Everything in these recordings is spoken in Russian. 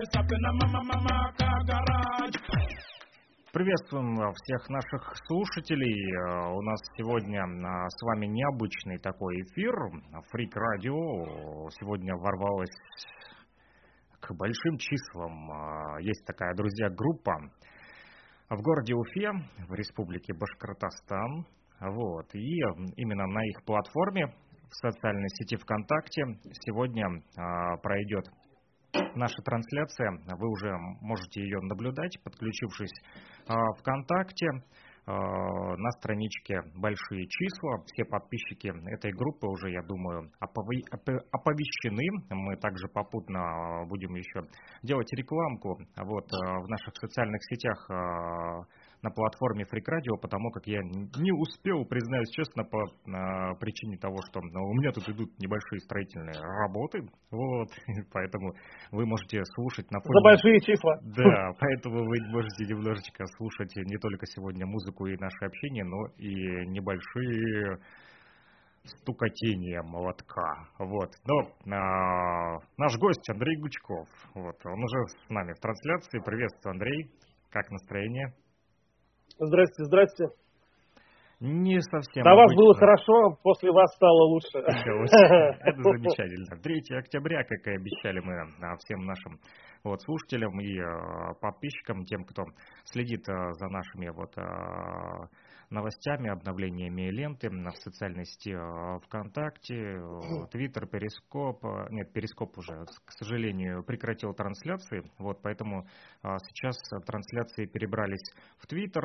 Приветствуем всех наших слушателей. У нас сегодня с вами необычный такой эфир. Freak Radio сегодня ворвалась к большим числам. Есть такая, друзья, группа в городе Уфе, в республике Башкортостан. Вот. И именно на их платформе в социальной сети ВКонтакте сегодня пройдет наша трансляция. Вы уже можете ее наблюдать, подключившись ВКонтакте. На страничке «Большие числа». Все подписчики этой группы уже, я думаю, оповещены. Мы также попутно будем еще делать рекламку в наших социальных сетях на платформе Freak Radio, потому как я не успел, признаюсь честно, по причине того, что у меня тут идут небольшие строительные работы. Поэтому вы можете слушать на фоне... За большие числа. Да, поэтому вы можете немножечко слушать не только сегодня музыку и наше общение, но и небольшие стукотения молотка. Но наш гость Андрей Гучков, он уже с нами в трансляции. Приветствую, Андрей. Как настроение? Здрасте. Не совсем. До вас было хорошо, после вас стало лучше. Это замечательно. 3 октября, как и обещали мы всем нашим слушателям и подписчикам, тем, кто следит за нашими новостями, обновлениями ленты в социальной сети ВКонтакте, Твиттер, Перископ. Нет, Перископ уже, к сожалению, прекратил трансляции. Поэтому сейчас трансляции перебрались в Твиттер,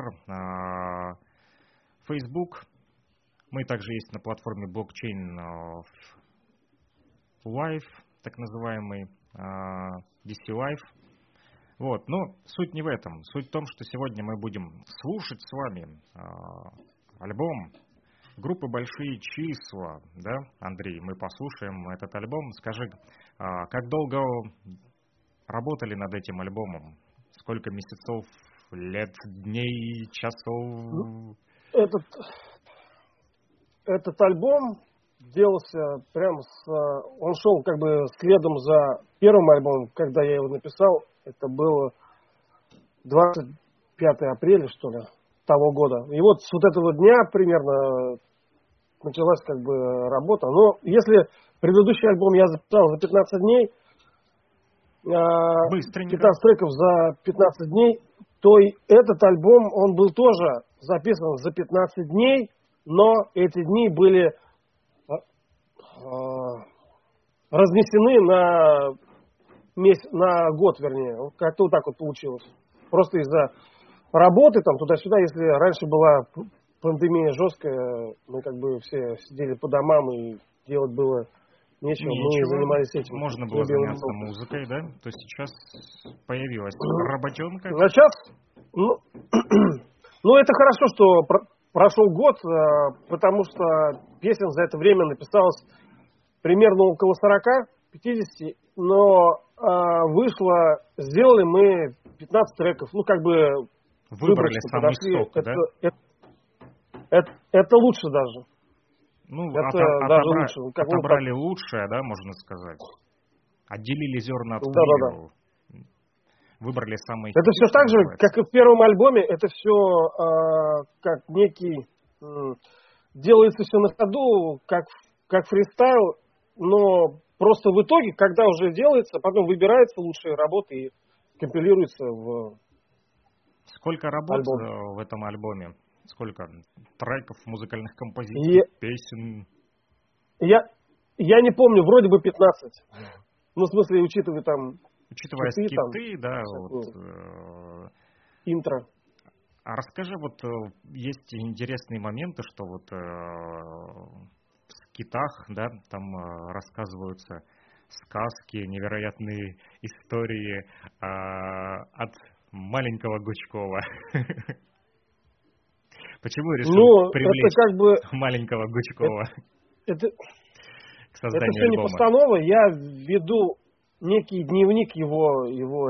Facebook. Мы также есть на платформе блокчейн Live, так называемый DC Live. Но суть не в этом. Суть в том, что сегодня мы будем слушать с вами альбом группы «Большие числа». Да, Андрей, мы послушаем этот альбом. Скажи, как долго работали над этим альбомом? Сколько месяцев, лет, дней, часов? Этот альбом делался он шел следом за первым альбомом, когда я его написал. Это было 25 апреля, что ли, того года. И с этого дня примерно началась работа. Но если предыдущий альбом я записал за 15 дней, быстренько. 15 треков за 15 дней, то и этот альбом, он был тоже записан за 15 дней, но эти дни были разнесены на год, вернее. Как-то так получилось. Просто из-за работы туда-сюда. Если раньше была пандемия жесткая, мы все сидели по домам и делать было нечего. Мы занимались этим. Можно было заняться музыкой, да? То есть сейчас появилась работенка. А сейчас, это хорошо, что прошел год, потому что песен за это время написалось примерно около 40-50, но сделали мы 15 треков. Выбрали самый сок, да? Это лучше даже. Даже лучше. Отобрали лучшее, да, можно сказать. Отделили зерна от плевел. Выбрали самые... Это все так же, как и в первом альбоме. Это все как некий... делается все на ходу, как фристайл, но просто в итоге, когда уже делается, потом выбираются лучшие работы и компилируется в Сколько работ в этом альбоме? Сколько треков, музыкальных композиций, песен? Я не помню, вроде бы 15. В смысле, учитывая скипы, да. Интро. А расскажи, есть интересные моменты, что в скитах, да, там рассказываются сказки, невероятные истории от маленького Гучкова. Почему решил привлечь маленького Гучкова к созданию это все не постанова. Я веду некий дневник его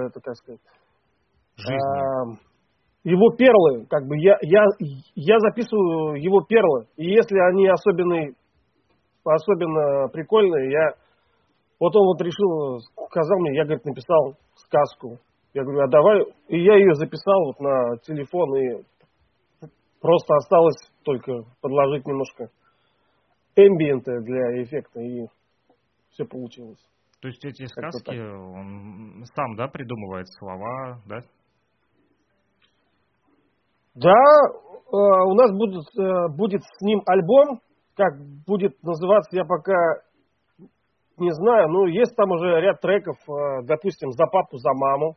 жизни. Его перлы, я записываю его перлы. И если они особенно прикольные, я Вот он вот решил, сказал мне, я, говорит, написал сказку. Я говорю, а давай. И я ее записал вот на телефон, и просто осталось только подложить немножко эмбиента для эффекта, и все получилось. То есть эти сказки он сам, да, придумывает слова, да? Да, у нас будет с ним альбом, как будет называться, я пока не знаю, но есть там уже ряд треков, допустим, «За папу, за маму».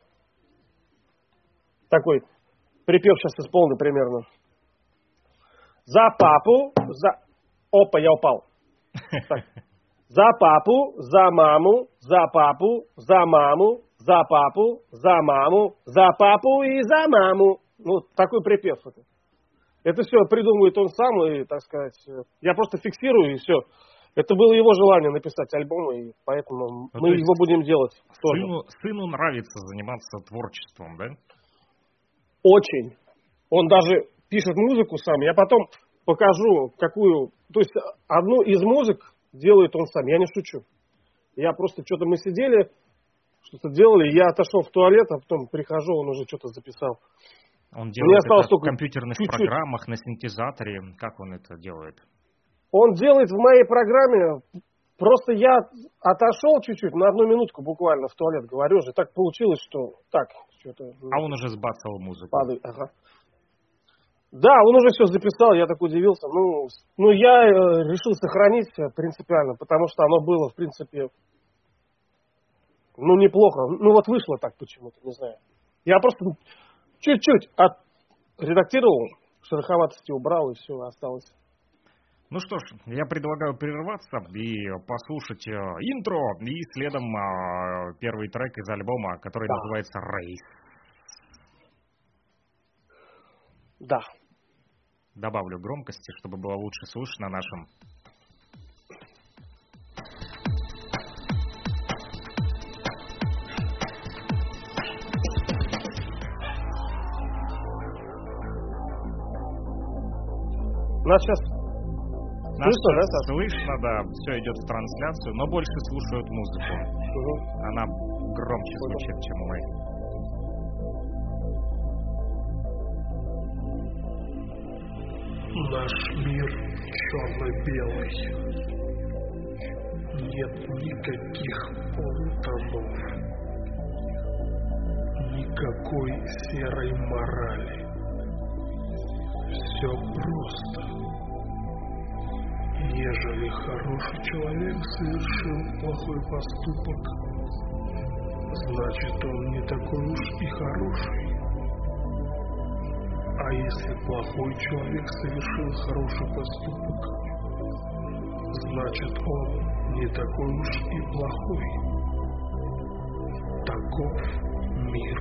Такой припев сейчас исполню примерно. За папу, за... Опа, я упал. Так. За папу, за маму, за папу, за маму, за папу, за маму, за папу и за маму. Ну, такой припев. Это все придумывает он сам, и, так сказать, я просто фиксирую, и все. Это было его желание написать альбом, и поэтому мы его будем делать тоже. Сыну нравится заниматься творчеством, да? Очень. Он даже пишет музыку сам. Я потом покажу, какую... То есть одну из музык делает он сам. Я не шучу. Я просто что-то мы сидели, что-то делали, я отошел в туалет, а потом прихожу, он уже что-то записал. Он делает это в компьютерных программах, на синтезаторе. Как он это делает? Он делает в моей программе. Просто я отошел чуть-чуть, на 1 минутку буквально в туалет, говорю же. Так получилось, что так, что-то... А он уже сбацал музыку. Падает, ага. Да, он уже все записал, я так удивился. Ну, я решил сохранить принципиально, потому что оно было, в принципе, неплохо. Ну, вот вышло так почему-то, не знаю. Я просто чуть-чуть отредактировал, шероховатости убрал, и все, осталось. Ну что ж, я предлагаю прерваться и послушать интро, и следом первый трек из альбома, который называется «Рейс». Да. Добавлю громкости, чтобы было лучше слышно нашим. Нас сейчас слышно, да, все идет в трансляцию, но больше слушают музыку. Она громче звучит, чем мы. Наш мир черно-белый. Нет никаких полутонов, никакой серой морали. Все просто. Ежели хороший человек совершил плохой поступок, значит он не такой уж и хороший. А если плохой человек совершил хороший поступок, значит он не такой уж и плохой. Таков мир.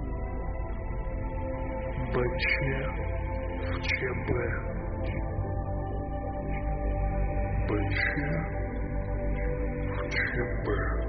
БЧ в ЧБ. БЧ в ЧБ.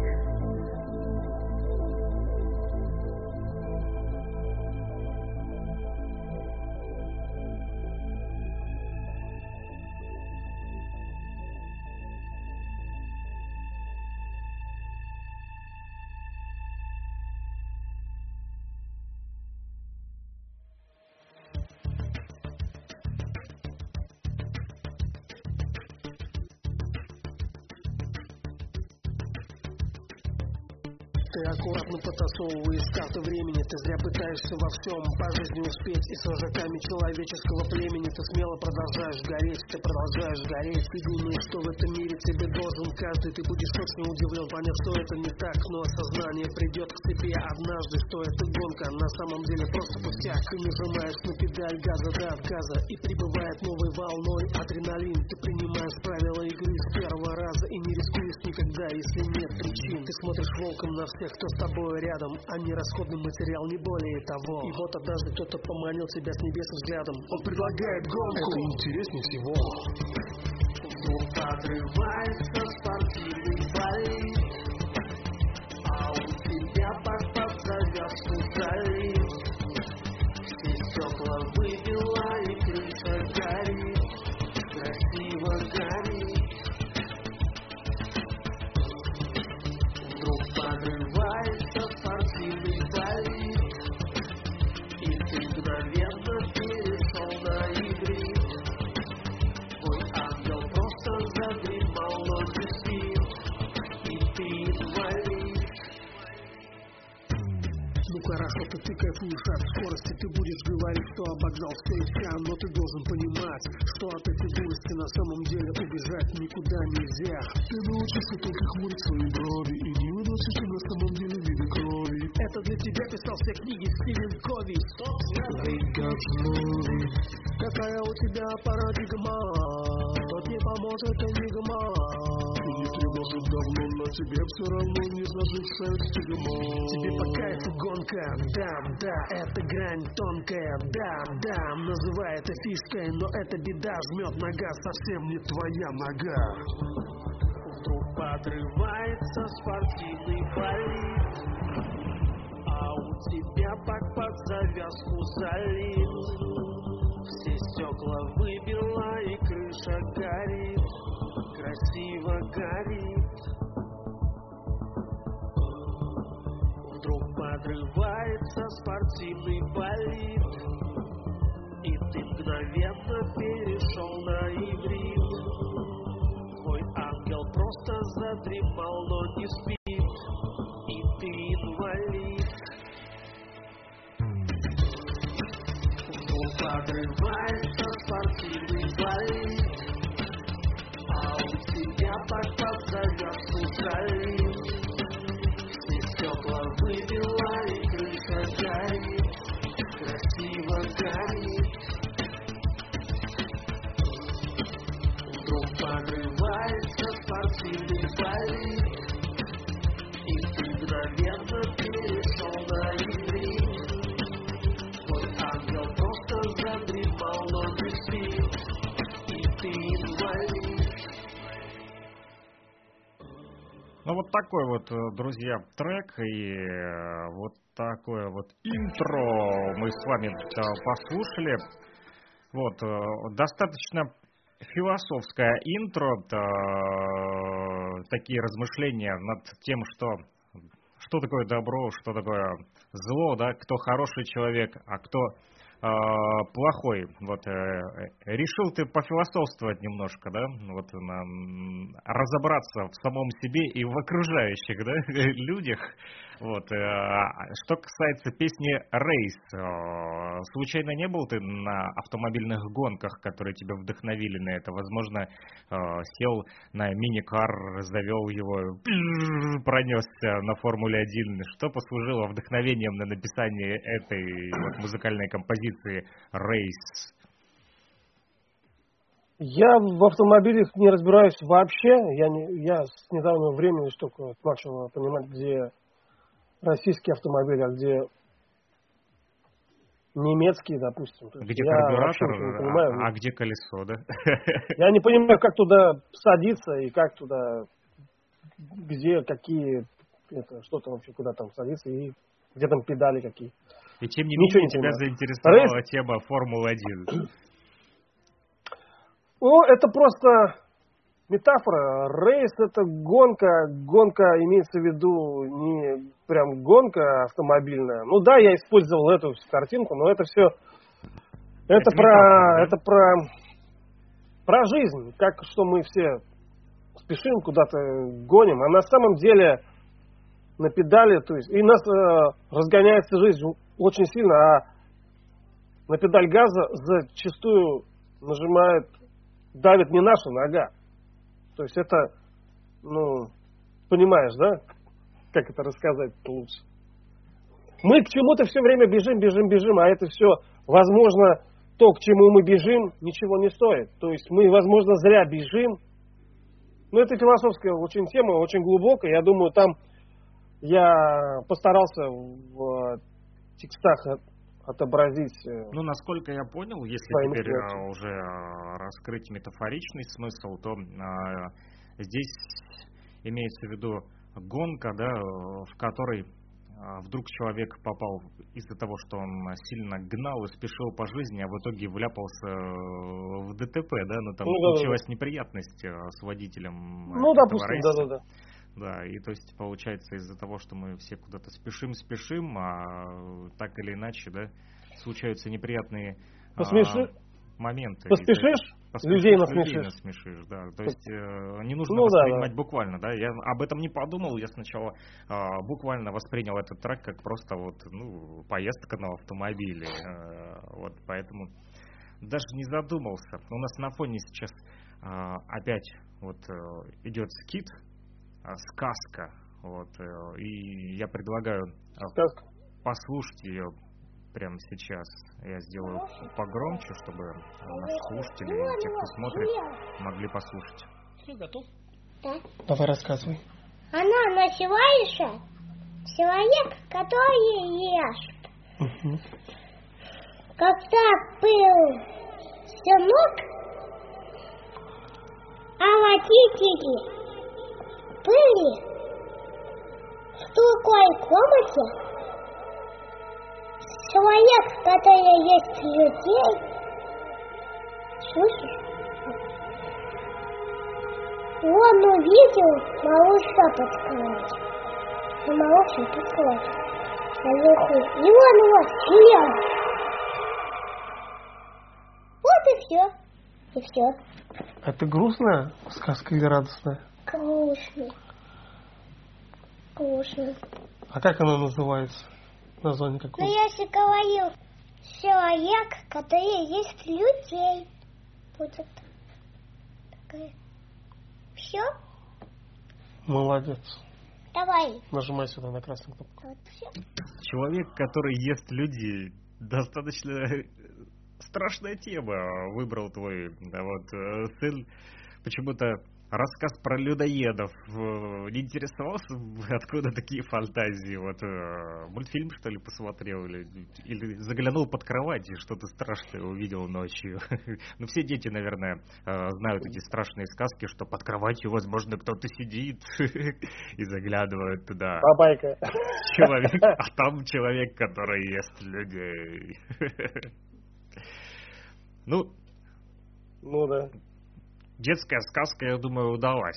Ты аккуратно потасовываешь карты времени. Ты зря пытаешься во всем по жизни успеть. И с вожаками человеческого племени ты смело продолжаешь гореть. Ты продолжаешь гореть. Ты думаешь, что в этом мире тебе должен каждый. Ты будешь точно удивлен, поняв, что это не так. Но осознание придет к тебе однажды, что это гонка на самом деле просто пустяк. Ты нажимаешь на педаль газа до отказа, и прибывает новой волной адреналин. Ты принимаешь правила игры с первого раза и не рискуешь никогда, если нет причин. Ты смотришь волком на всех, кто с тобой рядом, а не расходный материал, не более того. И вот однажды кто-то поманил тебя с небес взглядом. Он предлагает гонку. Это интереснее всего. Вдруг отрывается спортивный болид, а у тебя под завязку залит. Все стекла выбила и крыша горит, красиво горит. Ну хорошо, ты кайфуешь от скорости, ты будешь говорить, что обогнал все и вся, но ты должен понимать, что от этой дурости на самом деле убежать никуда нельзя. Ты научишься только хмурить свои брови и не выносишь на самом деле виды крови. Это для тебя писал все книги Стивен Кови. Какая у тебя парадигма, тот не поможет энигма. И не тревожит давно, но тебе все равно не зажившая стигма. Тебе по кайфу гонка, да, это грань тонкая, да, называй это фишкой, но это беда, жмет нога, совсем не твоя нога. Вдруг подрывается спортивный болид, а у тебя бак под завязку залит. Все стекла выбила и крыша горит, красиво горит. Вдруг подрывается спортивный болид, и ты мгновенно перешел на иврит. Твой ангел просто задремал, но не спит, и ты инвалид. Вдруг подрывается спортивный болид, а у тебя под завязку залит. Стекла выбила и крыша горит, красиво горит. Вдруг подрывается спортивный болид, и ты мгновенно перешел на иврит. Твой ангел просто задремал, но не спит, и ты инвалид. Ну вот такой вот, друзья, трек и вот такое вот интро мы с вами послушали. Вот, достаточно философское интро, такие размышления над тем, что такое добро, что такое зло, да, кто хороший человек, а кто плохой. Вот решил ты пофилософствовать немножко, да, вот разобраться в самом себе и в окружающих, да, людях. Вот что касается песни «Рейс», случайно не был ты на автомобильных гонках, которые тебя вдохновили на это? Возможно, сел на мини-кар, завел его, пронесся на Формуле-1. Что послужило вдохновением на написание этой вот музыкальной композиции «Рейс»? Я в автомобилях не разбираюсь вообще. Я с недавнего времени только начал понимать, где российские автомобили, а где немецкие, допустим. Где карбюратор, а где колесо, да? Я не понимаю, как туда садиться и как туда, где, какие, что там вообще, куда там садиться и где там педали какие. И тем не менее тебя заинтересовала тема Формулы-1. Ну, это просто метафора. Рейс — это гонка. Гонка имеется в виду не прям гонка автомобильная. Ну да, я использовал эту картинку, но это все... Это про жизнь. Как что мы все спешим, куда-то гоним. А на самом деле на педали, то есть... И нас разгоняется жизнь очень сильно, а на педаль газа зачастую давит не наша нога. То есть это, понимаешь, да? Как это рассказать лучше? Мы к чему-то все время бежим, а это все, возможно, то, к чему мы бежим, ничего не стоит. То есть мы, возможно, зря бежим. Но это философская очень тема, очень глубокая. Я думаю, там я постарался в текстах отобразить. Ну, насколько я понял, если теперь уже раскрыть метафоричный смысл, то здесь имеется в виду гонка, да, в которой вдруг человек попал из-за того, что он сильно гнал и спешил по жизни, а в итоге вляпался в ДТП, да, но там случилась неприятность с водителем. Ну, допустим, да. Да, и то есть получается из-за того, что мы все куда-то спешим, а так или иначе, да, случаются неприятные моменты. Поспешишь, людей насмешишь. Да. То есть не нужно воспринимать буквально, да. Я об этом не подумал, я сначала буквально воспринял этот трек как просто поездка на автомобиле. Вот, поэтому даже не задумался. У нас на фоне сейчас опять идет скит, сказка. Вот, и я предлагаю послушать ее прямо сейчас. Я сделаю погромче, чтобы наши слушатели и те, кто смотрит, могли послушать. Все, готов? Да. Давай рассказывай. Она называется «Человек, который ест». Угу. Когда был сынок, а родители были в другой комнате, человек, который ест людей, слышишь? Он увидел малыша под кроватью. А малыша под кроватью. Наверху. И он его съел. Вот и все. И все. Это грустная сказка или радостная? Грустно. Грустно. А как она называется? Название какое? Но я же говорил, человек, который ест людей. Будет такая. Все? Молодец. Давай. Нажимай сюда на красную кнопку. Вот все. Человек, который ест людей. Достаточно страшная тема. Выбрал твой сын. Почему-то рассказ про людоедов. Не интересовался, откуда такие фантазии? Мультфильм, что ли, посмотрел? Или заглянул под кровать и что-то страшное увидел ночью? Ну, все дети, наверное, знают эти страшные сказки, что под кроватью, возможно, кто-то сидит и заглядывает туда. Бабайка. Человек, а там человек, который ест людей. Ну да. Детская сказка, я думаю, удалась.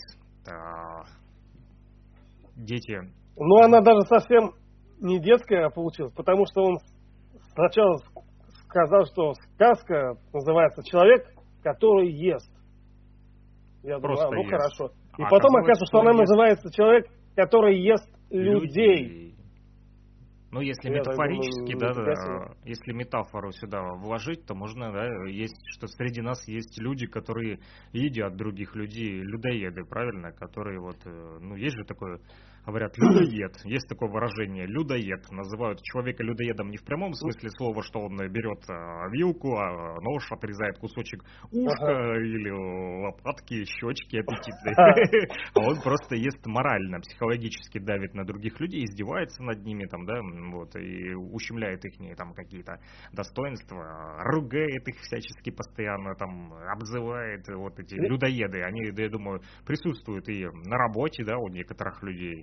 Дети... Ну, она даже совсем не детская получилась, потому что он сначала сказал, что сказка называется «Человек, который ест». Я просто думаю, ест. Хорошо. И потом оказывается, что она называется «Человек, который ест людей». Ну, если метафорически, если метафору сюда вложить, то можно, есть, что среди нас есть люди, которые едят других людей, людоеды, правильно? Которые есть же такое, говорят, людоед. Есть такое выражение, людоед. Называют человека людоедом не в прямом смысле слова, что он берет вилку, нож, отрезает кусочек ушка или лопатки, щечки аппетитные. А он просто ест морально, психологически давит на других людей, издевается над ними, и ущемляет их какие-то достоинства, ругает их всячески постоянно, обзывает эти людоеды. Они, я думаю, присутствуют и на работе, у некоторых людей.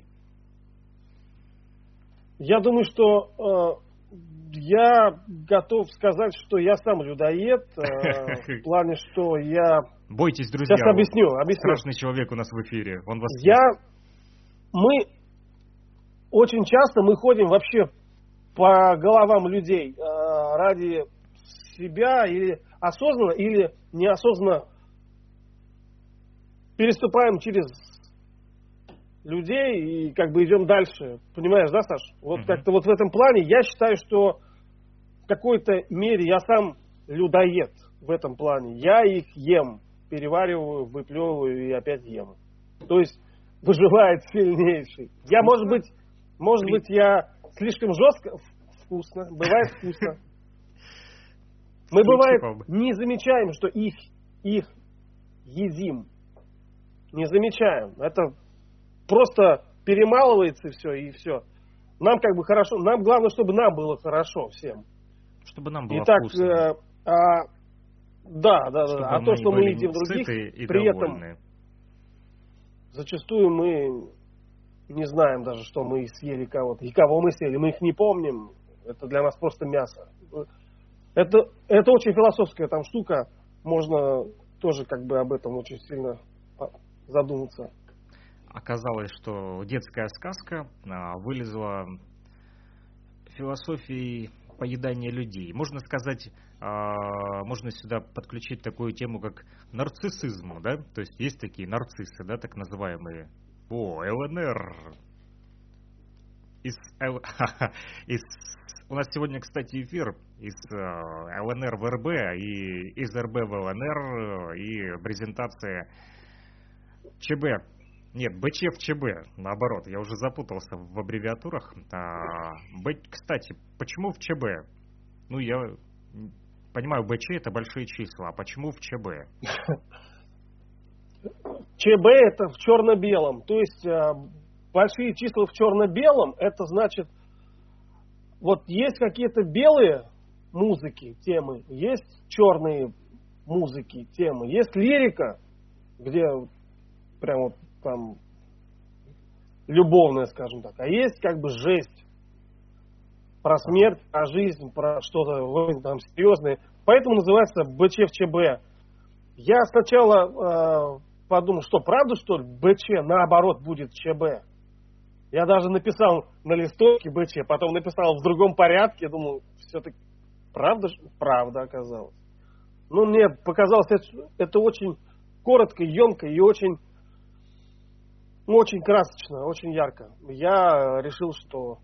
Я думаю, что я готов сказать, что я сам людоед, в плане, что я... Бойтесь, друзья. Сейчас объясню. Страшный человек у нас в эфире. Он вас... Мы очень часто ходим вообще по головам людей ради себя или осознанно, или неосознанно переступаем через людей и идем дальше. Понимаешь, да, Саш? Как-то в этом плане я считаю, что в какой-то мере я сам людоед в этом плане. Я их ем, перевариваю, выплевываю и опять ем. То есть выживает сильнейший. Я, может быть, я слишком жестко, вкусно, бывает вкусно. Мы, бывает, не замечаем, что их едим. Не замечаем. Это просто перемалывается и все. Нам хорошо. Нам главное, чтобы нам было хорошо всем. Чтобы нам было вкусно. Да. А то, что мы едим других, при этом зачастую мы не знаем даже, что мы съели кого-то. И кого мы съели. Мы их не помним. Это для нас просто мясо. Это очень философская штука. Можно тоже об этом очень сильно задуматься. Оказалось, что детская сказка вылезла философией поедания людей. Можно сказать, можно сюда подключить такую тему, как нарциссизм, да? То есть такие нарциссы, да, так называемые. ЛНР. У нас сегодня, кстати, эфир из ЛНР в РБ и из РБ в ЛНР и презентация ЧБ. Нет, БЧ в ЧБ, наоборот, я уже запутался в аббревиатурах. Кстати, почему в ЧБ? Ну, я понимаю, БЧ это большие числа, а почему в ЧБ? ЧБ это в черно-белом, то есть большие числа в черно-белом, это значит, вот есть какие-то белые музыки, темы, есть черные музыки, темы, есть лирика, где прям вот там любовная, скажем так, а есть как бы жесть про смерть, про жизнь, про что-то там серьезное, поэтому называется БЧ в ЧБ. Я сначала подумал, что правда, что ли, БЧ наоборот будет ЧБ. Я даже написал на листовке БЧ, потом написал в другом порядке, думал, все-таки правда? Правда оказалось. Ну, мне показалось, это очень коротко, емко и очень красочно, очень ярко. Я решил, что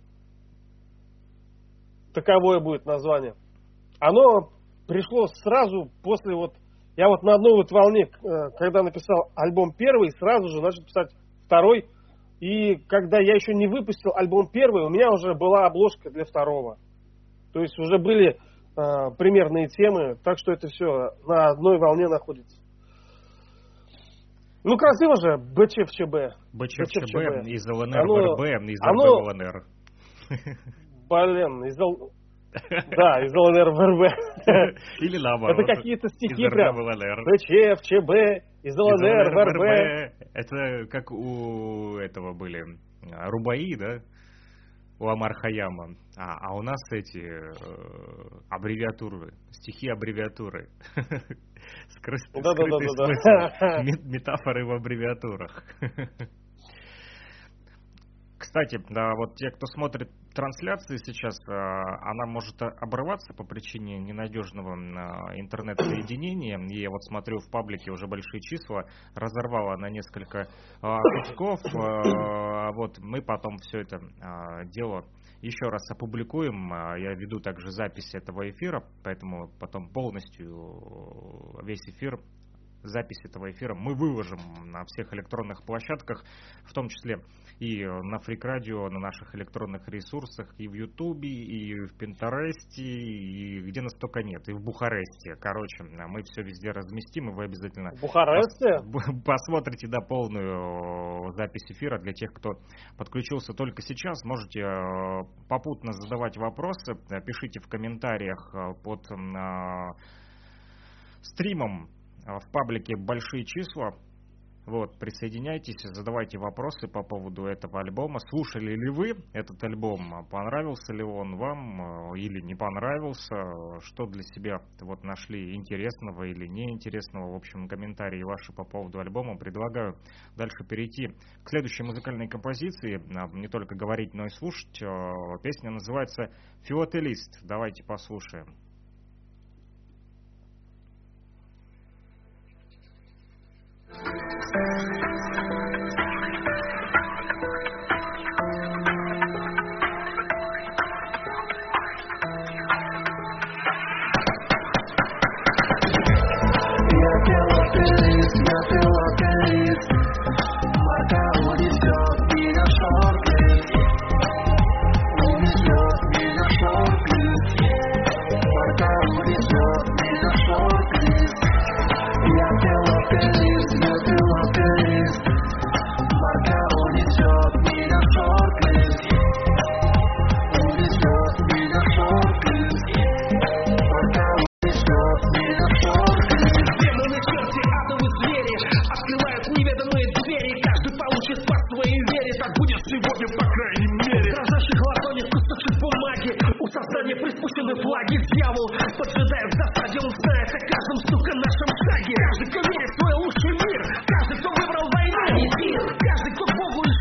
таковое будет название. Оно пришло сразу после я на одной волне, когда написал альбом первый, сразу же начал писать второй. И когда я еще не выпустил альбом первый, у меня уже была обложка для второго. То есть уже были примерные темы, так что это все на одной волне находится. Ну, красиво же, БЧ в ЧБ. БЧ в ЧБ, из ЛНР в РБ, из РБ в ЛНР. Блин, из ЛНР в РБ. Или наоборот. Это какие-то стихи прям. БЧ в ЧБ, из ЛНР в РБ. Это как у этого были Рубаи, да? У Омар Хайяма. А у нас эти аббревиатуры, стихи-аббревиатуры. Скрытый смысл. Метафоры в аббревиатурах. Кстати, вот те, кто смотрит трансляции сейчас, она может обрываться по причине ненадежного интернет-соединения. И я вот смотрю в паблике уже большие числа, разорвала на несколько кусков. Вот мы потом все это дело еще раз опубликуем. Я веду также запись этого эфира, поэтому потом полностью весь эфир, запись этого эфира мы выложим на всех электронных площадках, в том числе и на Freak Radio, на наших электронных ресурсах, и в Ютубе, и в Пинтересте, и где нас только нет, и в Бухаресте. Короче, мы все везде разместим, и вы обязательно посмотрите полную запись эфира. Для тех, кто подключился только сейчас, можете попутно задавать вопросы, пишите в комментариях под стримом в паблике «Большие числа». Вот, присоединяйтесь, задавайте вопросы по поводу этого альбома. Слушали ли вы этот альбом? Понравился ли он вам или не понравился? Что для себя нашли интересного или неинтересного? В общем, комментарии ваши по поводу альбома. Предлагаю дальше перейти к следующей музыкальной композиции. Не только говорить, но и слушать. Песня называется «Филателист». Давайте послушаем.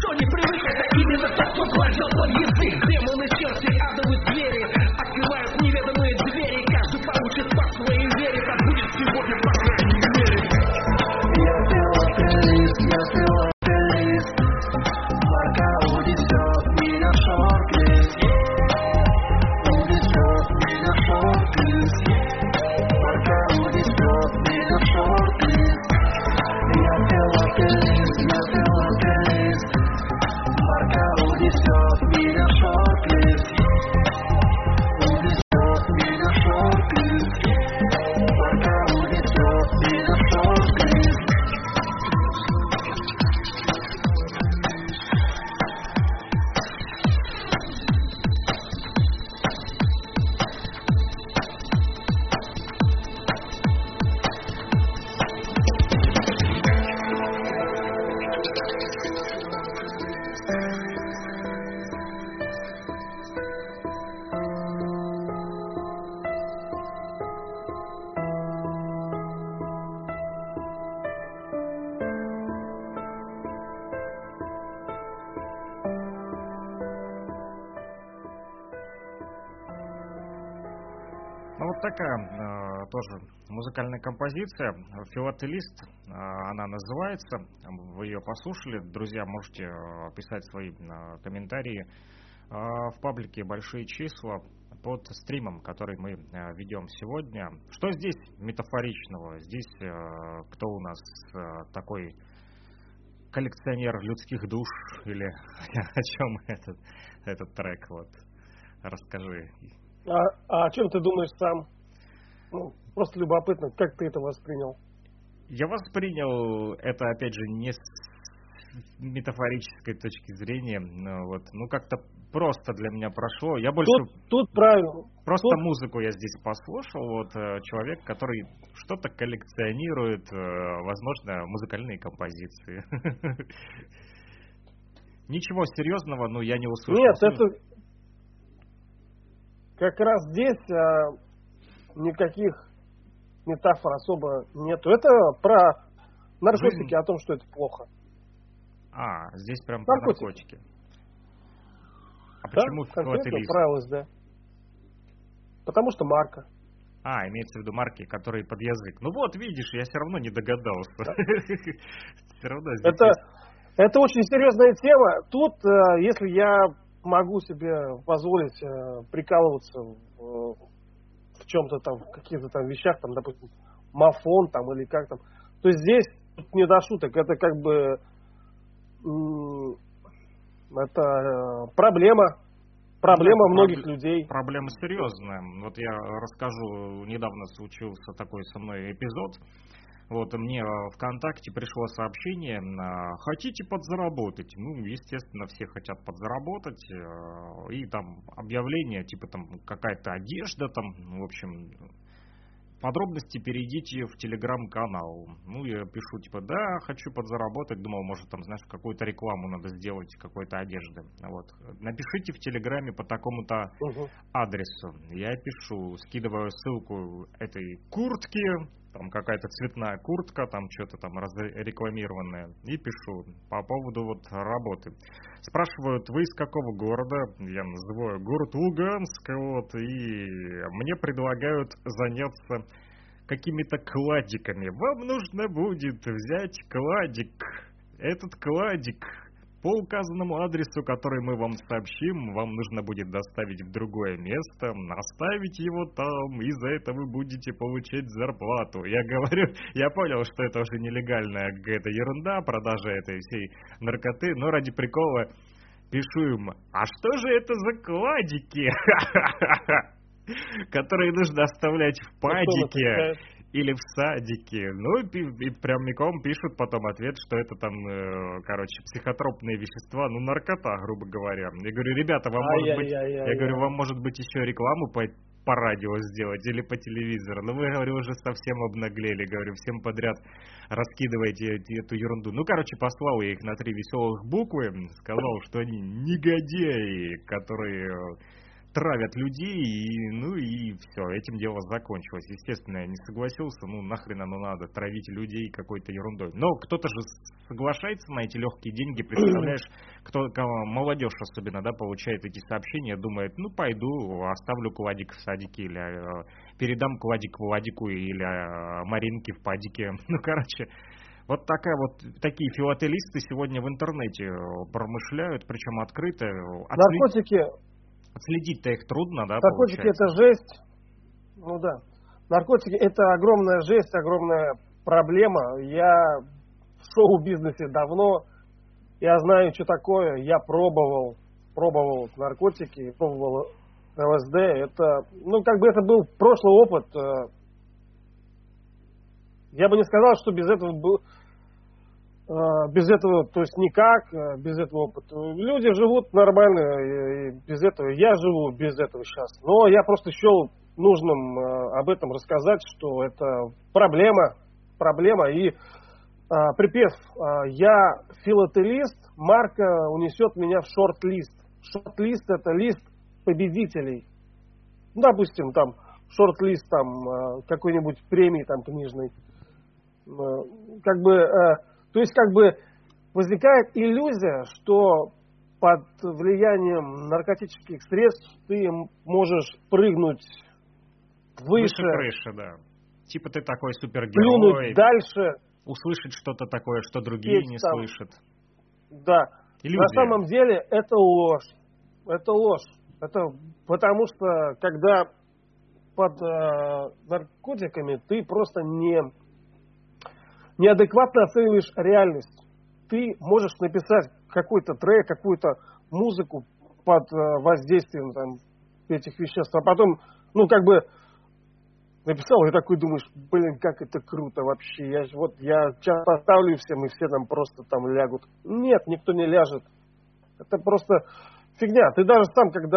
Демоны, черти, адовые звери открывают Ну, вот такая тоже музыкальная композиция. «Филателист» она называется. Вы ее послушали. Друзья, можете писать свои комментарии в паблике «Большие числа» под стримом, который мы ведем сегодня. Что здесь метафоричного? Здесь кто у нас такой коллекционер людских душ? Или о чем этот трек? Вот, расскажи. А о чем ты думаешь сам? Ну, просто любопытно, как ты это воспринял? Я воспринял это, опять же, не с метафорической точки зрения. Вот, ну, как-то просто для меня прошло. Я больше... Тут правильно. Просто музыку я здесь послушал. Вот человек, который что-то коллекционирует, возможно, музыкальные композиции. Ничего серьезного, но я не услышал. Нет, это... Как раз здесь никаких метафор особо нету. Это про наркотики, жизнь. О том, что это плохо. Здесь прям про наркотики. А да, почему филателист? Про ЛСД. Потому что марка. Имеется в виду марки, которые под язык. Ну вот, видишь, я все равно не догадался. Все равно здесь это очень серьезная тема. Тут, если я могу себе позволить прикалываться в чем-то там, в каких-то там вещах, там, допустим, мафон там или как там, то здесь не до шуток. Это как бы это проблема многих людей. Проблема серьезная. Вот я расскажу, недавно случился такой со мной эпизод. Вот мне ВКонтакте пришло сообщение: хотите подзаработать? Ну, естественно, все хотят подзаработать. И там объявление, типа там какая-то одежда, там, в общем, подробности перейдите в телеграм-канал. Ну, я пишу, типа, да, хочу подзаработать. Думал, может, там, знаешь, какую-то рекламу надо сделать, какой-то одежды. Вот. Напишите в телеграме по такому-то адресу. Я пишу, скидываю ссылку этой куртки. Там какая-то цветная куртка, там что-то там рекламированное. И пишу по поводу вот работы. Спрашивают, вы из какого города? Я называю город Луганск. Вот, и мне предлагают заняться какими-то кладиками. Вам нужно будет взять кладик. Этот кладик по указанному адресу, который мы вам сообщим, вам нужно будет доставить в другое место, оставить его там, и за это вы будете получать зарплату. Я говорю, я понял, что это уже нелегальная какая-то ерунда, продажа этой всей наркоты, но ради прикола пишу им, а что же это за кладики, которые нужно оставлять в падике или в садике? Ну, и прямиком пишут потом ответ, что это там, психотропные вещества, ну, наркота, грубо говоря. Я говорю, ребята, вам вам может быть еще рекламу по радио сделать или по телевизору. Но вы, говорю, уже совсем обнаглели, говорю, всем подряд раскидываете эту ерунду. Ну, послал я их на 3 веселых буквы, сказал, что они негодяи, которые травят людей, и все, этим дело закончилось. Естественно, я не согласился, нахрен оно надо, травить людей какой-то ерундой. Но кто-то же соглашается на эти легкие деньги, представляешь, молодежь особенно, да, получает эти сообщения, думает, пойду, оставлю кладик в садике, или передам кладик Владику, или Маринке в падике. Вот такие филателисты сегодня в интернете промышляют, причем открыто. Наркотики... Отследить-то их трудно, да, наркотики получается? Это жесть. Ну да. Наркотики это огромная жесть, огромная проблема. Я в шоу-бизнесе давно. Я знаю, что такое. Я пробовал наркотики, пробовал ЛСД. Это, это был прошлый опыт. Я бы не сказал, что без этого, то есть никак, без этого опыта. Люди живут нормально и без этого. Я живу без этого сейчас. Но я просто счел нужным об этом рассказать, что это проблема. И припев «Я филателист», марка унесет меня в шорт-лист. Шорт-лист – это лист победителей. Допустим, там шорт-лист там, какой-нибудь премии там, книжной. То есть, возникает иллюзия, что под влиянием наркотических средств ты можешь прыгнуть выше крыши, да. Типа ты такой супергерой. Плюнуть дальше. Услышать что-то такое, что другие не там слышат. Да. Иллюзия. На самом деле это ложь. Это ложь. Это потому что, когда под наркотиками ты просто неадекватно оцениваешь реальность. Ты можешь написать какой-то трек, какую-то музыку под воздействием там, этих веществ, а потом, написал, и такой думаешь, блин, как это круто вообще. Я сейчас поставлю всем, и все там просто там лягут. Нет, никто не ляжет. Это просто фигня. Ты даже сам, когда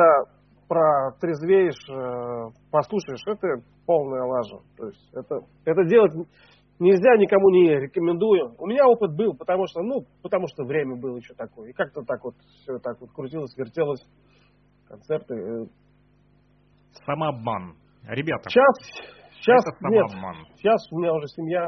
протрезвеешь, послушаешь, это полная лажа. То есть это делать нельзя, никому не рекомендую. У меня опыт был, потому что время было еще такое. И как-то так вот все так вот крутилось, вертелось. Концерты. Самообман. Ребята. Сейчас это нет. самообман. Сейчас у меня уже семья.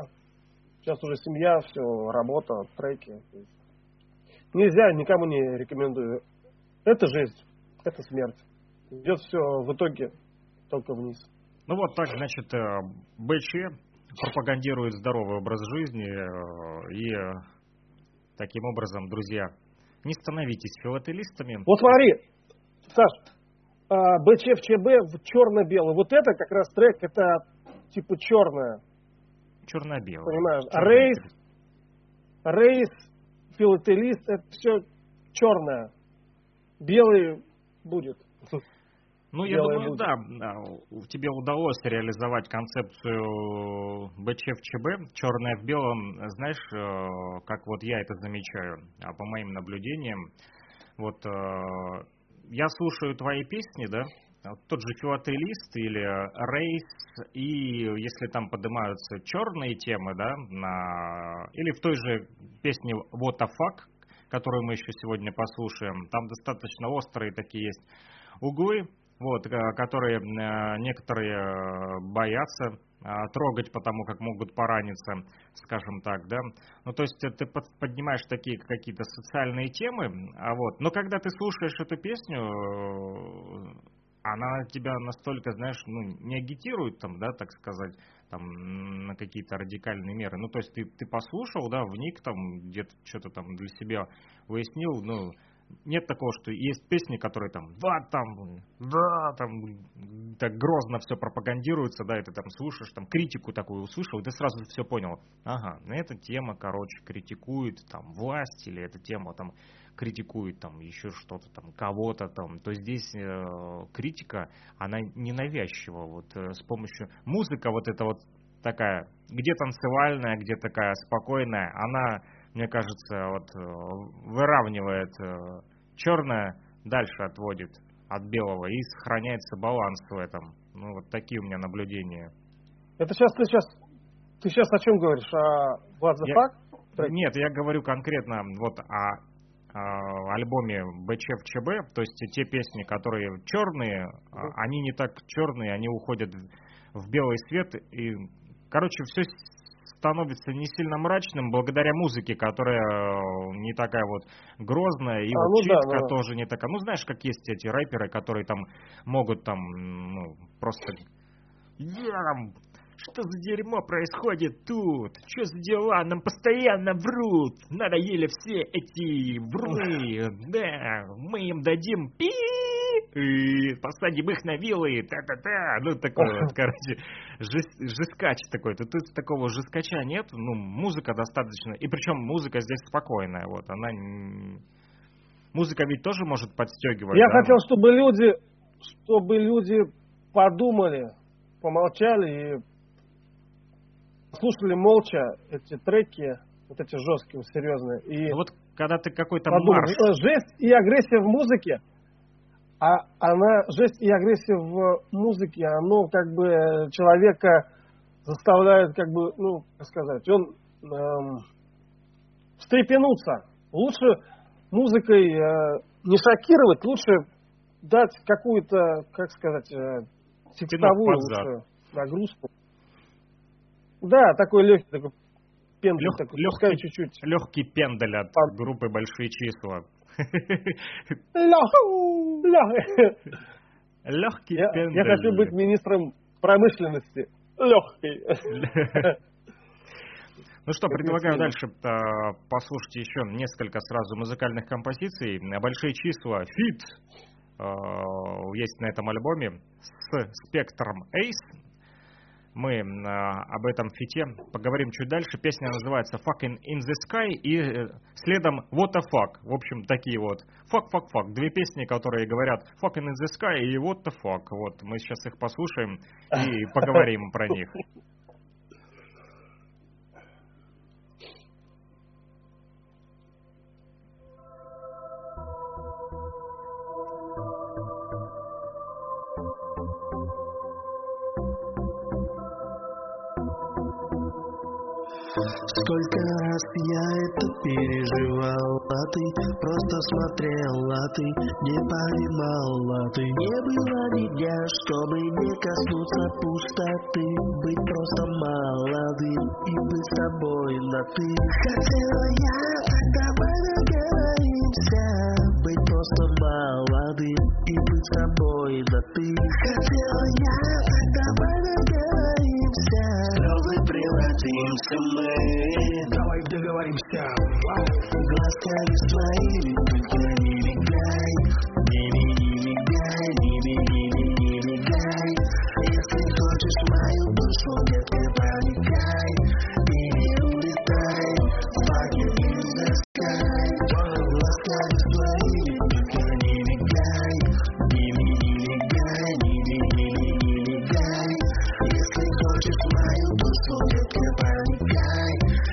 Все, работа, треки. Нельзя, никому не рекомендую. Это жизнь, это смерть. Идет все в итоге только вниз. Ну вот так, значит, БЧ пропагандирует здоровый образ жизни. И таким образом, друзья, не становитесь филателистами. Вот смотри, Саш, БЧ в ЧБ в черно-белый. Вот это как раз трек, это типа черное. Черно-белый. Понимаешь? Рейс, филателист, это все черное. Белый будет. Ну, я думаю, да, тебе удалось реализовать концепцию БЧ в ЧБ, черное в белом, знаешь, как вот я это замечаю, по моим наблюдениям. Вот я слушаю твои песни, да, тот же филателист или рейс, и если там поднимаются черные темы, да, или в той же песне What the fuck, которую мы еще сегодня послушаем, там достаточно острые такие есть углы, вот, которые некоторые боятся трогать, потому как могут пораниться, скажем так, да. Ну, то есть ты поднимаешь такие какие-то социальные темы, но когда ты слушаешь эту песню, она тебя настолько, знаешь, не агитирует там, да, так сказать, там, на какие-то радикальные меры. Ну, то есть ты послушал, да, вник там, где-то что-то там для себя выяснил, нет такого, что есть песни, которые там, так грозно все пропагандируется, да, и ты там слушаешь, там критику такую услышал, и ты сразу все понял, ага, эта тема, критикует там власть, или эта тема там критикует там еще что-то там, кого-то там, то здесь критика, она ненавязчива, вот с помощью музыка вот эта вот такая, где танцевальная, где такая спокойная, она, мне кажется, вот выравнивает черное, дальше отводит от белого, и сохраняется баланс в этом. Ну, вот такие у меня наблюдения. Это ты сейчас о чем говоришь? О What the fuck? Нет, я говорю конкретно вот о альбоме БЧ в ЧБ, то есть те песни, которые черные, они не так черные, они уходят в белый свет, и, короче, все становится не сильно мрачным благодаря музыке, которая не такая вот грозная, и читка тоже не такая. Ну, знаешь, как есть эти рэперы, которые там могут там, просто... Что за дерьмо происходит тут? Что за дела? Нам постоянно врут. Надоели все эти вруны. Да, мы им дадим пи, и посадим их на вилы. Та-та-та. Ну, такой вот, короче, жескач такой. Тут такого жескача нет. Ну, музыка достаточно. И причем музыка здесь спокойная. Вот, она... Музыка ведь тоже может подстегивать. Я хотел, чтобы люди подумали, помолчали и слушали молча эти треки, вот эти жесткие, серьезные. И вот когда ты какой-то марш... Жесть и агрессия в музыке, жесть и агрессия в музыке, оно как бы человека заставляет, как бы, как сказать, он встрепенуться. Лучше музыкой не шокировать, лучше дать какую-то, как сказать, текстовую лучше нагрузку. Да, такой легкий, такой пендель, пускай чуть-чуть. Легкий пендель от группы «Большие числа». Легкий пендель. Я хочу быть министром промышленности легкой. Ну что, предлагаю дальше послушать еще несколько сразу музыкальных композиций. Большие числа, фит есть на этом альбоме с спектром Ace. Мы об этом фите поговорим чуть дальше. Песня называется Fucking in the Sky и следом What the Fuck. В общем, такие вот fuck. Две песни, которые говорят Fucking in the Sky и What the Fuck. Вот, мы сейчас их послушаем и поговорим про них. Сколько раз я это переживал, а ты просто смотрел, а ты не понимал, а ты не было ни дня, чтобы не коснуться пустоты, быть просто молодым и быть с тобой на ты. Хотела я, так давай договоримся, быть просто молодым и быть с тобой на ты. Хотела я, так давай договоримся, слезы превратимся мы. Давай договоримся. Глазками своими только не мигай, не мигай. Если хочешь мою душу, детка, проникай и не улетай. Fucking in the sky. Глазками своими только не мигай, не мигай. Если хочешь мою душу, детка, проникай.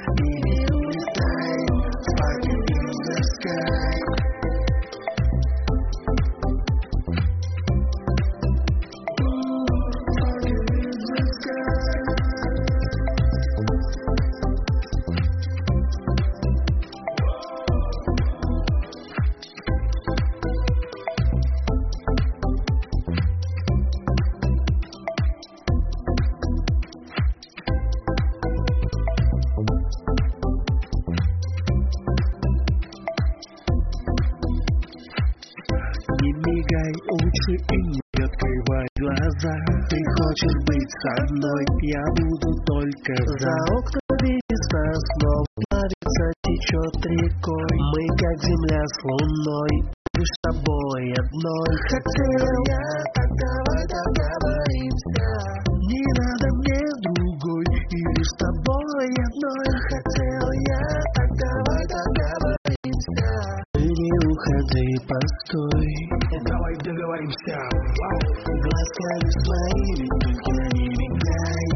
Лучше и не открывай глаза. Ты хочешь быть со мной, я буду только за. Окнами весна снова плавится, течет рекой. Мы как земля с луной, лишь с тобой одной. Хотел я, так давай договоримся. Не надо мне другой, и лишь с тобой одной. Хотел я, так давай договоримся. Ты не уходи, постой. Давай договоримся. Глазками своими только не мигай,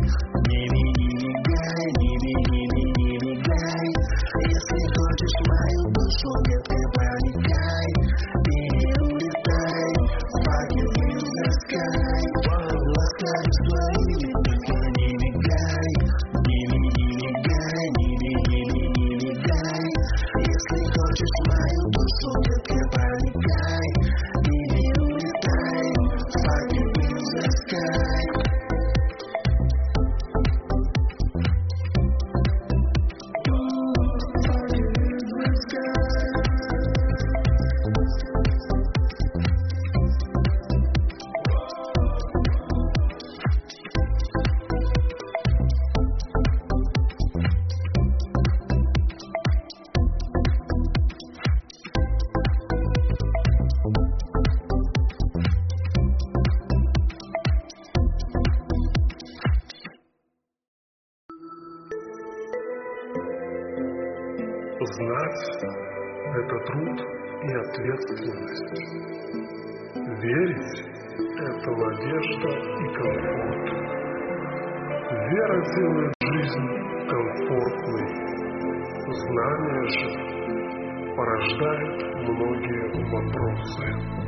не мигай. Если хочешь мою душу, детка, проникай и не улетай. Fucking in the sky. Глазками своими только не мигай, не мигай. Если хочешь мою душу, детка, проникай. Знать – это труд и ответственность. Верить – это надежда и комфорт. Вера делает жизнь комфортной. Знание же порождает многие вопросы.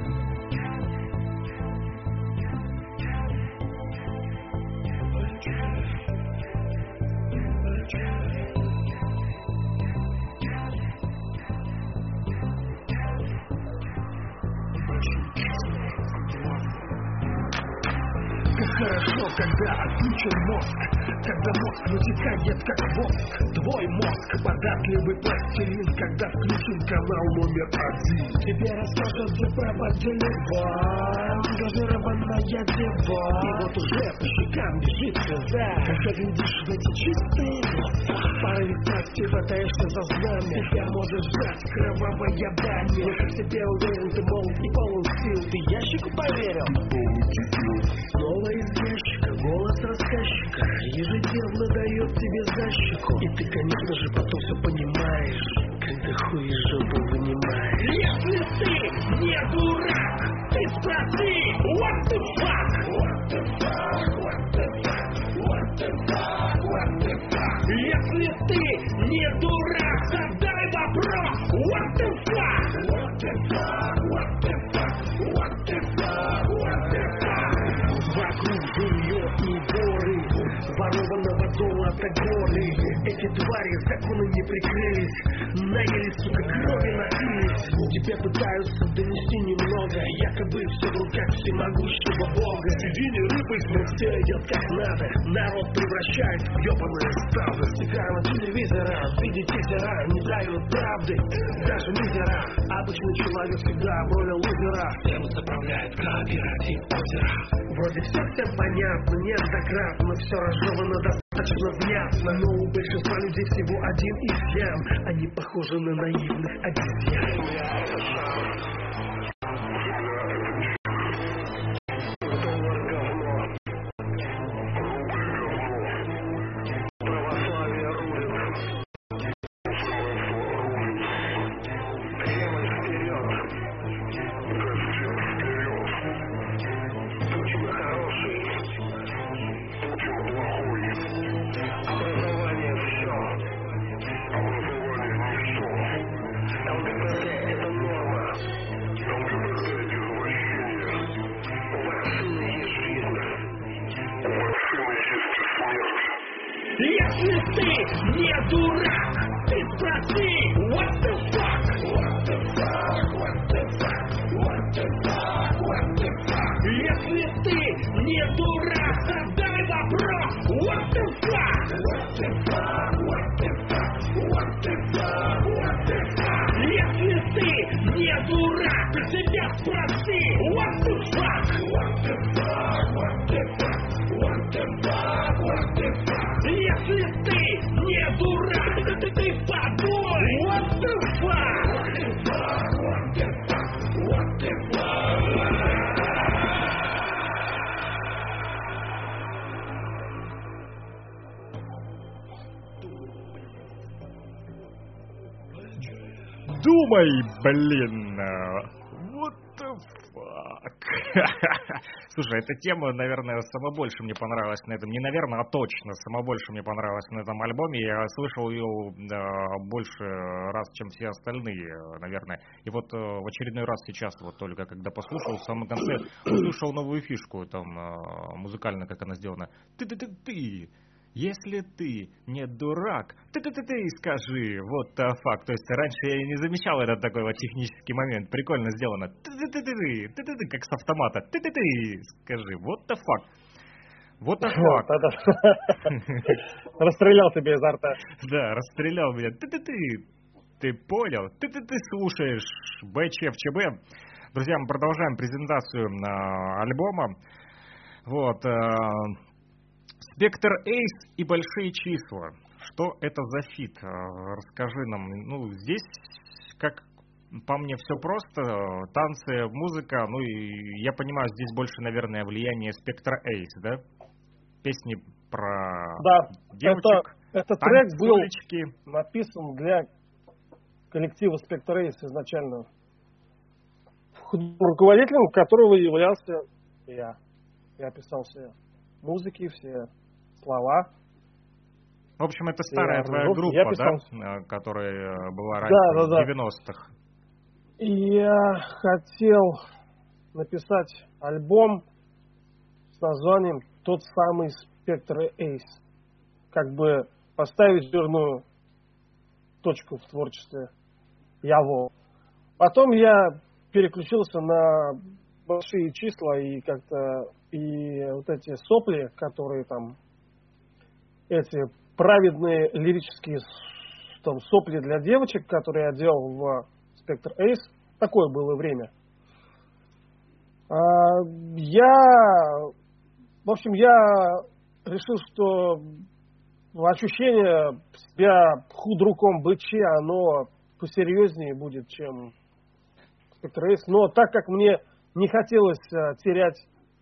Хорошо, когда отключен мозг, когда мозг вытекает как воск. Твой мозг податливый пластилин, когда включен канал номер 1. Тебе расскажут про поделева, ангажированная я девой. И вот уже по щекам бежит слеза, когда глядишь в эти чистые глаза. Порыве страсти хватаешься за знамя, тебя может сжать кровавая баня. Но в себе уверен, ты молод и полон сил. Ты ящику поверил? Снова из ящика голос рассказчика ежедневно дает тебе защику. И ты, конечно же, потом все понимаешь, когда хуй из жопы вынимаешь. Если ты не дурак, ты спроси, what the fuck? What the fuck? What the fuck? What the fuck? What the fuck? Если ты не дурак, задай вопрос, what the fuck? What the fuck? What the fuck? What the fuck? What the fuck? Вокруг жилье и горы, ворованного золота горы. Эти твари законы не прикрылись, наелись, сука, крови напились. Тебе пытаются донести немного, якобы все в руках всемогущего Бога. Сиди не рыпайся, но все идет как надо. Народ превращает в ебаное стадо. Стекаем от телевизора, видеть тизера не дают правды, даже мизера. Обычный человек всегда в роли лузера, всем заправляет кооператив озера. Вроде все всем понятно, неоднократно, все разжевано достаточно внятно. Но у большинства людей всего один изъян, они похожи на наивных обезьян. Если ты не дурак, ты спроси, what the fuck? What the fuck? What the fuck? What the fuck? What the fuck? Если ты не дурак, задай вопрос, what the fuck? What the fuck? What the fuck? What the fuck? What the fuck? Если ты не дурак, ты себя спроси, what the fuck? What the fuck? What the fuck? What the fuck? What the fuck? Если ты не дурак, ты подумай, what the fuck? What the fuck? What the fuck? Думай, блин. What the fuck? Слушай, эта тема, наверное, самое больше мне понравилась на этом. Не наверное, а точно самое больше мне понравилась на этом альбоме. Я слышал ее больше раз, чем все остальные, наверное. И вот в очередной раз сейчас, вот только когда послушал, в самом конце услышал новую фишку, там музыкально, как она сделана. Ты. Если ты не дурак, ты скажи, вот факт. То есть раньше я не замечал этот такой вот технический момент. Прикольно сделано. Ты, как с автомата. Ты скажи, вот the fuck. Вот the fuck. Расстрелял тебя изо рта. Да, расстрелял меня. Ты понял? Ты слушаешь БЧФЧБ. Друзья, мы продолжаем презентацию альбома. Вот. Спектр Эйс и большие числа. Что это за фит? Расскажи нам. Ну, здесь, как по мне, все просто. Танцы, музыка. Ну, и я понимаю, здесь больше, наверное, влияние Спектра Эйс, да? Песни про девочек. Это трек был написан для коллектива Спектр Эйс изначально. Руководителем которого являлся я. Я писал все музыки, все слова. В общем, это старая твоя группа, да? Которая была раньше, в 90-х. И я хотел написать альбом с названием «Тот самый Спектр Эйс». Как бы поставить жирную точку в творчестве Яво. Потом я переключился на большие числа и как-то и вот эти сопли, которые там, эти праведные лирические там сопли для девочек, которые я делал в Спектр Эйс, такое было время. Я решил, что ощущение себя худруком БЧ, оно посерьезнее будет, чем Spectre Ace. Но так как мне не хотелось терять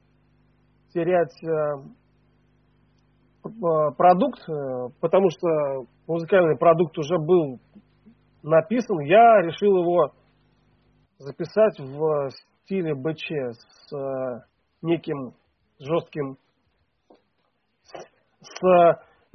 продукт, потому что музыкальный продукт уже был написан, я решил его записать в стиле БЧ с неким жестким, с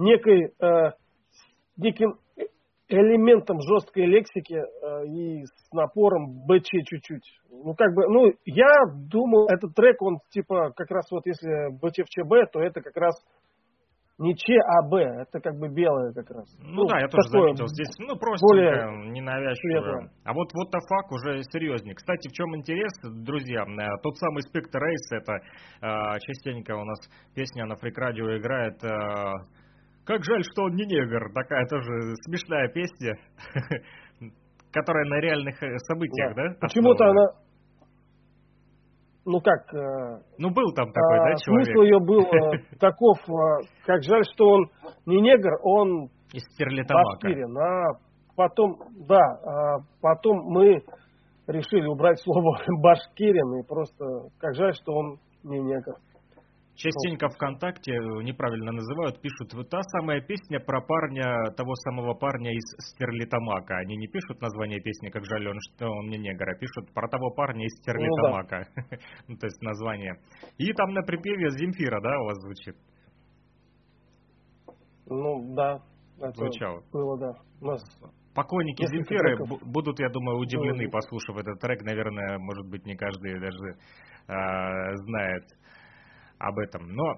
неким элементом жесткой лексики и с напором БЧ чуть-чуть. Я думал, этот трек, он типа как раз вот если БЧ в ЧБ, то это как раз не Ч, а Б. Это как бы белое как раз. Да, я тоже заметил. Здесь, простенько, ненавязчиво. А вот the fuck уже серьезнее. Кстати, в чем интерес, друзья, тот самый Spectre Ace, это частенько у нас песня на Freak Radio играет. Как жаль, что он не негр. Такая тоже смешная песня, которая на реальных событиях, да? Почему-то она... был там такой, да, человек? Смысл ее был таков, как жаль, что он не негр, он из Стерлитамака. Башкирин. Потом мы решили убрать слово Башкирин, и просто, как жаль, что он не негр. Частенько ВКонтакте неправильно называют, пишут, вот та самая песня про того самого парня из Стерлитамака. Они не пишут название песни, как жаль, что он не негр, а пишут про того парня из Стерлитамака. То есть название. И там на припеве Земфира, да, у вас звучит? Да. Звучало. Было, да. У нас поклонники Земфиры будут, я думаю, удивлены, послушав этот трек. Наверное, может быть, не каждый даже знает об этом. Но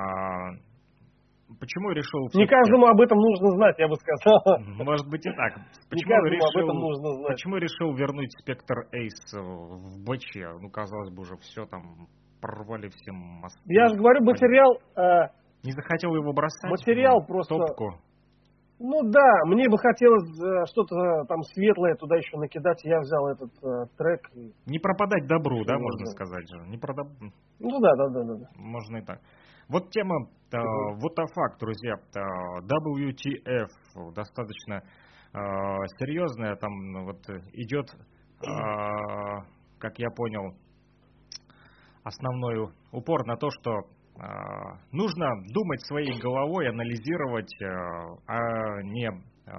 почему решил... Не каждому об этом нужно знать, я бы сказал. Может быть и так. Почему решил вернуть Spectre Ace в БЧ? Казалось бы, уже все там порвали всем мосты. Я же говорю, материал... Не захотел его бросать? Материал просто... Топку. Мне бы хотелось что-то там светлое туда еще накидать. Я взял этот трек. Не пропадать добру, да, можно сказать же. Не Да. Можно и так. Вот тема, вот факт, друзья, WTF, достаточно серьезная. Там идет, как я понял, основной упор на то, что нужно думать своей головой, анализировать, а не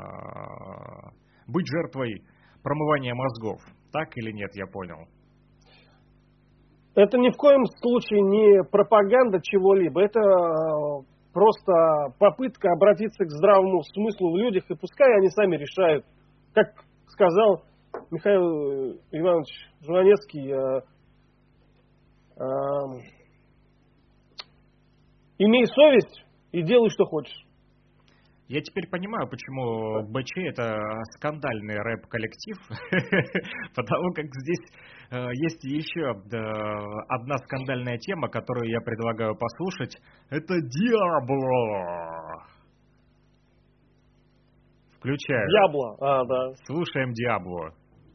быть жертвой промывания мозгов. Так или нет, я понял? Это ни в коем случае не пропаганда чего-либо. Это просто попытка обратиться к здравому смыслу в людях, и пускай они сами решают. Как сказал Михаил Иванович Жванецкий, имей совесть и делай, что хочешь. Я теперь понимаю, почему БЧ это скандальный рэп-коллектив, потому как здесь есть еще одна скандальная тема, которую я предлагаю послушать. Это Диабло. Включаю. Диабло, да. Слушаем Диабло.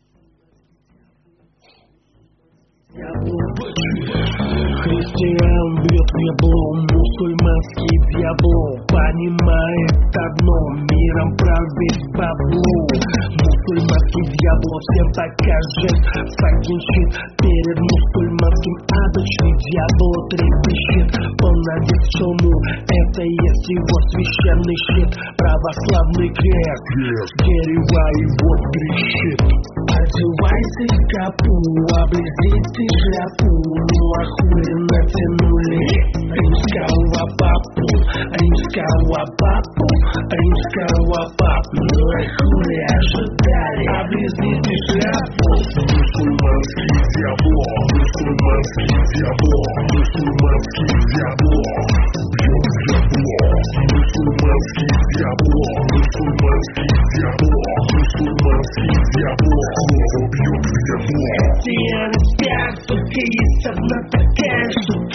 Христиан бьет еблом, мусульманский дьявол понимает одно, миром править бабло. Мусульманский дьявол всем покажет факинщит, перед мусульманским адочный дьявол трепещет. Он надет челму, это есть его священный щит, православный крест, дерево его трещит. Одевайте капу, облизите шляпу, ну а хули натянули римского папу, ну а хули ожидали, облизите шляпу. Мусульманский дьявол, мусульманский дьявол, мусульманский дьявол, бьет дьявол, мусульманский дьявол, мусульманский дьявол, мусульманский дьявол, снова бьет дьявол. Все спят, только есть одна такая штука.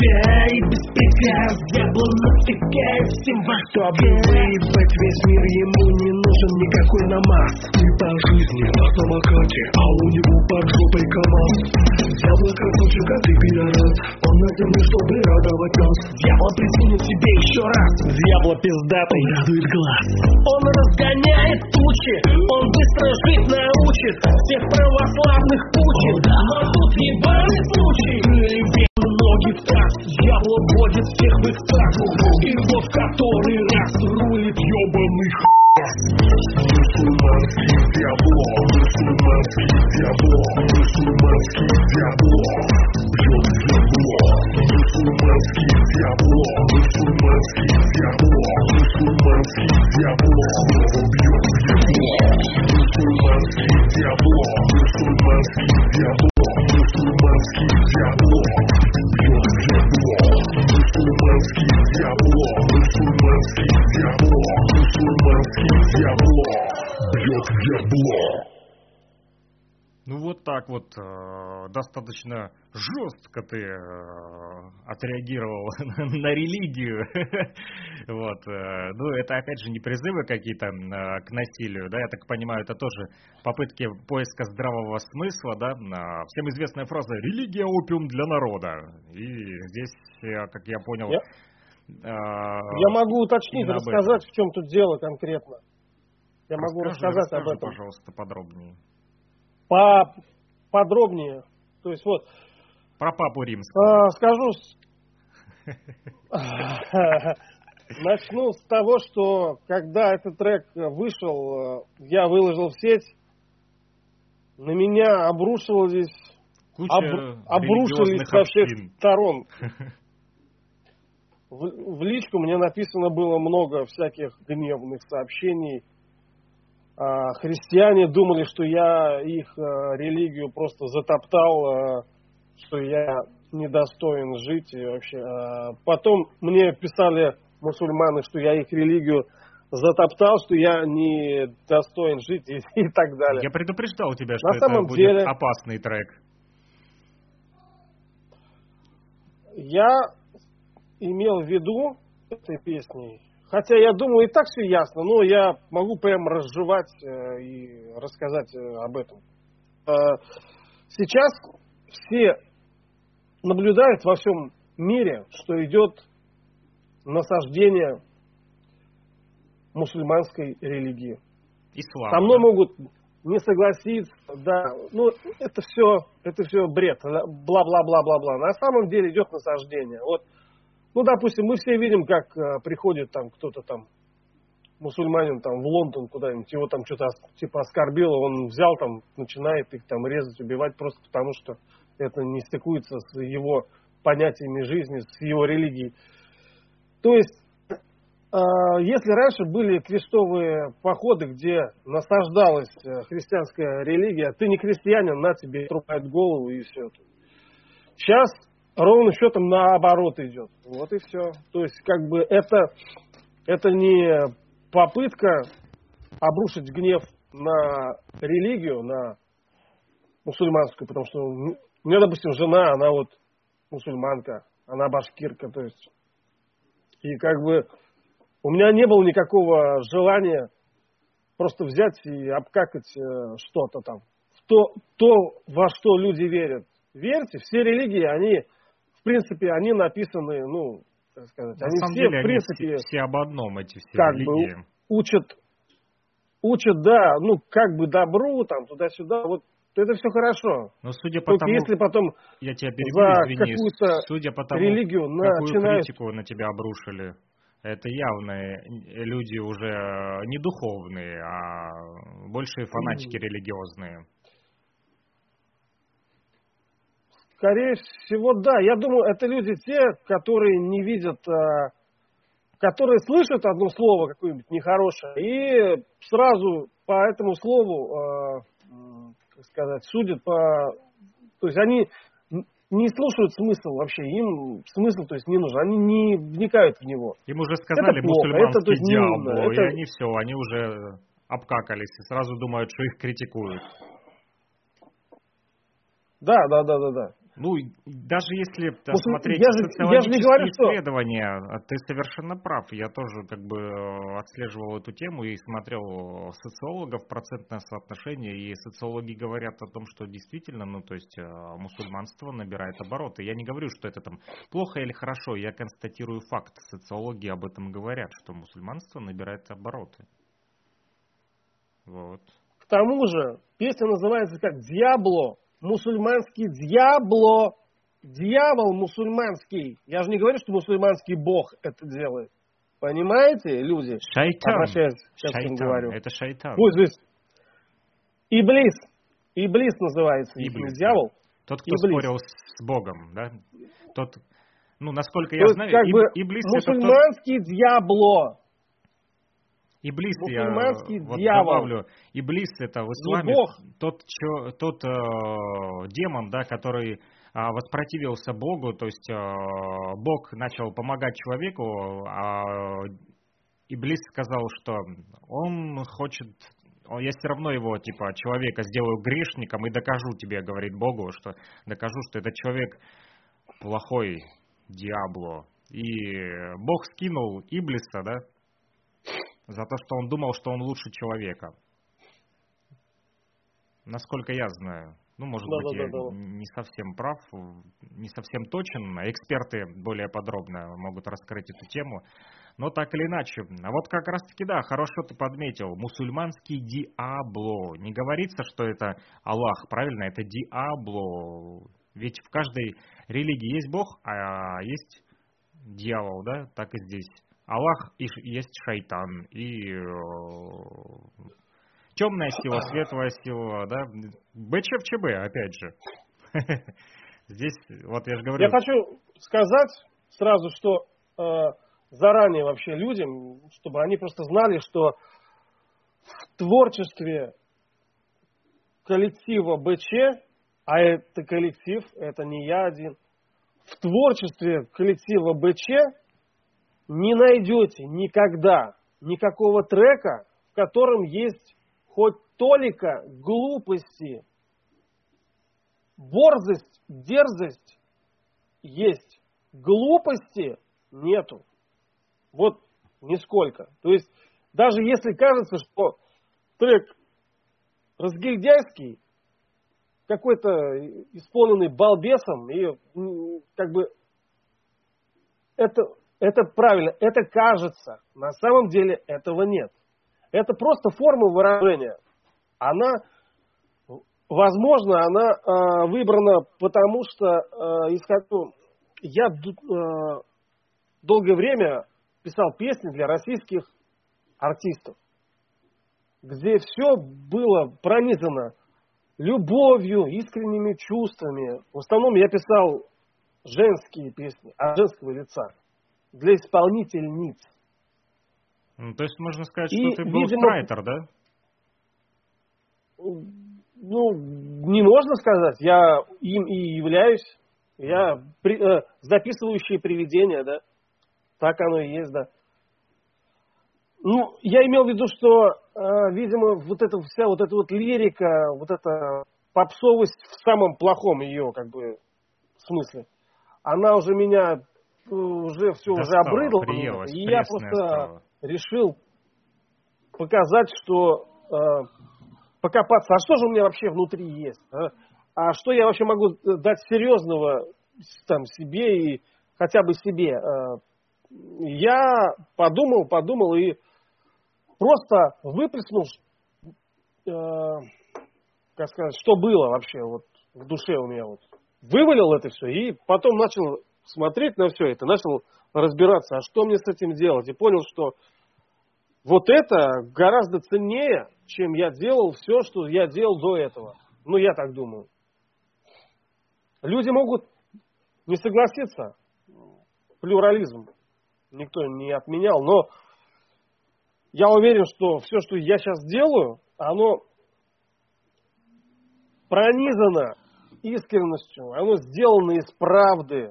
и без приказ дьявол натыкает всем во чтобы выебать весь мир, ему не нужен никакой намаз. И по жизни на самокате, а у него под жопой КамАЗ. Дьявол красавчик, а ты пидорас, он на земле, чтобы радовать нас. Дьявол присунет тебе еще раз, дьявол пиздатый, радует глаз. Он разгоняет тучи, он быстро жить научит, всех православных учит. Но тут ебаный случай, ноги в такт, дьявол вводит всех в их такт. И вот в который раз рулит ебаный мусульманский дьявол, мусульманский дьявол, мусульманский дьявол, бьет дьявол, мусульманский дьявол, мусульманский дьявол, мусульманский дьявол, снова бьет дьявол, мусульманский дьявол, мусульманский дьявол, мусульманский дьявол, бьет дьявол, мусульманский дьявол, мусульманский дьявол, мусульманский дьявол, бьет дьявол. Ну вот так вот достаточно жестко ты отреагировал на религию. Вот. Ну это опять же не призывы какие-то к насилию, да, я так понимаю, это тоже попытки поиска здравого смысла, да. Всем известная фраза «религия опиум для народа». И здесь, как я понял... Я могу уточнить, рассказать, в чем тут дело конкретно. Я могу рассказать об этом. Пожалуйста, подробнее. Подробнее. То есть вот. Про Папу Римского. Скажу. Начну с того, что когда этот трек вышел, я выложил в сеть, на меня обрушились со всех сторон. В личку мне написано было много всяких гневных сообщений. Христиане думали, что я их религию просто затоптал, что я недостоин жить и вообще. Потом мне писали мусульмане, что я их религию затоптал, что я не достоин жить и так далее. Я предупреждал тебя, что это будет опасный трек. Я имел в виду этой песней. Хотя я думаю, и так все ясно, но я могу прям разжевать и рассказать об этом. Сейчас все наблюдают во всем мире, что идет насаждение мусульманской религии. Ислам. Со мной могут не согласиться, да, ну это все бред, бла-бла-бла-бла-бла. На самом деле идет насаждение. Вот. Ну, допустим, мы все видим, как приходит там кто-то там, мусульманин там в Лондон куда-нибудь, его там что-то типа оскорбило, он взял там, начинает их там резать, убивать, просто потому что это не стыкуется с его понятиями жизни, с его религией. То есть, если раньше были крестовые походы, где насаждалась христианская религия, ты не христианин, на тебе отрубают голову и все. Сейчас ровно счетом наоборот идет. Вот и все. То есть, как бы это не попытка обрушить гнев на религию, на мусульманскую, потому что у меня, допустим, жена, она вот мусульманка, она башкирка, то есть. И как бы у меня не было никакого желания просто взять и обкакать что-то там. То, во что люди верят. Верьте, все религии, они, в принципе, они написаны, ну, так сказать, они все, деле, в принципе, все об одном, эти все как религии. бы учат, да, ну, как бы добру, там, туда-сюда, вот, это все хорошо. Но судя по только тому, если потом я тебя перебью, за какую-то судя по тому, религию какую начинают... критику на тебя обрушили, это явно люди уже не духовные, а больше фанатики религиозные. Скорее всего, да. Я думаю, это люди те, которые не видят, которые слышат одно слово какое-нибудь нехорошее и сразу по этому слову, так сказать, судят по... То есть они не слушают смысл вообще, им смысл, то есть, не нужен, они не вникают в него. Им уже сказали мусульманский дьявол, и они все, они уже обкакались и сразу думают, что их критикуют. Да. Ну, даже если смотреть я же не говорю, социологические исследования, ты совершенно прав. Я тоже как бы отслеживал эту тему и смотрел социологов, процентное соотношение, и социологи говорят о том, что действительно, ну, то есть мусульманство набирает обороты. Я не говорю, что это там плохо или хорошо, я констатирую факт. Социологи об этом говорят, что мусульманство набирает обороты. Вот. К тому же, песня называется как «Диабло». Мусульманский дьябло, дьявол мусульманский. Я же не говорю, что мусульманский бог это делает. Понимаете, люди? Шайтан. Обращаясь, сейчас шайтан. говорю. Это шайтан. Вот здесь. Иблис. Иблис называется. Иблис, дьявол. Тот, кто Иблис. спорил с Богом, да? Тот, ну, насколько я То знаю, как бы Иблис мусульманский дьябло. Иблис, я вот дьявол. добавлю, Иблис это в исламе тот демон, да, который воспротивился Богу, то есть Бог начал помогать человеку, а Иблис сказал, что он хочет, я все равно его, типа, человека сделаю грешником и докажу тебе, говорит Богу, что докажу, что этот человек плохой, Диабло. И Бог скинул Иблиса, да, за то, что он думал, что он лучше человека. Насколько я знаю. Ну, может быть, я не совсем прав, не совсем точен. Эксперты более подробно могут раскрыть эту тему. Но так или иначе. А вот как раз-таки, да, хорошо ты подметил. Мусульманский Диабло. Не говорится, что это Аллах, правильно? Это Диабло. Ведь в каждой религии есть Бог, а есть дьявол, да? Так и здесь. Аллах и есть шайтан, и темная сила, светлая сила, да, БЧ в ЧБ, опять же. Здесь, вот я же говорю... Я хочу сказать сразу, что заранее вообще людям, чтобы они просто знали, что в творчестве коллектива БЧ, а это коллектив, это не я один, в творчестве коллектива БЧ не найдете никогда никакого трека, в котором есть хоть толика глупости. Борзость, дерзость есть. Глупости нету. Вот нисколько. То есть, даже если кажется, что трек разгильдяйский, какой-то исполненный балбесом, и как бы это правильно, это кажется. На самом деле этого нет. Это просто форма выражения. Она, возможно, она выбрана потому, что я долгое время писал песни для российских артистов, где все было пронизано любовью, искренними чувствами. В основном я писал женские песни от женского лица для исполнительниц. Ну, то есть можно сказать, что ты был страйтер, да? Ну, не можно сказать. Я им и являюсь. Я записывающее привидение, да. Так оно и есть, да. Ну, я имел в виду, что, видимо, вот эта вся вот эта вот лирика, вот эта попсовость в самом плохом ее, как бы, смысле, она уже меня уже все уже обрыдла. И я просто решил показать, что покопаться, а что же у меня вообще внутри есть, а что я вообще могу дать серьезного там себе и хотя бы себе. Я подумал и просто выплеснул, как сказать, что было вообще вот в душе у меня, вот вывалил это все и потом начал смотреть на все это, начал разбираться, а что мне с этим делать, и понял, что вот это гораздо ценнее, чем я делал все, что я делал до этого. Ну, я так думаю. Люди могут не согласиться, плюрализм никто не отменял, но я уверен, что все, что я сейчас делаю, оно пронизано искренностью, оно сделано из правды.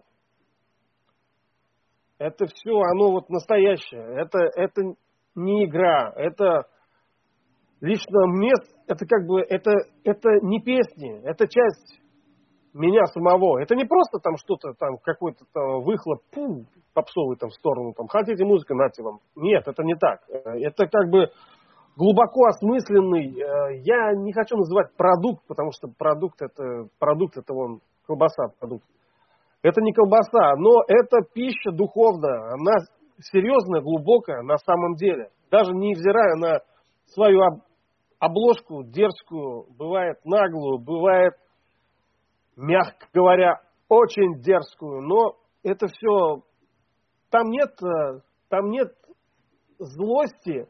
Это все, оно вот настоящее. Это не игра, это лично мне, это как бы, это не песни, это часть меня самого. Это не просто там что-то, там какой-то там выхлоп попсовый там в сторону, там, хотите музыка, нате вам. Нет, это не так. Это как бы глубоко осмысленный, я не хочу называть продукт, потому что продукт это вон колбаса, продукт. Это не колбаса, но это пища духовная, она серьезная, глубокая на самом деле. Даже невзирая на свою обложку дерзкую, бывает наглую, бывает, мягко говоря, очень дерзкую, но это все, там нет злости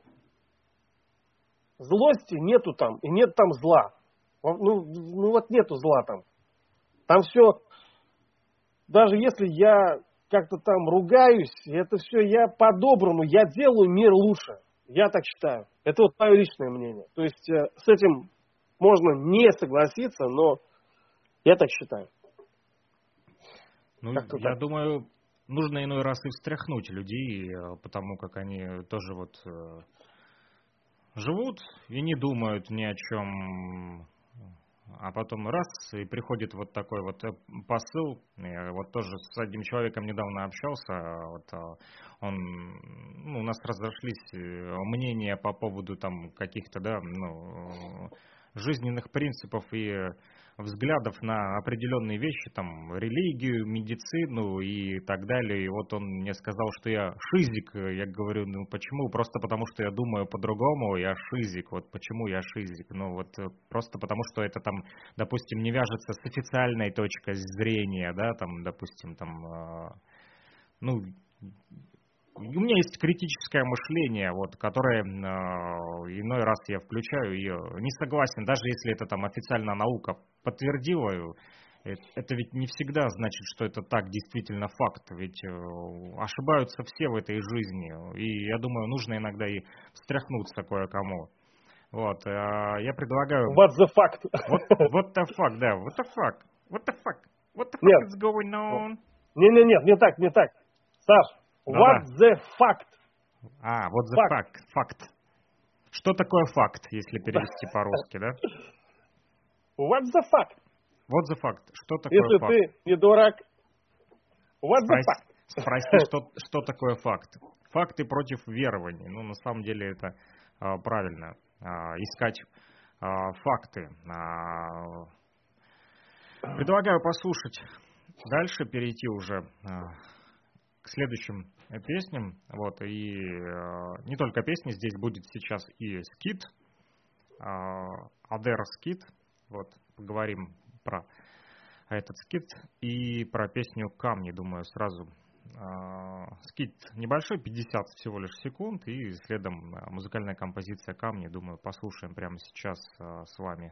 нету там, и нет там зла. Ну вот нету зла там. Там все, даже если я как-то там ругаюсь, это все я по-доброму, я делаю мир лучше. Я так считаю. Это вот мое личное мнение. То есть с этим можно не согласиться, но я так считаю. Ну, я думаю, нужно иной раз и встряхнуть людей, потому как они тоже вот живут и не думают ни о чем, а потом раз, и приходит вот такой вот посыл. Я вот тоже с одним человеком недавно общался, вот у нас разошлись мнения по поводу там каких-то, да, жизненных принципов и взглядов на определенные вещи, там, религию, медицину и так далее. И вот он мне сказал, что я шизик. Я говорю, ну почему? Просто потому, что я думаю по-другому, я шизик. Вот почему я шизик? Ну вот просто потому, что это там, допустим, не вяжется с официальной точкой зрения, да, там, допустим, там, у меня есть критическое мышление, вот, которое иной раз я включаю и не согласен, даже если это там официально наука подтвердила, это ведь не всегда значит, что это так действительно факт, ведь ошибаются все в этой жизни, и я думаю, нужно иногда и встряхнуться кое-кому. Вот, я предлагаю... What the fuck? What the fuck, да, what the fuck? What the fuck? What the fuck is going on? Нет, не так. Саш, what the fact? What the fact. Факт. Что такое факт, если перевести по-русски, да? What the fact? What the fact. Что такое если факт? Если ты не дурак, what the fact? Спроси, что такое факт. Факты против верований. Ну, на самом деле, это правильно. Искать факты. Предлагаю послушать дальше, перейти уже к следующим песням. Вот, и не только песни, здесь будет сейчас и скит, Адер скит. Вот, поговорим про этот скит и про песню «Камни», думаю, сразу. Скит небольшой, 50 всего лишь секунд, и следом музыкальная композиция «Камни», думаю, послушаем прямо сейчас с вами.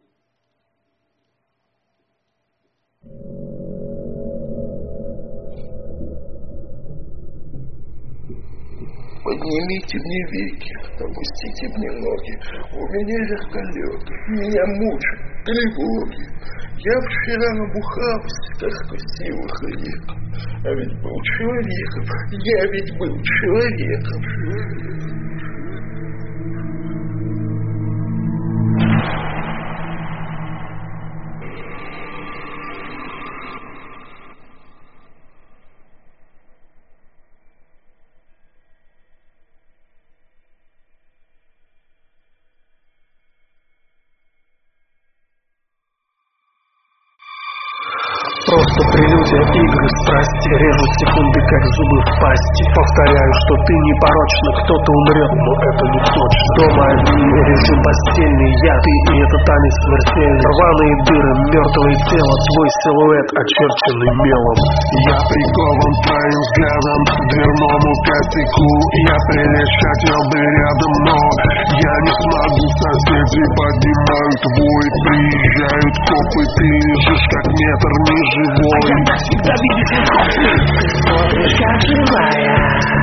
Поднимите мне веки, опустите мне ноги, у меня вертолеты, меня мучат тревоги. Я вчера набухался, как красивых рек, а ведь был человеком, я ведь был человеком. Просто прелюдия игры страсти режут секунды, как зубы в пасти. Повторяю, что ты непорочна, кто-то умрет, но это не точно. Дома одни, режим постельный, я, ты и это танец смертельный. Рваные дыры, мертвое тело, твой силуэт, очерченный мелом. Я прикован твоим взглядом к дверному косяку. Я прилечь хотел бы рядом, но я не смогу. Соседи поднимают вой, приезжают копы, ты лежишь как метр ниже. А я так всегда видишь, ты смотришь как живая.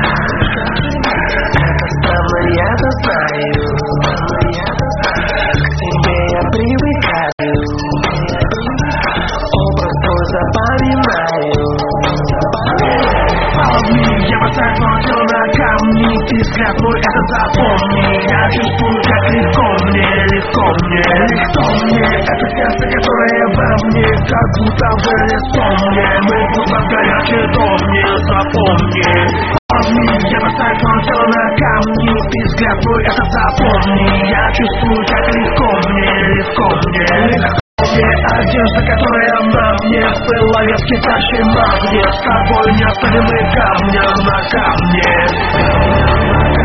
Это странно, я-то знаю. К тебе я привыкаю. Образ твой запоминаю. Я бросаю ночью на камни, ты взгляд мой это запомни. Я чувствую, как легко мне. Это сердце, которое во мне. как будто вылез сон мне. Мы будто в горячий дом, не запомни. Я бросаю твое тело на камни, ты взгляд мой это запомни. Я чувствую, как легко мне, легко мне, легко мне. Одежда, которая на мне, пыла вески тащи магнит. С тобой неоставимы камня на камне.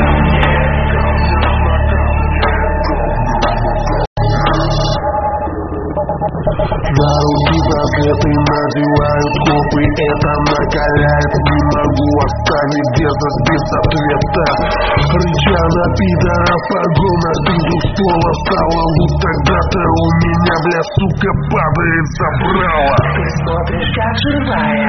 На руки браслеты надевают копы, это накаляет. Не могу оставить без ответа. Рыча на пидора в погонах, ты вдруг ствола стала лук. Тогда-то у меня, бля, сука, падает забрала. Ты смотришь как живая,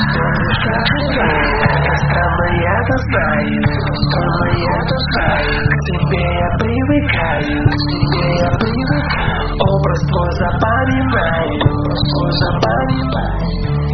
это странно, я-то знаю, странно, я-то знаю. К тебе я привыкаю, к тебе я привыкаю. Образ твой запоминаю, твой запоминаю.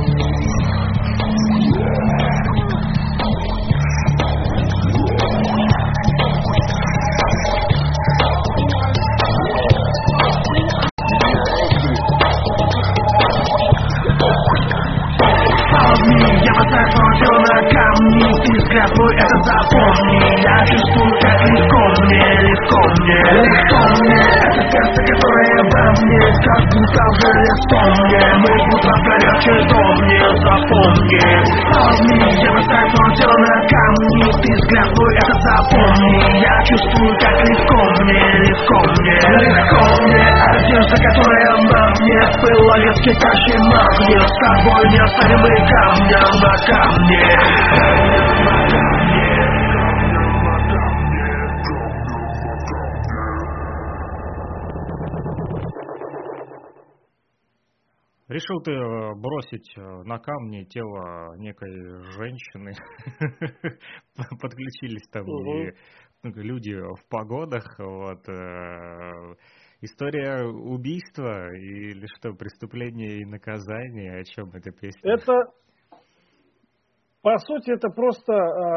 Я бросаю свое тело на камни, ты взгляд мой это запомни. Я чувствую, как легко мне, легко мне, легко мне. Это сердце, которое во мне, как будто вылез сон мне. Мы будто в горячий дом, не запомни. Я бросаю свое тело на камни, ты взгляд мой это запомни. Я чувствую, как легко мне, легко мне, легко мне. Одежда, которая на мне, пыла ветки тащи магнит. С тобой неоставимы камня на камне. Решил ты бросить на камни тело некой женщины. Подключились там и люди в погонах. Вот. История убийства или что, преступление и наказание? О чем эта песня? Это, по сути, это просто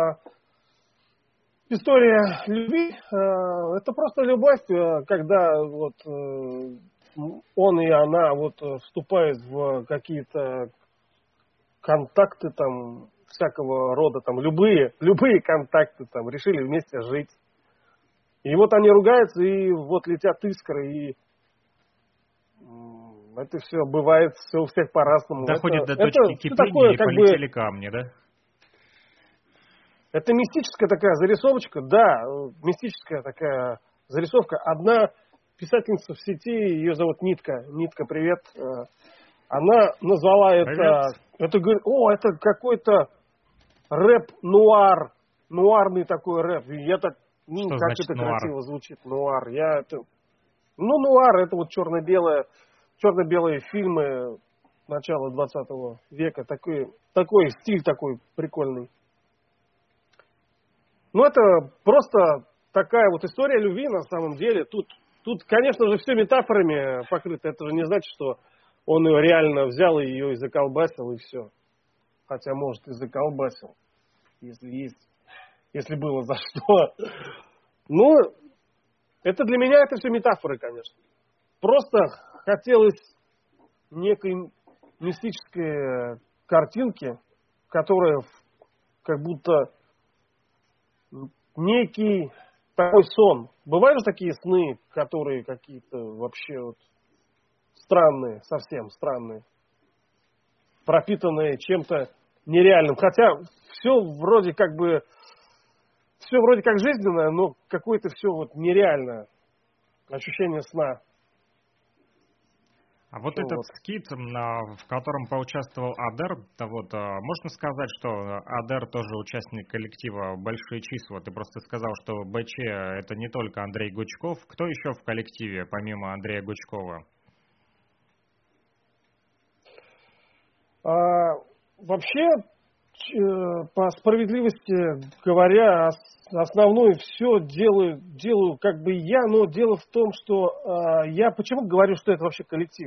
история любви. Это просто любовь, когда вот он и она вот вступают в какие-то контакты там всякого рода, там любые контакты, там решили вместе жить. И вот они ругаются, и вот летят искры, и это все бывает, все у всех по-разному. Доходит до точки кипения, и полетели камни, да? Это мистическая такая зарисовочка, да, мистическая такая зарисовка. Одна писательница в сети, ее зовут Нитка. Нитка, привет. Она назвала это говорит, это какой-то рэп-нуар, нуарный такой рэп. И я так, что как значит это нуар? красиво звучит, нуар. Нуар, это вот черно-белые фильмы начала 20 века. Такой стиль такой прикольный. Это просто такая вот история любви на самом деле. Тут, конечно же, все метафорами покрыто. Это же не значит, что он ее реально взял и ее и заколбасил, и все. Хотя, может, и заколбасил, если было за что. Это для меня это все метафоры, конечно. Просто хотелось некой мистической картинки, которая как будто некий такой сон. Бывают же такие сны, которые какие-то вообще вот странные, совсем странные, пропитанные чем-то нереальным. Хотя все вроде как жизненное, но какое-то все вот нереальное ощущение сна. А вот этот скит, в котором поучаствовал Адер, можно сказать, что Адер тоже участник коллектива «Большие числа». Ты просто сказал, что БЧ — это не только Андрей Гучков. Кто еще в коллективе, помимо Андрея Гучкова? Вообще, по справедливости говоря, основное все делаю как бы я, но дело в том, что я почему говорю, что это вообще коллектив.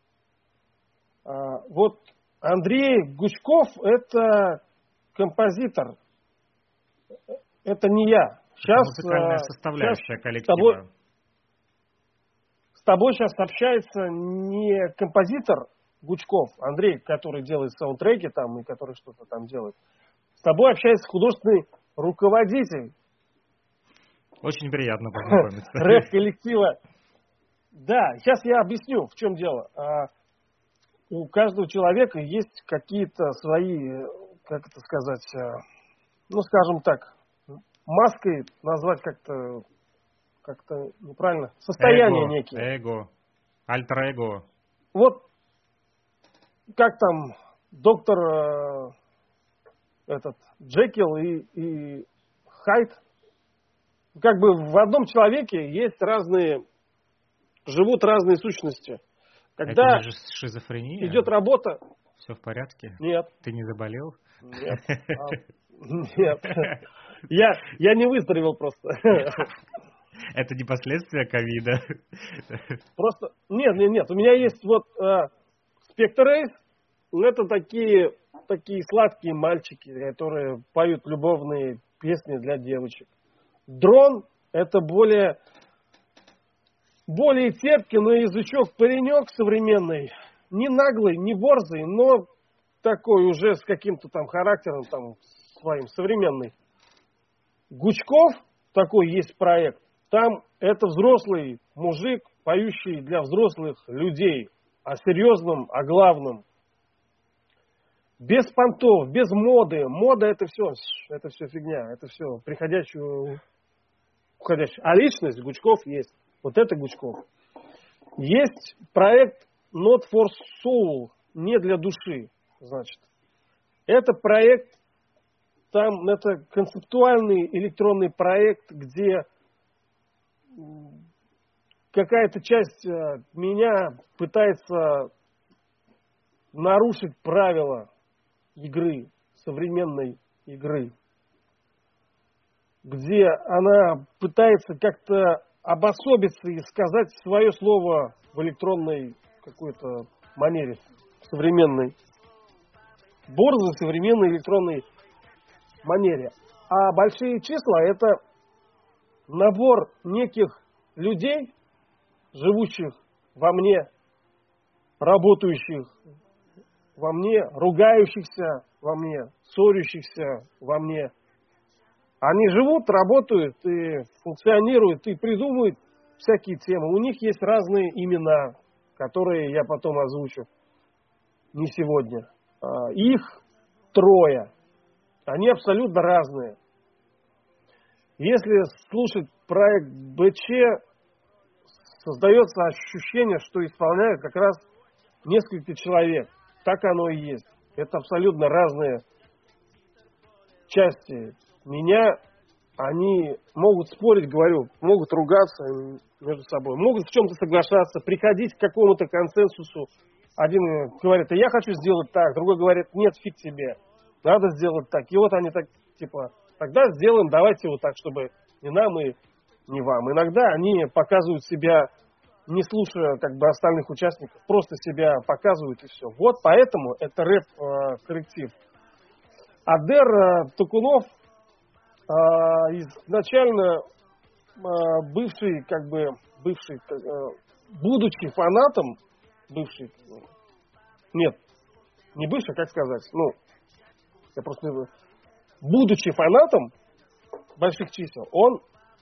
Вот Андрей Гучков — это композитор, это не я. Сейчас музыкальная составляющая коллектива. С тобой сейчас общается не композитор, Гучков, Андрей, который делает саундтреки там и который что-то там делает. С тобой общается художественный руководитель. Очень приятно познакомиться. Рэп-коллектива. Да, сейчас я объясню, в чем дело. У каждого человека есть какие-то свои, как это сказать, ну, скажем так, маской назвать как-то неправильно. Состояние некие. Эго, альтер-эго. Вот как там доктор этот Джекил и Хайд. Как бы в одном человеке есть живут разные сущности. Когда это же шизофрения. идет работа... Все в порядке? Нет. Ты не заболел? Нет. Нет. Я не выздоровел просто. Это не последствия ковида? Просто... Нет. У меня есть вот Spectre Race. Это такие сладкие мальчики, которые поют любовные песни для девочек. Дрон — это более терпкий, но язычок паренек современный. Не наглый, не борзый, но такой уже с каким-то там характером там своим, современный. Гучков, такой есть проект. Там это взрослый мужик, поющий для взрослых людей. О серьезном, о главном. Без понтов, без моды. Мода — это все фигня, это все приходящее, уходящее. А личность Гучков есть. Вот это Гучков. Есть проект Not for Soul, не для души, значит. Это проект, там это концептуальный электронный проект, где какая-то часть меня пытается нарушить правила игры, современной игры, где она пытается как-то обособиться и сказать свое слово в электронной какой-то манере, современной, борзой современной электронной манере. А большие числа — это набор неких людей, живущих во мне, работающих во мне, ругающихся во мне, ссорящихся во мне. Они живут, работают и функционируют, и придумывают всякие темы. У них есть разные имена, которые я потом озвучу. Не сегодня. Их 3. Они абсолютно разные. Если слушать проект БЧ, создается ощущение, что исполняют как раз несколько человек. Так оно и есть. Это абсолютно разные части меня. Они могут спорить, говорю, могут ругаться между собой, могут в чем-то соглашаться, приходить к какому-то консенсусу. Один говорит, я хочу сделать так, другой говорит, нет, фиг тебе, надо сделать так. И вот они так, типа, тогда сделаем, давайте вот так, чтобы ни нам и ни вам. Иногда они показывают себя, не слушая как бы остальных участников, просто себя показывают и все. Вот поэтому это рэп-коллектив. Адер Токунов изначально будучи фанатом, не бывший, как сказать, будучи фанатом больших чисел, он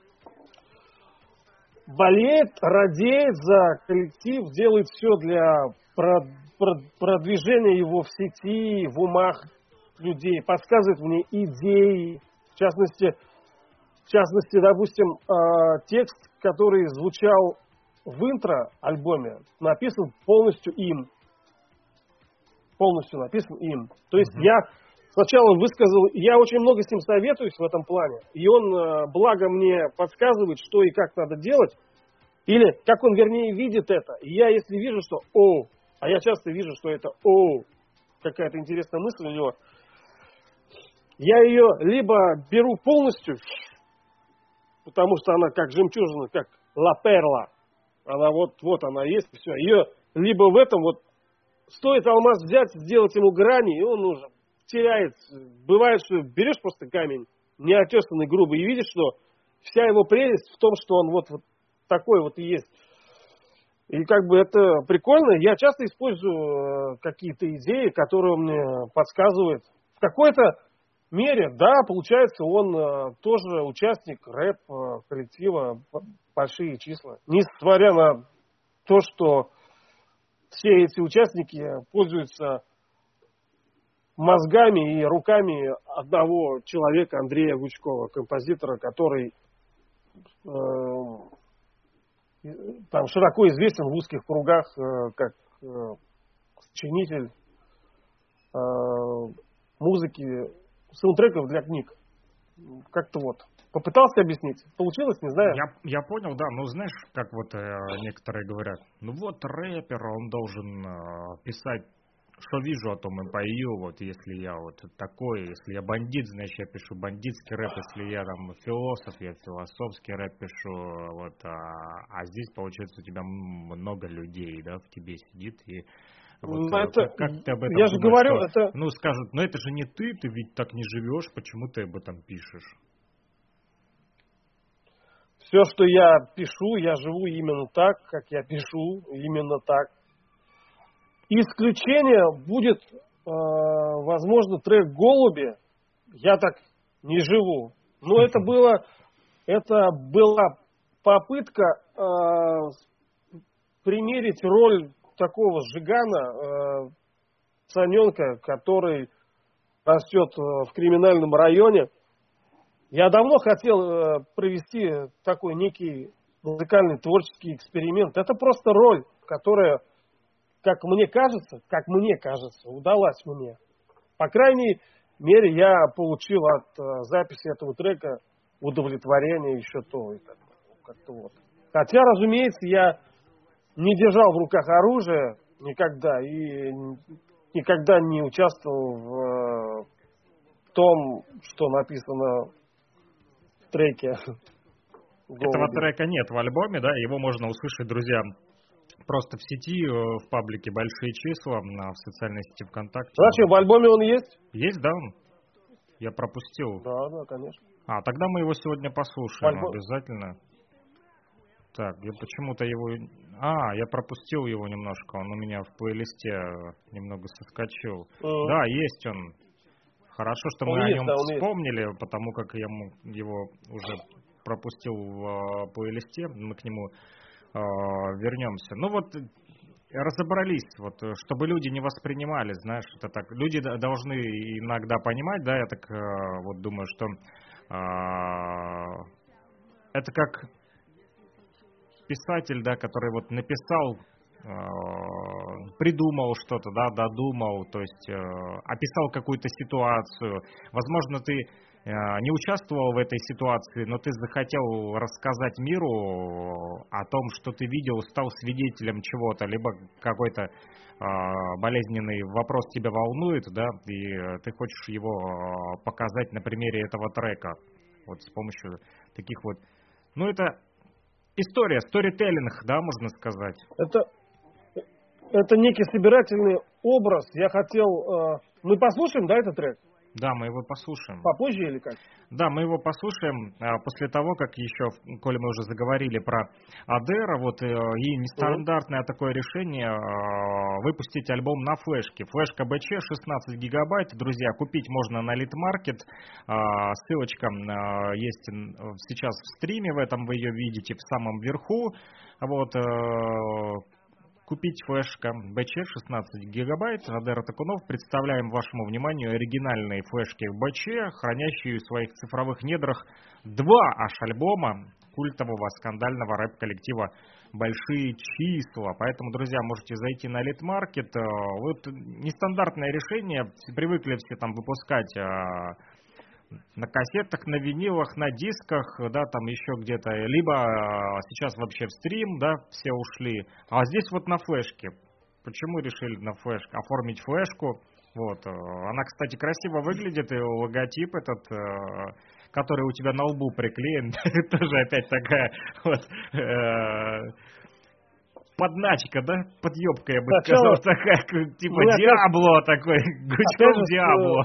болеет, радеет за коллектив, делает все для продвижения его в сети, в умах людей, подсказывает мне идеи, в частности, допустим, текст, который звучал в интро-альбоме, написан полностью им. Полностью написан им. То есть я сначала высказал, я очень много с ним советуюсь в этом плане, и он, благо мне подсказывает, что и как надо делать, или как он, вернее, видит это. И я, если вижу, что а я часто вижу, что это какая-то интересная мысль у него, я ее либо беру полностью, потому что она как жемчужина, как ла перла, она вот она есть, все, ее либо в этом вот, стоит алмаз взять, сделать ему грани, и он уже теряет. Бывает, что берешь просто камень, неотесанный, грубый, и видишь, что вся его прелесть в том, что он вот такой вот и есть. И как бы это прикольно. Я часто использую какие-то идеи, которые он мне подсказывает. В какой-то мере, да, получается, он тоже участник рэп-коллектива «Большие числа». Несмотря на то, что все эти участники пользуются мозгами и руками одного человека, Андрея Гучкова, композитора, который там широко известен в узких кругах как сочинитель музыки, саундтреков для книг. Как-то вот. Попытался объяснить. Получилось, не знаю. Я понял, да. Ну, знаешь, как вот некоторые говорят, ну вот рэпер, он должен писать, что вижу, о том и пою. Вот если я вот такой, если я бандит, значит, я пишу бандитский рэп. Если я там философ, я философский рэп пишу. Вот, а здесь, получается, у тебя много людей, да, в тебе сидит. И вот, это, как ты об этом я думаешь, же говорю, что, это... Ну, скажут, ну это же не ты ведь так не живешь, почему ты об этом пишешь? Все, что я пишу, я живу именно так, как я пишу, именно так. Исключение будет, возможно, трек «Голуби». Я так не живу. Но это была попытка примерить роль такого Жигана, пацаненка, который растет в криминальном районе. Я давно хотел провести такой некий музыкальный творческий эксперимент. Это просто роль, которая, как мне кажется, удалась мне. По крайней мере, я получил от записи этого трека удовлетворение еще то. Как-то вот. Хотя, разумеется, я не держал в руках оружие никогда и никогда не участвовал в том, что написано в треке. Этого трека нет в альбоме, да, его можно услышать, друзья, просто в сети, в паблике «Большие числа», в социальной сети ВКонтакте. Зачем, в альбоме он есть? Есть, да, я пропустил. Да, конечно. Тогда мы его сегодня послушаем обязательно. Так, я почему-то его... я пропустил его немножко, он у меня в плейлисте немного соскочил. Да, есть он. Хорошо, что мы о нем вспомнили, потому как я его уже пропустил в плейлисте, мы к нему вернемся. Ну вот, разобрались, вот, чтобы люди не воспринимали, знаешь, это так. Люди должны иногда понимать, да, я так вот думаю, что это как писатель, да, который вот написал, придумал что-то, да, додумал, то есть описал какую-то ситуацию. Возможно, ты не участвовал в этой ситуации, но ты захотел рассказать миру о том, что ты видел, стал свидетелем чего-то, либо какой-то болезненный вопрос тебя волнует, да, и ты хочешь его показать на примере этого трека, вот с помощью таких вот, ну это история, сторителлинг, да, можно сказать. Это некий собирательный образ. Я хотел... Мы послушаем, да, этот трек? Да, мы его послушаем. Попозже или как? Да, мы его послушаем после того, как еще, коли мы уже заговорили про Адера, вот и нестандартное такое решение выпустить альбом на флешке. Флешка BC 16 гигабайт, друзья, купить можно на Литмаркет. Ссылочка есть сейчас в стриме, в этом вы ее видите в самом верху. Вот... Купить флешка BC 16 гигабайт. Адера Такунов. Представляем вашему вниманию оригинальные флешки BC, хранящие в своих цифровых недрах 2 аж альбома культового скандального рэп-коллектива «Большие числа». Поэтому, друзья, можете зайти на Литмаркет. Вот нестандартное решение. Привыкли все там выпускать на кассетах, на винилах, на дисках, да, там еще где-то, либо сейчас вообще в стрим, да, все ушли, а здесь вот на флешке. Почему решили на флешке, оформить флешку? Вот, она, кстати, красиво выглядит, и логотип этот, который у тебя на лбу приклеен, тоже опять такая вот подначка, да, подъебка, я бы сказал, такая, типа Диабло такой, Гучков Диабло.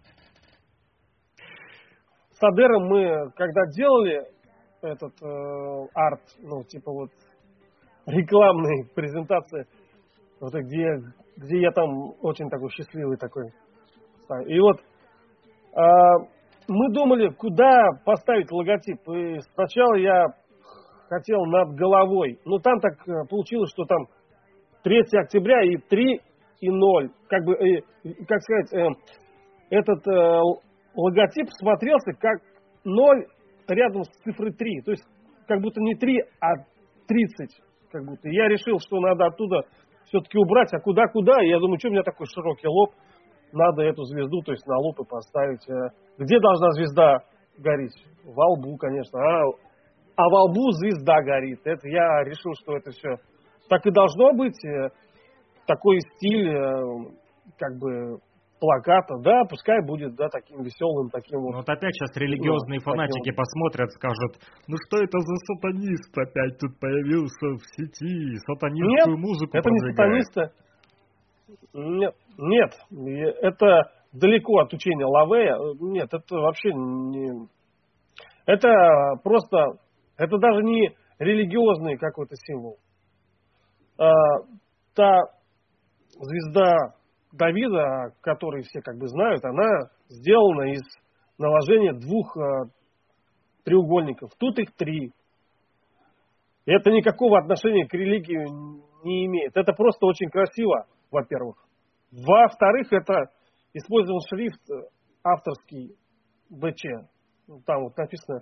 С Адером мы, когда делали этот арт, ну, типа вот рекламной презентации, вот, где я там очень такой счастливый такой. И вот мы думали, куда поставить логотип. И сначала я хотел над головой. Но там так получилось, что там 3 октября и 3 и 0. Как бы, как сказать, этот логотип смотрелся как 0 рядом с цифрой 3. То есть как будто не 3, а 30. Как будто. Я решил, что надо оттуда все-таки убрать. А куда? И я думаю, что у меня такой широкий лоб. Надо эту звезду, то есть на лоб и поставить. Где должна звезда гореть? Во лбу, конечно. А во лбу звезда горит. Это я решил, что это все так и должно быть. Такой стиль, как бы, плаката. Да, пускай будет, да, таким веселым, таким вот. Вот опять сейчас религиозные фанатики посмотрят, скажут, ну что это за сатанист опять тут появился в сети, сатанистскую музыку это продвигает. Не сатанисты. Нет, это далеко от учения Лавея. Нет, это вообще не... Это просто... Это даже не религиозный какой-то символ. Та звезда Давида, которую все как бы знают, она сделана из наложения 2 треугольников. Тут их 3. И это никакого отношения к религии не имеет. Это просто очень красиво, во-первых. Во-вторых, это использован шрифт авторский БЧ. Там вот написано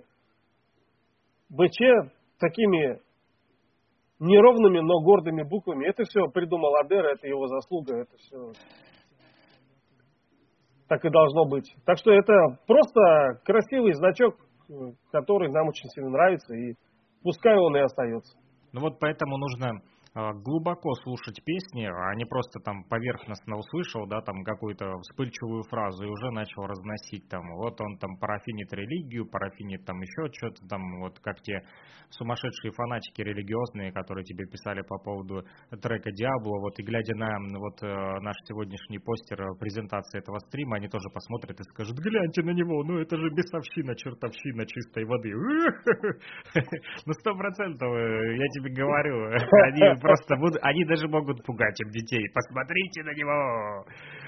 БЧ такими неровными, но гордыми буквами. Это все придумал Адер, это его заслуга, это все так и должно быть. Так что это просто красивый значок, который нам очень сильно нравится, и пускай он и остается. Ну вот поэтому нужно глубоко слушать песни, а не просто там поверхностно услышал, да, там какую-то вспыльчивую фразу и уже начал разносить там, вот он там парафинит религию, парафинит там еще что-то там, вот как те сумасшедшие фанатики религиозные, которые тебе писали по поводу трека Диабло, вот и глядя на вот наш сегодняшний постер презентации этого стрима, они тоже посмотрят и скажут, гляньте на него, ну это же бесовщина, чертовщина чистой воды. Ну 100%, я тебе говорю, они просто они даже могут пугать им детей. Посмотрите на него.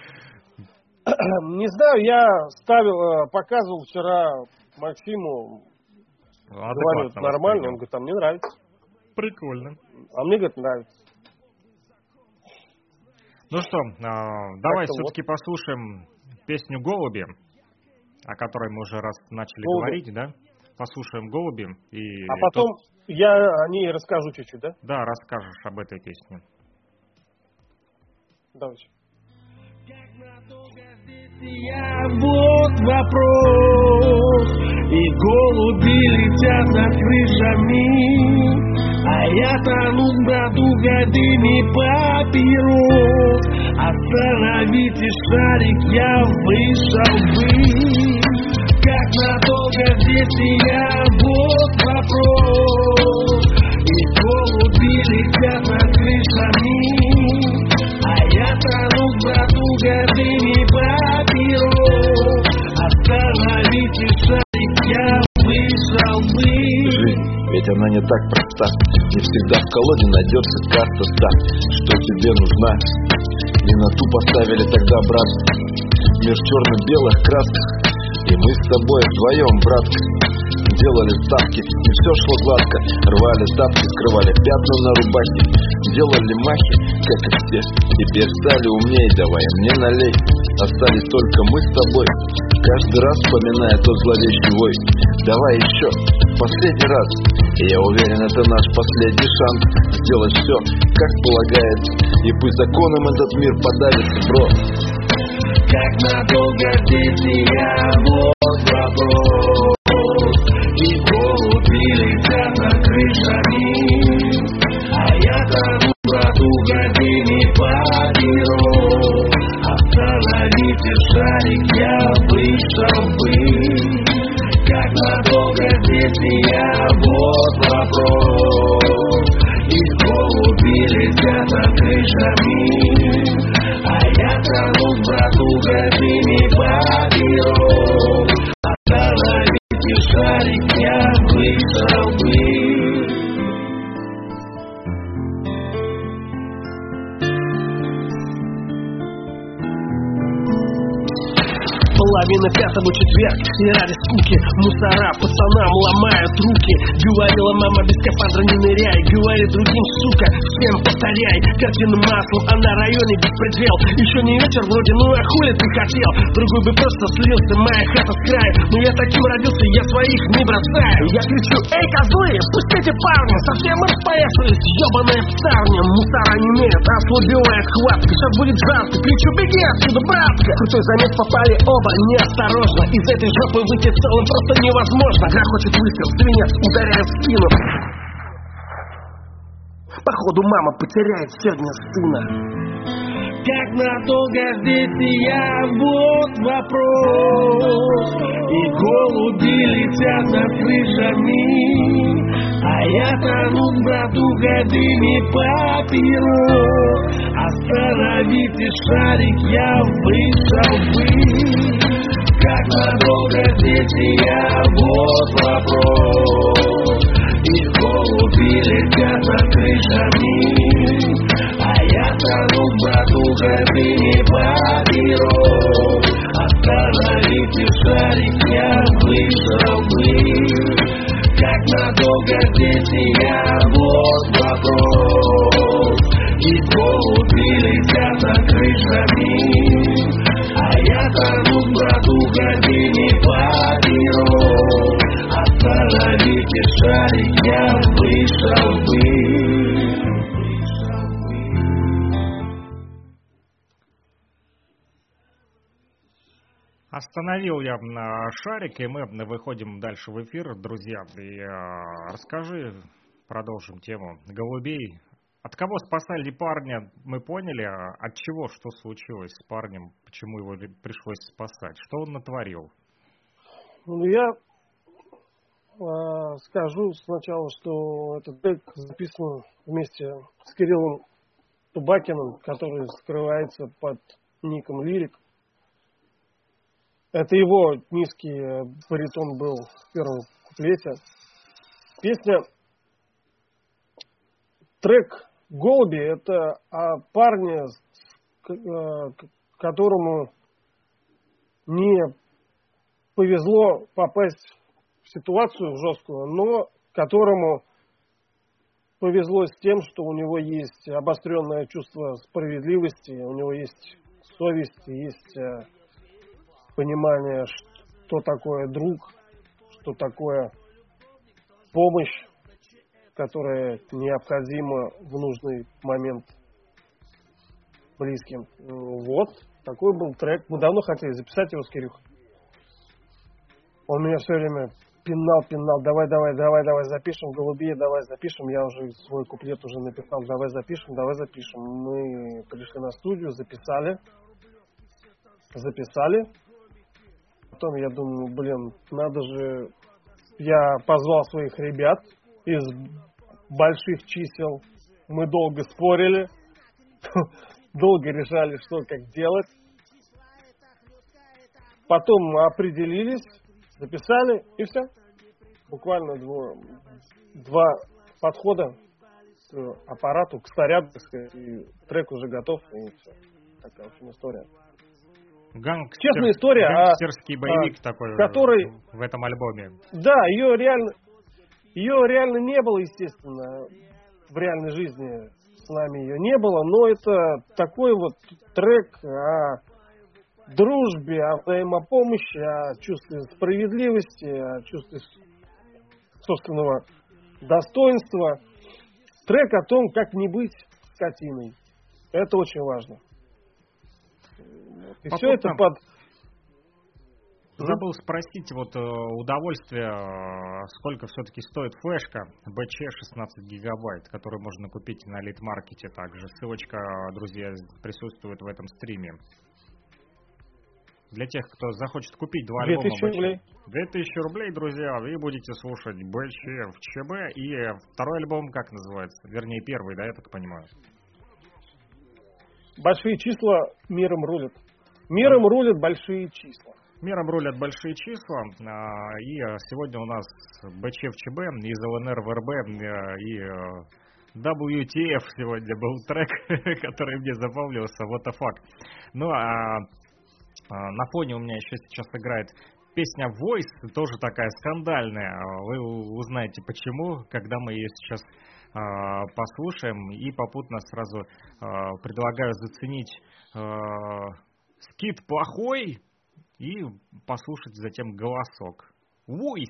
Не знаю, я показывал вчера Максиму. Говорю, нормально. Он говорит, а мне нравится. Прикольно. А мне, говорит, нравится. Ну что, давай все-таки послушаем песню «Голуби», о которой мы уже раз начали говорить, да? Послушаем «Голуби». И а потом я о ней расскажу чуть-чуть, да? Да, расскажешь об этой песне. Давай. Вот вопрос. И голуби летят над крышами, а я тону в брату годами папирос. Остановите шарик, я вышел бы. Как надолго здесь я, вот вопрос. И голуби летят над крышами, а я тону в брату годами папирос. Остановите шарик, я вышел бы. Жизнь, ведь она не так проста. Не всегда в колоде найдется карта та, что тебе нужна. Не на ту поставили тогда, брат, меж черно-белых красок. И мы с тобой вдвоем, братка, делали ставки, и все шло гладко. Рвали тапки, скрывали пятна на рубахе, делали махи, как и все. Теперь стали умнее, давай мне налей. Остались только мы с тобой, каждый раз вспоминая тот зловещий вой. Давай еще, последний раз. И я уверен, это наш последний шанс сделать все, как полагается. И пусть законом этот мир подавится, бро. Как надолго здесь я, вот вопрос. И голуби летят над крышами, а я тону в брату годами папирос. Остановите шарик, я вышел бы. Как надолго здесь я, вот вопрос. И голуби летят над крышами, а я тону в брату годами папирос. на пятому четверг. И ради скуки мусора пацанам ломают руки. Говорила мама, без скафандра не ныряй. Говорит другим, сука, всем повторяй. Картина маслом, а на районе беспредел. Еще не вечер вроде, ну а хули ты хотел? Другой бы просто слился, моя хата с краю. Но я таким родился, я своих не бросаю. Я кричу, эй, козлы, пустите парня. Совсем распоясались, ебаные псарни. Мусора не имеют, ослабевает хватка. Сейчас будет жарко, кричу, беги отсюда, братка. Крутой замес, попали оба неосторожно. Из этой жопы выйти целым просто невозможно. Грохочет выстрел, свинец ударяет в спину. Походу мама потеряет сегодня сына. Как надолго здесь я, вот вопрос. И голуби летят над крышами, а я тону, братуха, дыме папирос. Остановите шарик, я вышел бы. Как надолго здесь я, вот вопрос. И голуби летят над крышами, а я тону, братуха, дыме папирос. Остановите шарик, я вышел бы. Как надолго здесь я, вот вопрос. И голуби летят над крышами, а я тону, братуха, дыме папирос. Остановите шарик, я вышел бы. Остановил я шарик, и мы выходим дальше в эфир, друзья. И расскажи, продолжим тему голубей. От кого спасали парня, мы поняли, а от чего, что случилось с парнем, почему его пришлось спасать, что он натворил? Ну, я скажу сначала, что этот трек записан вместе с Кириллом Тубакиным, который скрывается под ником Лирик. Это его низкий баритон был в первом куплете. Песня, трек «Голуби» — это о парне, которому не повезло попасть в ситуацию жесткую, но которому повезло с тем, что у него есть обостренное чувство справедливости, у него есть совесть, есть понимание, что такое друг, что такое помощь, которая необходима в нужный момент близким. Вот, такой был трек. Мы давно хотели записать его с Кирюхой. Он меня все время пинал, давай запишем, голубей, давай запишем. Я уже свой куплет уже написал, давай запишем. Мы пришли на студию, записали. Потом я думаю, надо же... Я позвал своих ребят из больших чисел. Мы долго спорили, долго решали, что как делать. Потом определились, записали, и все. Буквально два подхода к аппарату, к снаряду, так сказать, и трек уже готов, и все. Такая очень история. Честная история, гангстерский боевик такой, который в этом альбоме. Да, ее реально не было, естественно, в реальной жизни с нами ее не было, но это такой вот трек о дружбе, о взаимопомощи, о чувстве справедливости, о чувстве собственного достоинства. Трек о том, как не быть скотиной. Это очень важно. И все это под... Забыл спросить, удовольствие, сколько все-таки стоит флешка BC 16 гигабайт, которую можно купить на Литмаркете также. Ссылочка, друзья, присутствует в этом стриме. Для тех, кто захочет купить два альбома BC. 2000 рублей, друзья, вы будете слушать BC в ЧБ. И второй альбом, как называется? Вернее, первый, да, я так понимаю? Большие числа миром рулят. Миром рулят большие числа. Миром рулят большие числа. И сегодня у нас BC в ЧБ, из ЛНР в РБ и WTF сегодня был трек, который мне запомнился. What the fuck. Ну, На фоне у меня еще сейчас играет песня Voice, тоже такая скандальная. Вы узнаете почему, когда мы ее сейчас послушаем. И попутно сразу предлагаю заценить скит плохой и послушать затем голосок. Voice.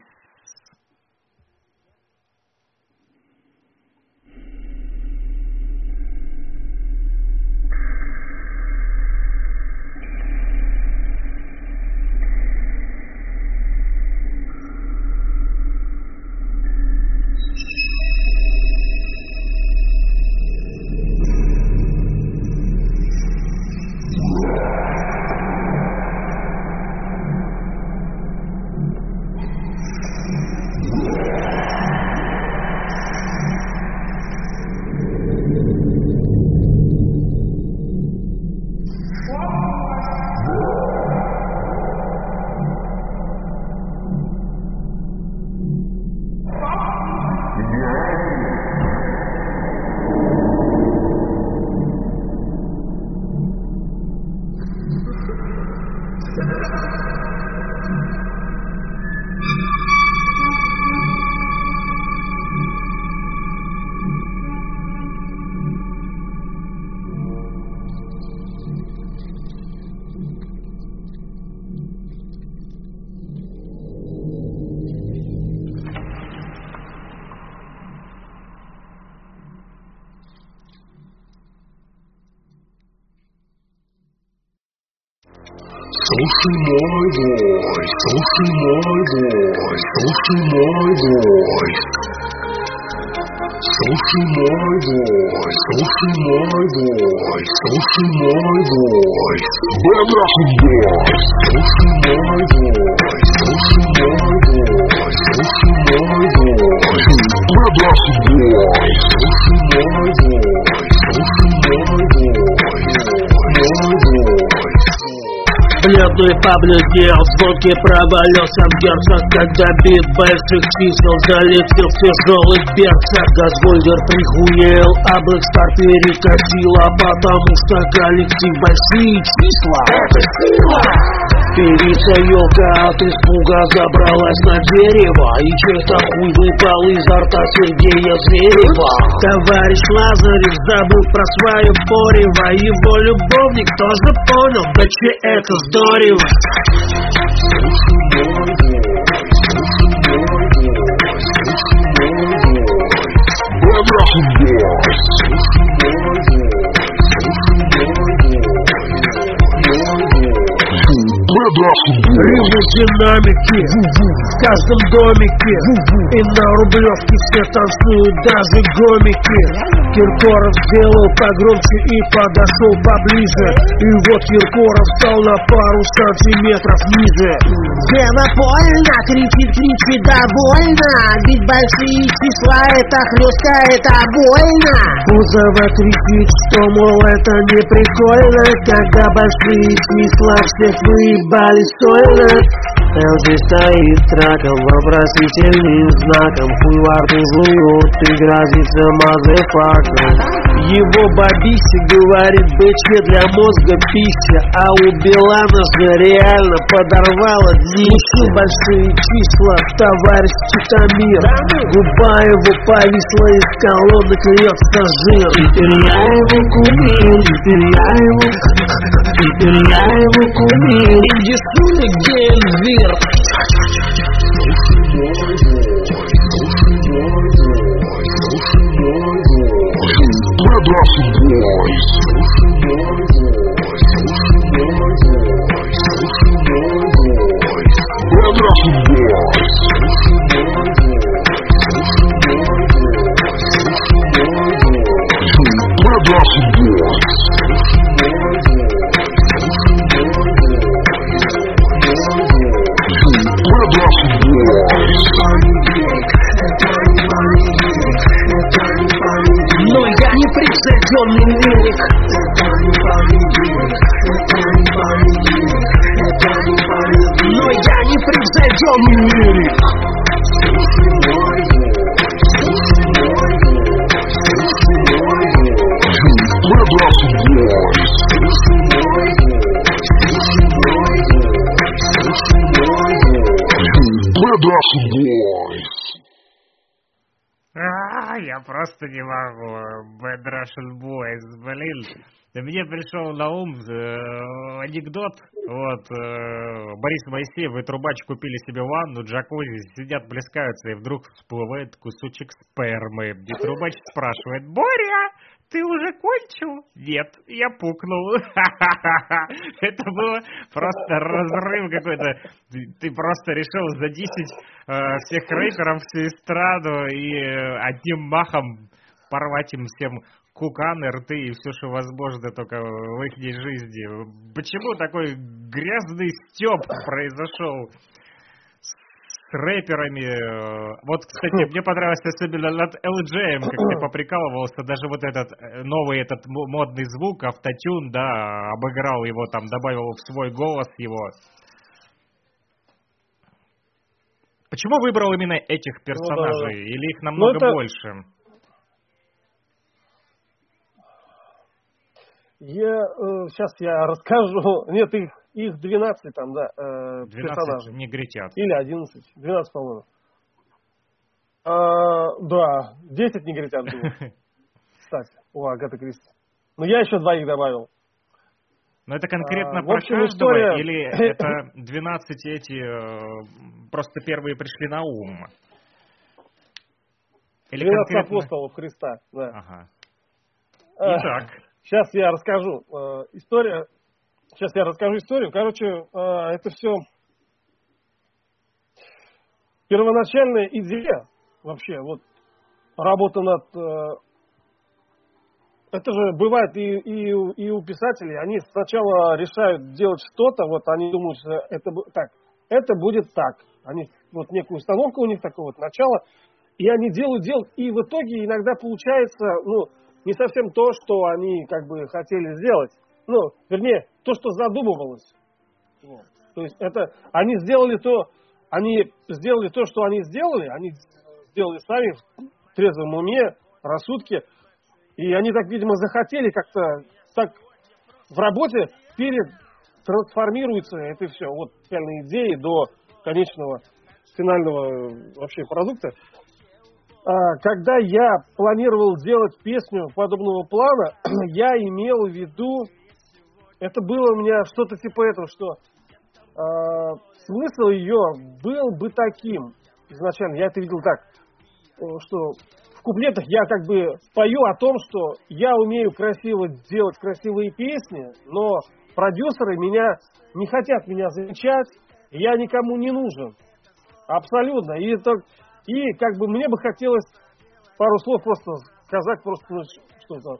Слушай мой войс, слушай мой войс, слушай мой войс. Слушай мой войс, слушай мой войс, слушай мой войс. Бэдраху войс. Слушай мой войс, слушай мой войс, слушай мой войс. Бэдраху войс. Слушай мой войс, слушай мой войс, мой войс. Бледный побледнел, звонки провалился в герцог, когда бит больших чисел залетел в тяжелых берцах. Газгольдер прихуел, а Блэкстар перекосила, потому что коллектив большие числа. Это сила! Певица елка от испуга забралась на дерево, и чей-то хуй выпал изо рта Сергея Зверева. Товарищ Лазарев забыл про свое порево, его любовник тоже понял, да че это здорово. Слушай мой войс, слушай мой войс, слушай мой войс. Бэдраху войс. Слушай мой войс, слушай мой войс, мой войс. Ревут динамики в каждом домике, и на Рублевке все танцуют, даже гомики. Киркоров сделал погромче и подошел поближе, и вот Киркоров стал на пару сантиметров ниже. Девопольно, кричит довольно, ведь большие числа это хлестка, это больно. Бузова кричит, что мол это не прикольно, когда большие числа всех выебали сольно. LG стоит траком, вопросительным знаком, хуй во рту жует и грозится мазефаком. Его бабище говорит, бычья для мозга пища, а у Билана же реально подорвало днище. Большие числа, товарищ Титамир, губа его повисла, из колонок льется жир. Теперь я его кумир, теперь я его кумир. Иди сули, где Эльвир. Слушай мой войс, слушай мой войс, слушай мой войс. Бэдраху войс. Слушай мой войс, слушай мой войс, слушай мой войс. Бэдраху войс. Слушай мой войс, слушай мой войс, слушай мой войс. Бэдраху войс. Слушай мой войс, слушай мой Но я не превзойденный лирик. Но я не превзойденный лирик. Слушай мой войс, слушай мой войс, слушай мой войс. Бэдраху войс. Слушай мой войс, слушай мой Russian Boys. Я просто не могу. Bad Russian Boys, блин. Да мне пришел на ум анекдот. Вот, Борис Моисеев и Трубач купили себе ванну, джакузи, сидят, плескаются, и вдруг всплывает кусочек спермы. И Трубач спрашивает: Боря, ты уже кончил? Нет, я пукнул. Это было просто разрыв какой-то. Ты просто решил задисить всех рэперов, всю эстраду и одним махом порвать им всем куканы, рты и все, что возможно только в их жизни. Почему такой грязный стёб произошел с рэперами? Вот, кстати, мне понравилось особенно над LJ, как ты поприкалывался, даже вот этот новый этот модный звук, автотюн, да, обыграл его, там, добавил в свой голос его. Почему выбрал именно этих персонажей? Или их намного больше? Сейчас я расскажу. Нет, их 12 там, да, 12 персонажей. негритят. Или 11. 12, по-моему. Да, 10 негритят было. Кстати, у Агаты Кристи. Но я еще 2 добавил. Но это конкретно в про общем, каждого, история... или это 12 эти просто первые пришли на ум? Или 12 конкретно... апостолов Христа, да. Ага. Итак. Сейчас я расскажу историю. Короче, это все первоначальная идея вообще. Вот работа над... Это же бывает и у писателей. Они сначала решают делать что-то, вот они думают, что это будет так. Они вот некую установку у них такое вот начало, и они делают, и в итоге иногда получается, не совсем то, что они как бы хотели сделать. Вернее, то, что задумывалось. Вот. То есть это они сделали то, что они сделали сами в трезвом уме, рассудке. И они так, видимо, захотели как-то так в работе трансформируется это все от реальной идеи до конечного финального вообще продукта. Когда я планировал делать песню подобного плана, я имел в виду, это было у меня что-то типа этого, что смысл ее был бы таким. Изначально я это видел так, что в куплетах я как бы пою о том, что я умею красиво делать красивые песни, но продюсеры не хотят меня замечать, и я никому не нужен. Абсолютно. И как бы мне бы хотелось пару слов просто сказать, что-то.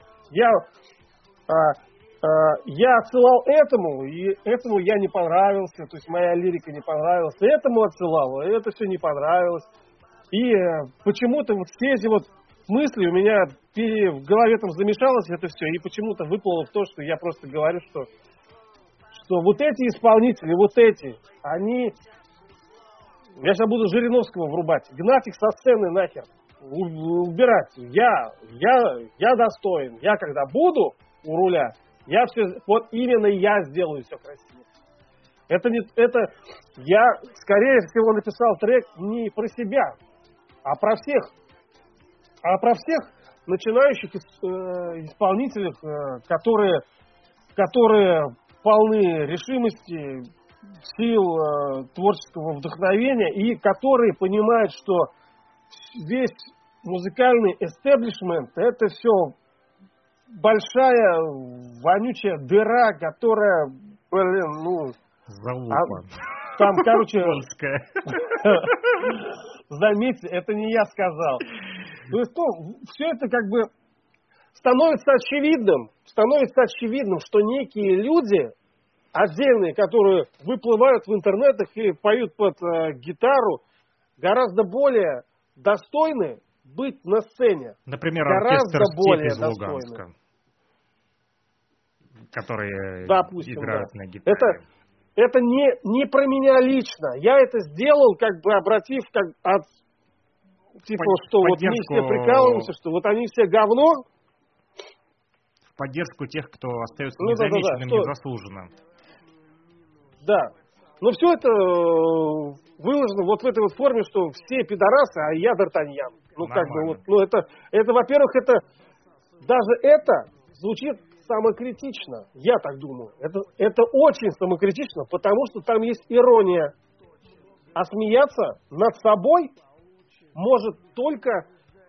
Я отсылал этому, и этому я не понравился, то есть моя лирика не понравилась, этому отсылал, и это все не понравилось. И почему-то вот все эти вот мысли у меня в голове там замешалось это все, и почему-то выплыло в то, что я просто говорю, что вот эти исполнители, они... Я сейчас буду Жириновского врубать, гнать их со сцены нахер, убирать. Я достоин, я когда буду у руля, вот именно я сделаю все красиво. Я, скорее всего, написал трек не про себя, а про всех начинающих исполнителей, которые полны решимости, сил, творческого вдохновения, и которые понимают, что весь музыкальный эстеблишмент — это все большая вонючая дыра, которая, залупа. Там, короче, заметьте, это не я сказал. То есть, все это как бы становится очевидным, что некие люди отдельные, которые выплывают в интернетах и поют под гитару, гораздо более достойны быть на сцене. Например, гораздо оркестр более «Степь» из Луганска, которые играют на гитаре. Это не про меня лично. Я это сделал, как бы обратив, что вот мы все прикалываемся, что вот они все говно. В поддержку тех, кто остается незамеченным незаслуженно. Да. Но все это выложено вот в этой вот форме, что все пидорасы, а я Д'Артаньян. Ну, как бы вот, ну, это, во-первых, даже это звучит самокритично. Я так думаю. Это очень самокритично, потому что там есть ирония. А смеяться над собой может только,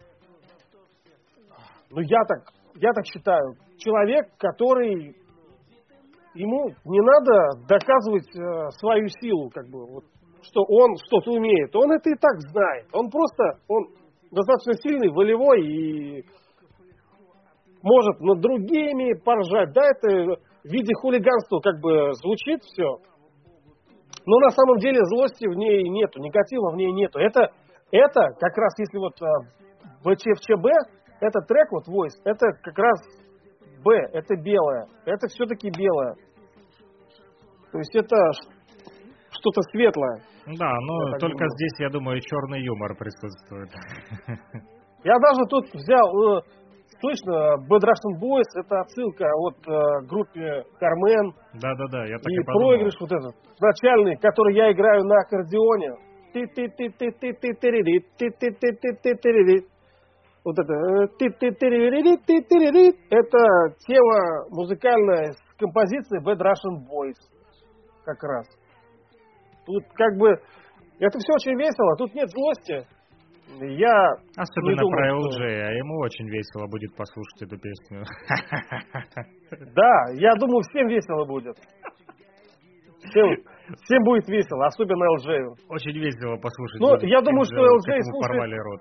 ну, я так считаю, человек, который, ему не надо доказывать свою силу, как бы, вот, что он что-то умеет. Он это и так знает. Он достаточно сильный, волевой и может над другими поржать. Да, это в виде хулиганства как бы звучит все. Но на самом деле злости в ней нету, негатива в ней нету. Это как раз, если вот ВЧ-ВЧБ, это трек, вот Voice, это как раз Б, это белое. Это все-таки белое. То есть это что-то светлое. Да, но только думаю. Здесь, я думаю, черный юмор присутствует. Я даже тут взял, слышно, Bad Russian Boys, это отсылка от группе Кармен. Да, я так и и подумал. Проигрыш вот этот, начальный, который я играю на аккордеоне. Вот это тема музыкальная с композицией Bad Russian Boys. Как раз. Тут как бы, это все очень весело, тут нет злости. Я особенно думаю, про LJ, а ему очень весело будет послушать эту песню. Да, я думаю, всем весело будет. Всем будет весело, особенно LJ. Очень весело послушать. Ну, я думаю, что LJ порвали рот.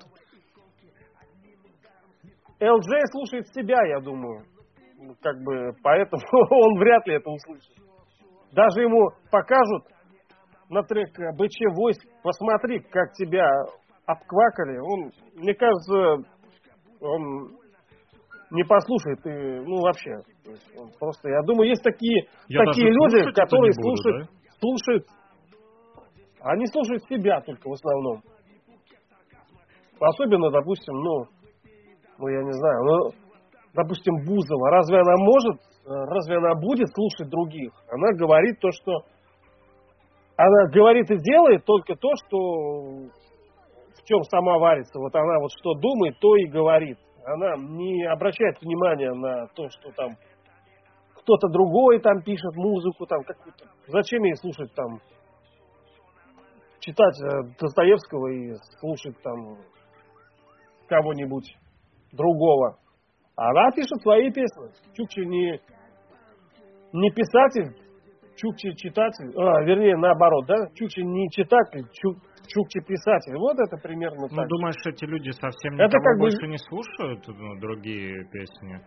LJ слушает себя, я думаю. Как бы, поэтому он вряд ли это услышит. Даже ему покажут на трек БЧ Voice, посмотри, как тебя обквакали. Он, мне кажется, он не послушает, и, ну, вообще. То есть он просто, я думаю, есть такие люди, которые слушают. Они слушают себя только в основном. Особенно, допустим, ну, я не знаю, допустим, Бузова. Разве она будет слушать других? Она говорит то, что... Она говорит и делает только то, что в чем сама варится. Вот она вот что думает, то и говорит. Она не обращает внимания на то, что там кто-то другой там пишет музыку, там какую-то. Зачем ей слушать там, читать Достоевского и слушать там кого-нибудь другого. Она пишет свои песни. Чукчи не писатель, Чукчи читатель, вернее, наоборот, да? Чукчи не читатель, Чукчи писатель. Вот это примерно так. Думаешь, эти люди совсем никого больше не слушают, другие песни?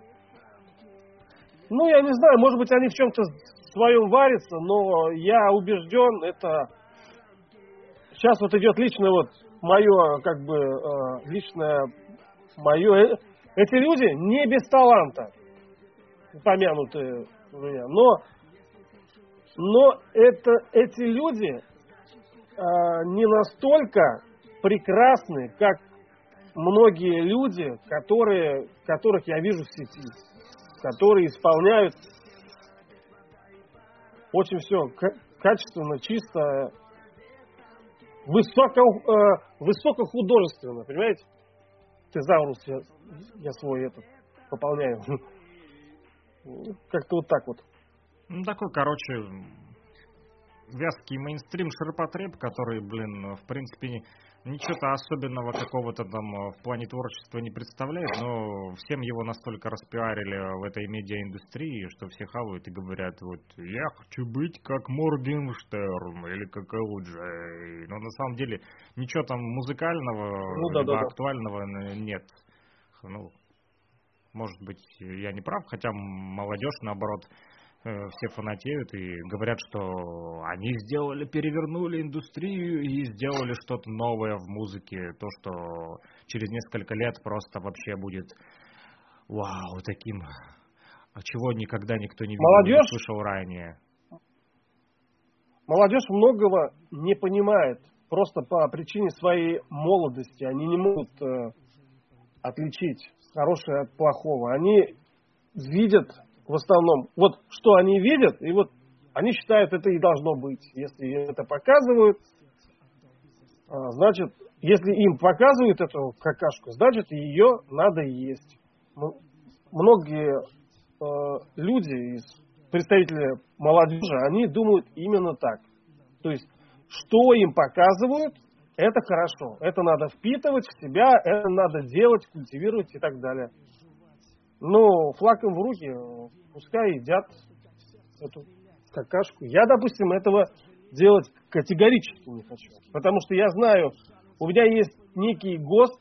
Ну, я не знаю, может быть, они в чем-то своем варятся, но я убежден, это... Сейчас вот идет личное вот мое, как бы, личное мое... Эти люди не без таланта, упомянутые у меня, но эти люди не настолько прекрасны, как многие люди, которых я вижу в сети, которые исполняют очень все качественно, чисто, высокохудожественно, понимаете? Тезаурус я свой этот пополняю. Как-то вот так вот. Ну, такой, короче, вязкий мейнстрим, ширпотреб, который, в принципе, ничего-то особенного какого-то там в плане творчества не представляет, но всем его настолько распиарили в этой медиаиндустрии, что все хавают и говорят, вот, я хочу быть как Моргенштерн или как LJ. Но на самом деле ничего там музыкального, актуального нет. Ну, может быть, я не прав, хотя молодежь, наоборот, все фанатеют и говорят, что они перевернули индустрию и сделали что-то новое в музыке, то, что через несколько лет просто вообще будет вау, таким, чего никогда никто не видел, не слышал ранее. Молодежь многого не понимает, просто по причине своей молодости. Они не могут отличить хорошее от плохого. Они видят в основном, вот что они видят, и вот Они считают, это и должно быть. Если это показывают, значит, если им показывают эту какашку, значит, ее надо есть. Многие люди, представители молодежи, они думают именно так. То есть, что им показывают, это хорошо. Это надо впитывать в себя, это надо делать, культивировать и так далее. Но флаг им в руки, пускай едят эту какашку. Я, допустим, этого делать категорически не хочу. Потому что я знаю, у меня есть некий ГОСТ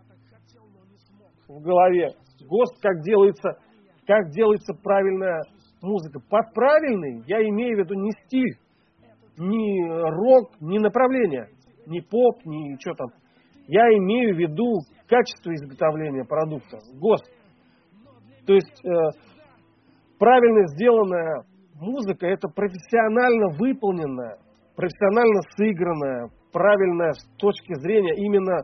в голове. ГОСТ, как делается правильная музыка. Под правильный я имею в виду не стиль, не рок, не направление, не поп, не что там. Я имею в виду качество изготовления продукта. ГОСТ. То есть правильно сделанная музыка — это профессионально выполненная, профессионально сыгранная, правильная с точки зрения именно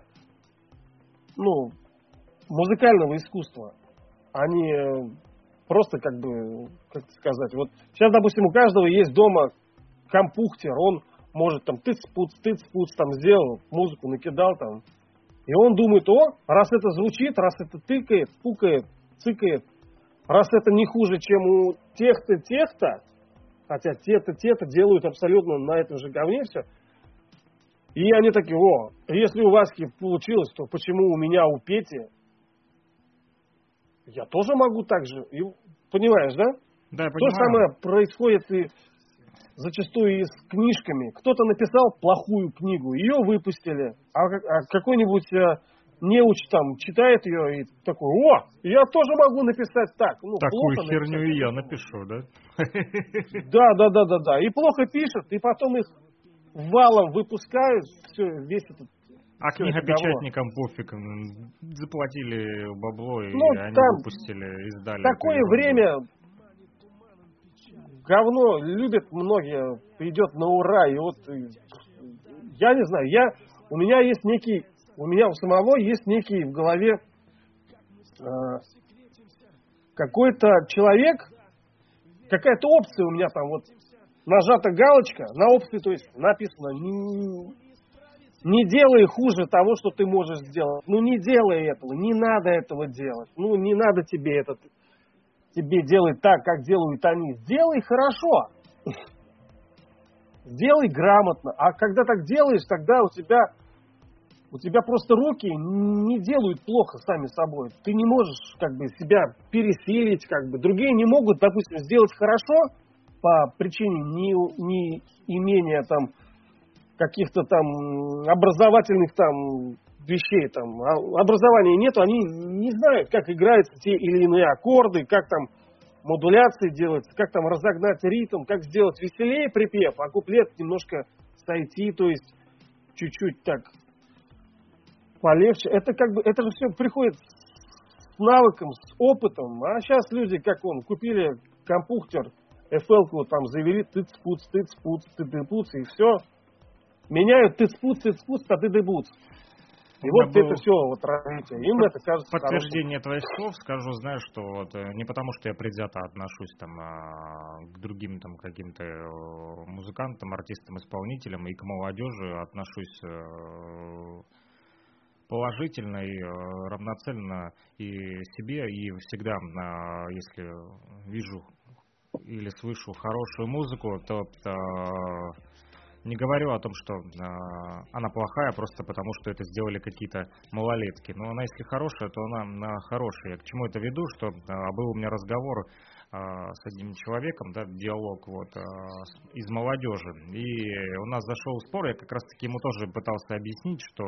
музыкального искусства, а не просто как сказать. Вот сейчас, допустим, у каждого есть дома компьютер, он может там тыц-пуц, там сделал, музыку накидал там, и он думает, раз это звучит, раз это тыкает, пукает, цыкает, раз это не хуже, чем у тех-то, хотя те-то делают абсолютно на этом же говне все. И они такие, если у Васьки получилось, то почему у меня, у Пети, я тоже могу так же. И, понимаешь, да? Да, я понимаю. То же самое происходит и зачастую и с книжками. Кто-то написал плохую книгу, ее выпустили, а какой-нибудь неуч там читает ее и такой, я тоже могу написать так. Такую херню написать. И я напишу, да? Да. И плохо пишет, и потом их валом выпускают, весь этот. А книгопечатникам пофиг, заплатили бабло, и они выпустили, издали. Такое время говно любят многие, идет на ура, и я не знаю, у меня у самого есть некий в голове какой-то человек, какая-то опция у меня там нажата галочка на опции, то есть написано не делай хуже того, что ты можешь сделать. Не делай этого, не надо этого делать. Не надо тебе делать так, как делают они. Сделай хорошо. Сделай грамотно. А когда так делаешь, тогда у тебя просто руки не делают плохо сами собой. Ты не можешь себя пересилить. Другие не могут, допустим, сделать хорошо по причине не имения там каких-то там образовательных там вещей. Образования нету, они не знают, как играются те или иные аккорды, как там модуляции делаются, как там разогнать ритм, как сделать веселее припев, а куплет немножко сойти, то есть чуть-чуть так полегче. Это это же все приходит с навыком, с опытом. А сейчас люди, купили компьютер, FL-ку там завели, тыц-пуц, тыц-пуц, и все. Меняют тыц-пуц, а тыц-пуц. И это все развитие. Им это кажется подтверждение твоих слов скажу, знаешь, что не потому, что я предвзято отношусь к другим каким-то музыкантам, артистам, исполнителям и к молодежи отношусь положительно и равноценно и себе, и всегда, если вижу или слышу хорошую музыку, то не говорю о том, что она плохая просто потому, что это сделали какие-то малолетки. Но она, если хорошая, то она хорошая. Я к чему это веду, что был у меня разговор с одним человеком, диалог из молодежи. И у нас зашел спор, я как раз-таки ему тоже пытался объяснить, что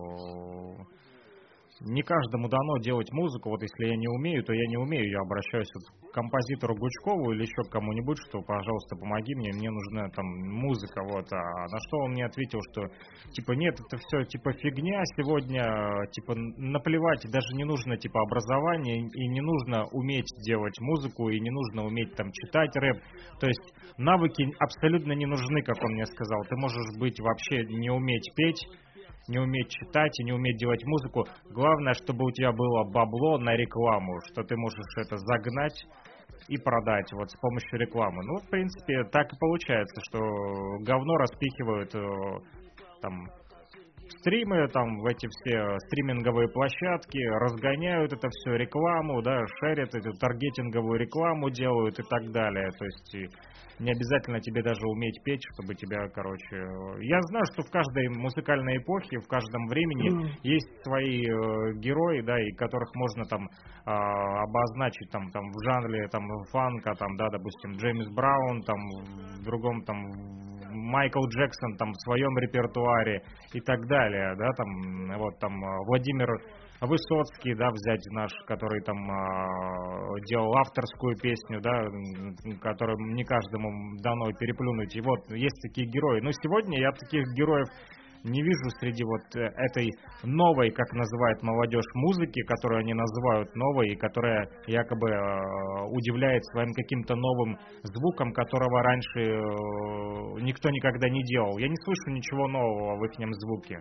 не каждому дано делать музыку. Если я не умею, то я не умею. Я обращаюсь к композитору Гучкову или еще к кому-нибудь, что, пожалуйста, помоги мне нужна музыка. А на что он мне ответил, что нет, это все фигня сегодня, наплевать, даже не нужно образование, и не нужно уметь делать музыку, и не нужно уметь читать рэп. То есть навыки абсолютно не нужны, как он мне сказал. Ты можешь вообще не уметь петь, не уметь читать и не уметь делать музыку. Главное, чтобы у тебя было бабло на рекламу, что ты можешь это загнать и продать вот с помощью рекламы. Ну, в принципе, так и получается, что говно распихивают там стримы, там в эти все стриминговые площадки, разгоняют это все, рекламу, да, шерят эту таргетинговую рекламу делают и так далее. То есть не обязательно тебе даже уметь петь, чтобы тебя, короче... Я знаю, что в каждой музыкальной эпохе, в каждом времени есть свои герои, да, и которых можно там обозначить там в жанре там фанка, там, да, допустим, Джеймс Браун, там в другом там Майкл Джексон там в своем репертуаре и так далее, да, там вот там Владимир Высоцкий, да, взять наш, который там делал авторскую песню, да, которую не каждому дано переплюнуть. И вот есть такие герои. Но сегодня я таких героев не вижу среди вот этой новой, как называет молодежь, музыки, которую они называют новой, и которая якобы удивляет своим каким-то новым звуком, которого раньше никто никогда не делал. Я не слышу ничего нового в ихнем звуке.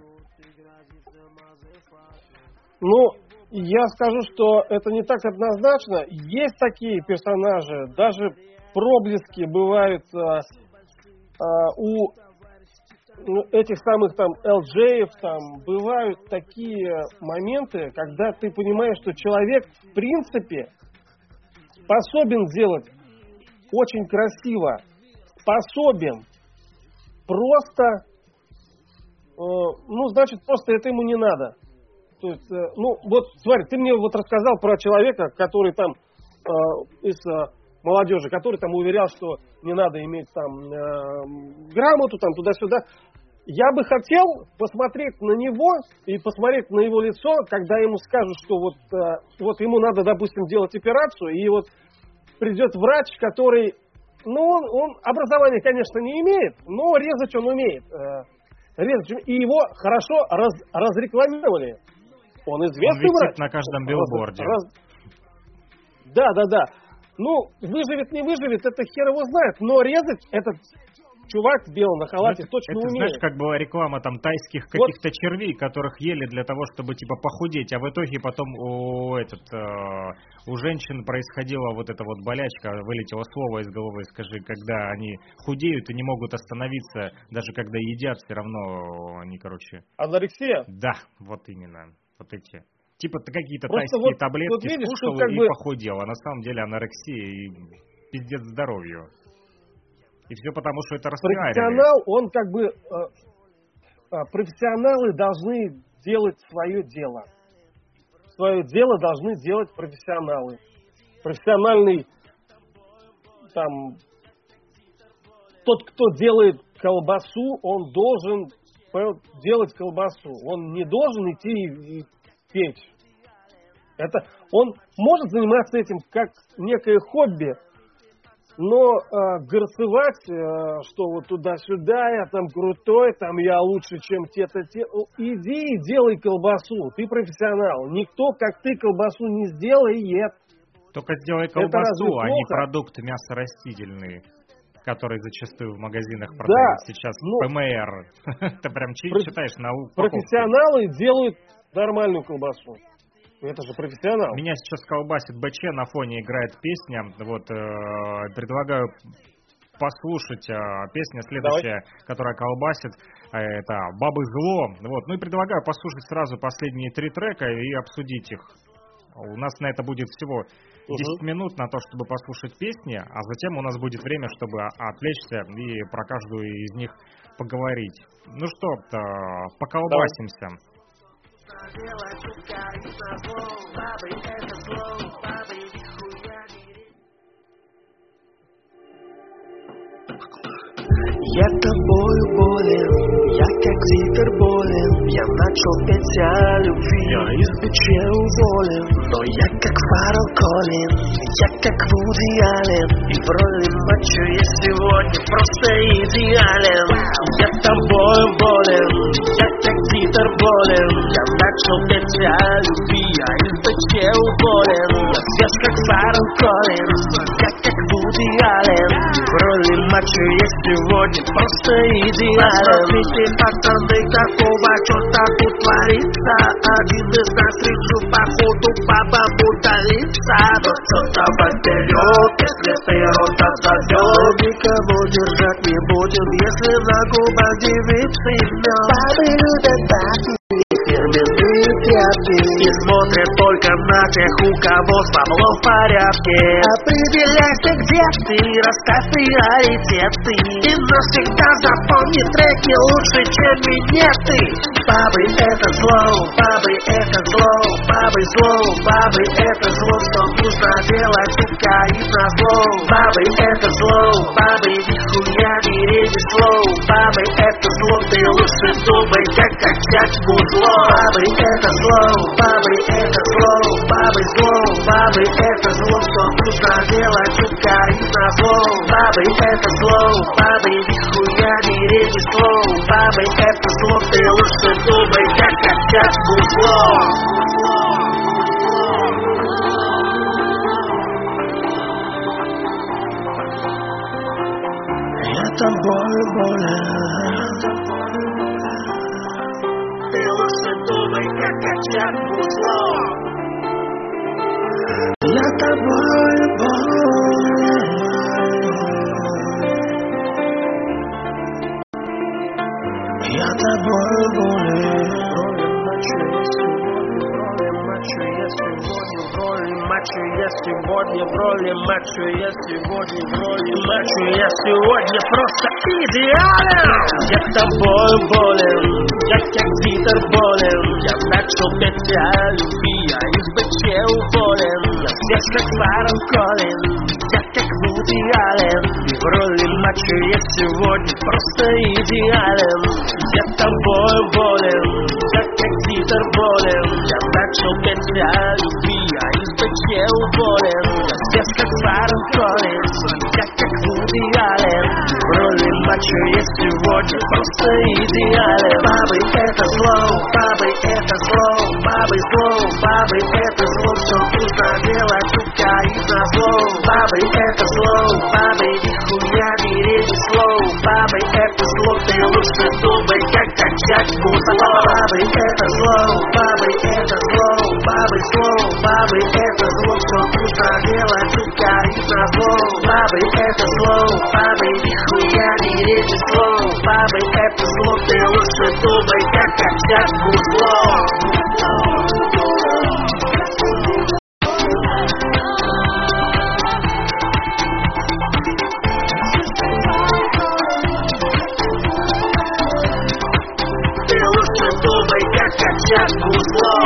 Ну, я скажу, что это не так однозначно. Есть такие персонажи, даже проблески бывают у этих самых там LJ-ев, там бывают такие моменты, когда ты понимаешь, что человек в принципе способен сделать очень красиво, способен, просто, ну, значит, просто это ему не надо. То есть, ну, вот, смотри, ты мне вот рассказал про человека, который там из молодежи, который там уверял, что не надо иметь там грамоту, там туда-сюда. Я бы хотел посмотреть на него и посмотреть на его лицо, когда ему скажут, что вот ему надо, допустим, делать операцию, и вот придет врач, который, ну, он образования, конечно, не имеет, но резать он умеет. И его хорошо разрекламировали. Он известный врач. Он висит на каждом билборде. Да. Ну, выживет, не выживет, это хер его знает. Но резать этот чувак в белом на халате точно умеет. Знаешь, как была реклама там тайских каких-то червей, которых ели для того, чтобы типа похудеть, а в итоге потом у женщин происходила вот эта вот болячка, вылетело слово из головы, скажи, когда они худеют и не могут остановиться, даже когда едят, все равно они, короче... Анорексия? Да, вот именно, вот эти... Типа какие-то просто тайские вот, таблетки вот видишь, скушал как и бы... похудел, а на самом деле анорексия и пиздец здоровью. И все потому, что это распиарили. Профессионал, он как бы... профессионалы должны делать свое дело. Свое дело должны делать профессионалы. Профессиональный там... Тот, кто делает колбасу, он должен делать колбасу. Он не должен идти и петь. Это, он может заниматься этим как некое хобби, но горцевать, что вот туда-сюда, я там крутой, там я лучше, чем те-то, иди и делай колбасу, ты профессионал. Никто, как ты, колбасу не сделает. Только сделай колбасу, а не продукт мясорастительный, который зачастую в магазинах продают сейчас, ПМР. Ты прям читаешь на упаковке. Профессионалы делают нормальную колбасу. Это же профессионал. Меня сейчас колбасит БЧ, на фоне играет песня. Вот, предлагаю послушать песня следующая, которая колбасит. Это «Бабы зло». Вот. Ну и предлагаю послушать сразу последние 3 трека и обсудить их. У нас на это будет всего 10 минут на то, чтобы послушать песни, а затем у нас будет время, чтобы отвлечься и про каждую из них поговорить. Ну что, поколбасимся. Я тобою болен, я как Зитер болен. Я начал петь о любви, я из БЧ уволен. Но я как Фаррелл Коллин, я как Вуди Аллен. И в роли мачо я сегодня просто идеален. Я тобою болен, я как Зитер болен. Я начал петь о любви, я из БЧ уволен. Я как Фаррелл Коллин, я как Вуди Аллен. И в роли мачо я сегодня просто идеален. Посмотрите, пацаны, какого черта тут творится. Один из нас решил походу бабам удалиться, но кто-то подберет, если природа зовет. Никого держать не будем, если на губах девицы мед. Бабы любят бабы, фирменные тряпки, и смотрят только на тех, у кого с баблом в порядке. Определяйся, где ты, расставь приоритеты, и навсегда запомни треки лучше, чем минеты. Бабы это зло, бабы это зло, бабы зло, бабы это зло, что нужно делать, сука, и на зло. Бабы это зло, бабы нихуя не ремесло, бабы это зло, ты лучше думай, как качать музло. Бабы это зло, бабы это зло, бабы зло, бабы это зло, что нужно делать, сука, и на зло. Бабы это зло, бабы нихуя не ремесло, бабы это зло, ты лучше думай, как качать музло. Я тобой болен, ты лучше думай, как качать музло. Я тобой болен, я тобой болен. Я сегодня в роли мачо, я сегодня в роли мачо, я сегодня просто идеален. Я тобой болен, я как Питер болен. Я начал петь о любви, я из БЧ уволен. Я здесь как Варен Колин, я как Вуди Аллен. И в роли мачо я сегодня просто идеален. Я тобой болен, я как Питер болен. Я начал петь о любви, я из БЧ уволен. Я здесь как Варен Колин, я как Вуди Аллен. В роли мачо я сегодня просто идеален. Бабы это зло, бабы это зло, бабы зло, бабы это зло, что нужно делать, сука, и на зло. Бабы это зло, бабы нихуя не ремесло, бабы это зло, ты лучше думай, как качать музло. Бабы это зло, бабы это зло, бабы зло, бабы это зло, что нужно делать, сука, и на зло. Бабы это зло, бабы нихуя не ремесло, бабы это зло, ты лучше думай, как качать музло. Ты лучше думай, как качать музло.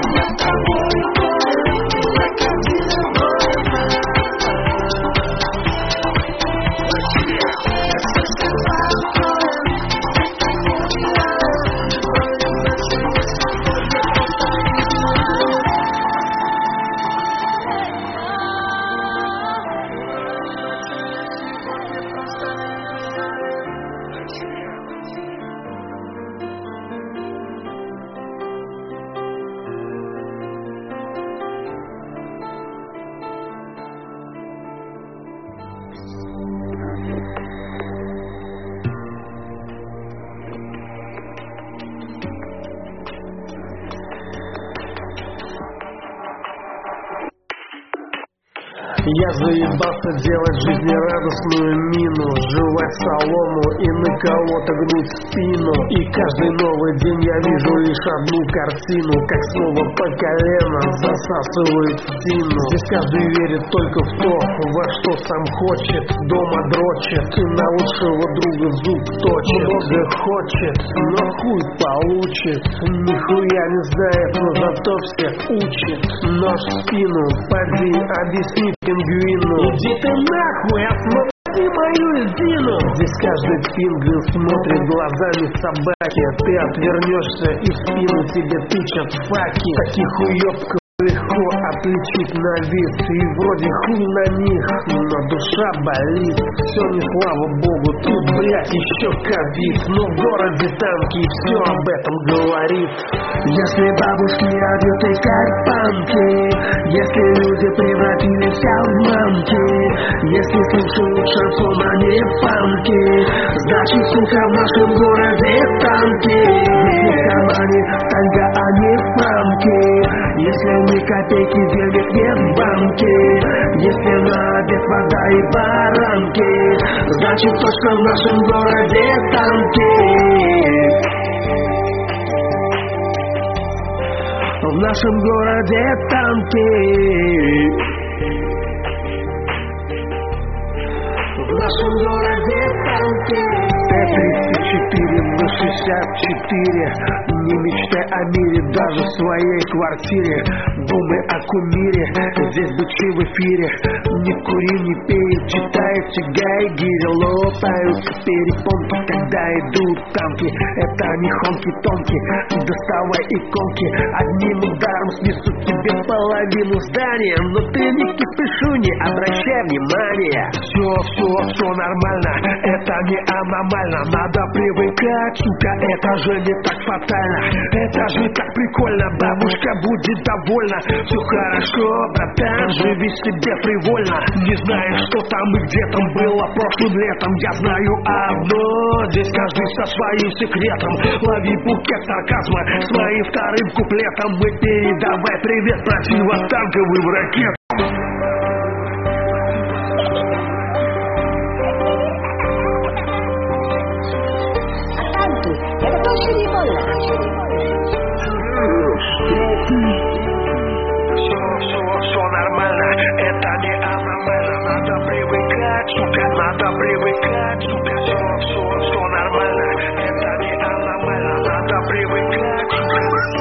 Я заебался делать жизнерадостную мину, жевать солому и на кого-то гнуть спину. И каждый новый день я вижу лишь одну картину, как снова по колено засасывает спину. Здесь каждый верит только в то, во что сам хочет. Дома дрочит и на лучшего друга зуб точит. Много хочет, но хуй получит. Нихуя не знает, но зато всех учит. Нож в спину, поди объясни пингвину. Иди ты нахуй, осмотри мою льдину. Здесь каждый пингвин смотрит глазами собаки. Ты отвернешься и в спину тебе тычат факи. Таких уёбков легко отличить на вид. И вроде хуй на них, но душа болит. Все не слава богу, тут, блядь, еще ковид. Но в городе танки, и все об этом говорит. Если бабушки одеты как панки, если люди превратились в мамки, если слушают шансон, а не фанки, значит, сука, в нашем городе танки. В кармане танго, а не франки. Если не катить копейки денег нет в банке. Если на обед вода и баранки, значит точно в нашем городе танки. В нашем городе танки. В нашем городе танки. Т-34-064. Не мечтай о мире, даже в своей квартире. Думай о кумире, здесь бычи в эфире. Не кури, не пей, читайте гайгири. Лопаются перепонки, когда идут танки. Это не хонки-тонки, доставай иконки. Одним ударом снесут тебе половину здания. Но ты не кипишу, не обращай внимания. Все нормально, это не аномально. Надо привыкать, сука, это же не так фатально. Это же так прикольно, бабушка будет довольна. Все хорошо, братан, живи себе привольно. Не знаешь, что там и где там было прошлым летом. Я знаю одно, здесь каждый со своим секретом. Лови букет сарказма с моим вторым куплетом. Мы передавай привет противотанковым ракетам. Это тоже не больно. Все нормально, это не аномально. Надо привыкать, сука, надо привыкать, сука. Все нормально, это не аномально. Надо привыкать, сука.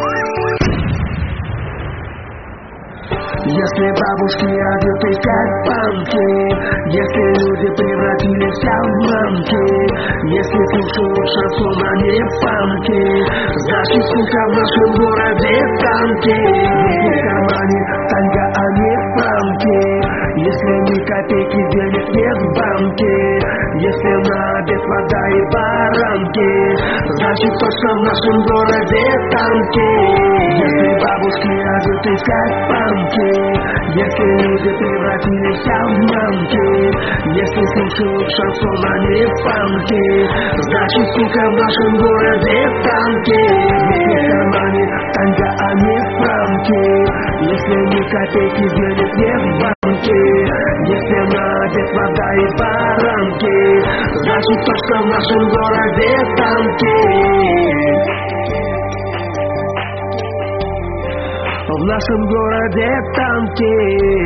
Если бабушки одеты как панки, если люди превратились в мамки, если слушают шансон, а не фанки, значит, сука, в нашем городе танки. Если в кармане танго, а не франки, если ни копейки денег нет в банке, если на обед вода и баранки, значит, точно в нашем городе танки. Если бабушки одеты как панки, если люди превратились в мамки, если слушают шансон, а не фанки, значит, сука, в нашем городе танки. Если в кармане танго, а не франки, если ни копейки денег нет в банке, если на обед вода и баранки, значит, точно в нашем городе танки. В нашем городе танки.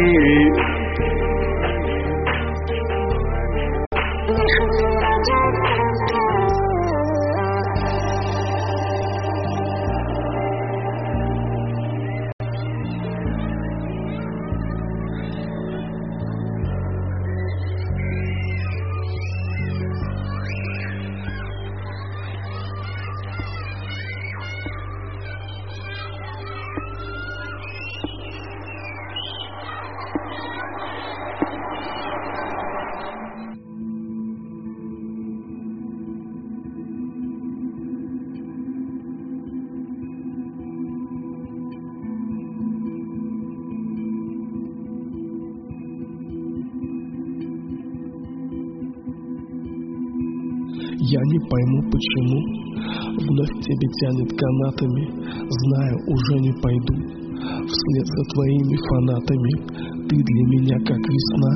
Я не пойму, почему вновь тебе тянет канатами. Знаю, уже не пойду вслед за твоими фанатами. Ты для меня как весна,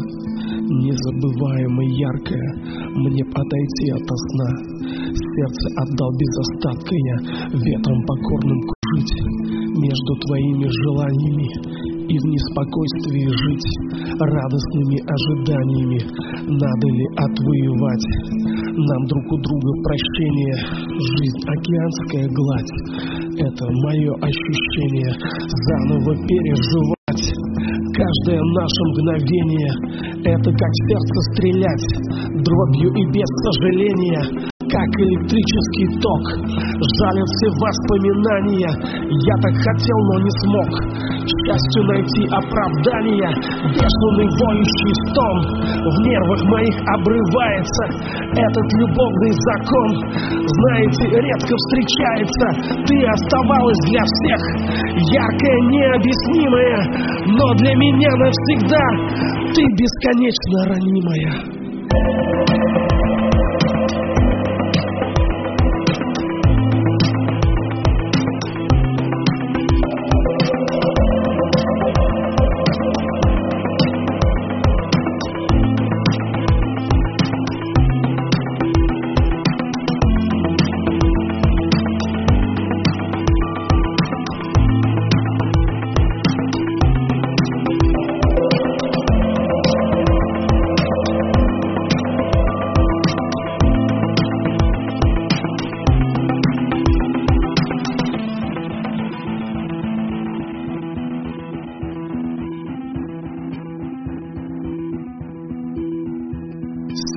незабываемо яркая. Мне подойти ото сна. Сердце отдал без остатка я, ветром покорным кружить между твоими желаниями и в неспокойствии жить радостными ожиданиями. Надо ли отвоевать нам друг у друга прощение? Жизнь океанская гладь, это мое ощущение. Заново переживать каждое наше мгновение, это как в сердце стрелять дробью и без сожаления. Как электрический ток жалят все воспоминания. Я так хотел, но не смог счастью найти оправдание. Бешеный воющий стон в нервах моих обрывается. Этот любовный закон, знаете, редко встречается. Ты оставалась для всех яркая, необъяснимая, но для меня навсегда ты бесконечно ранимая.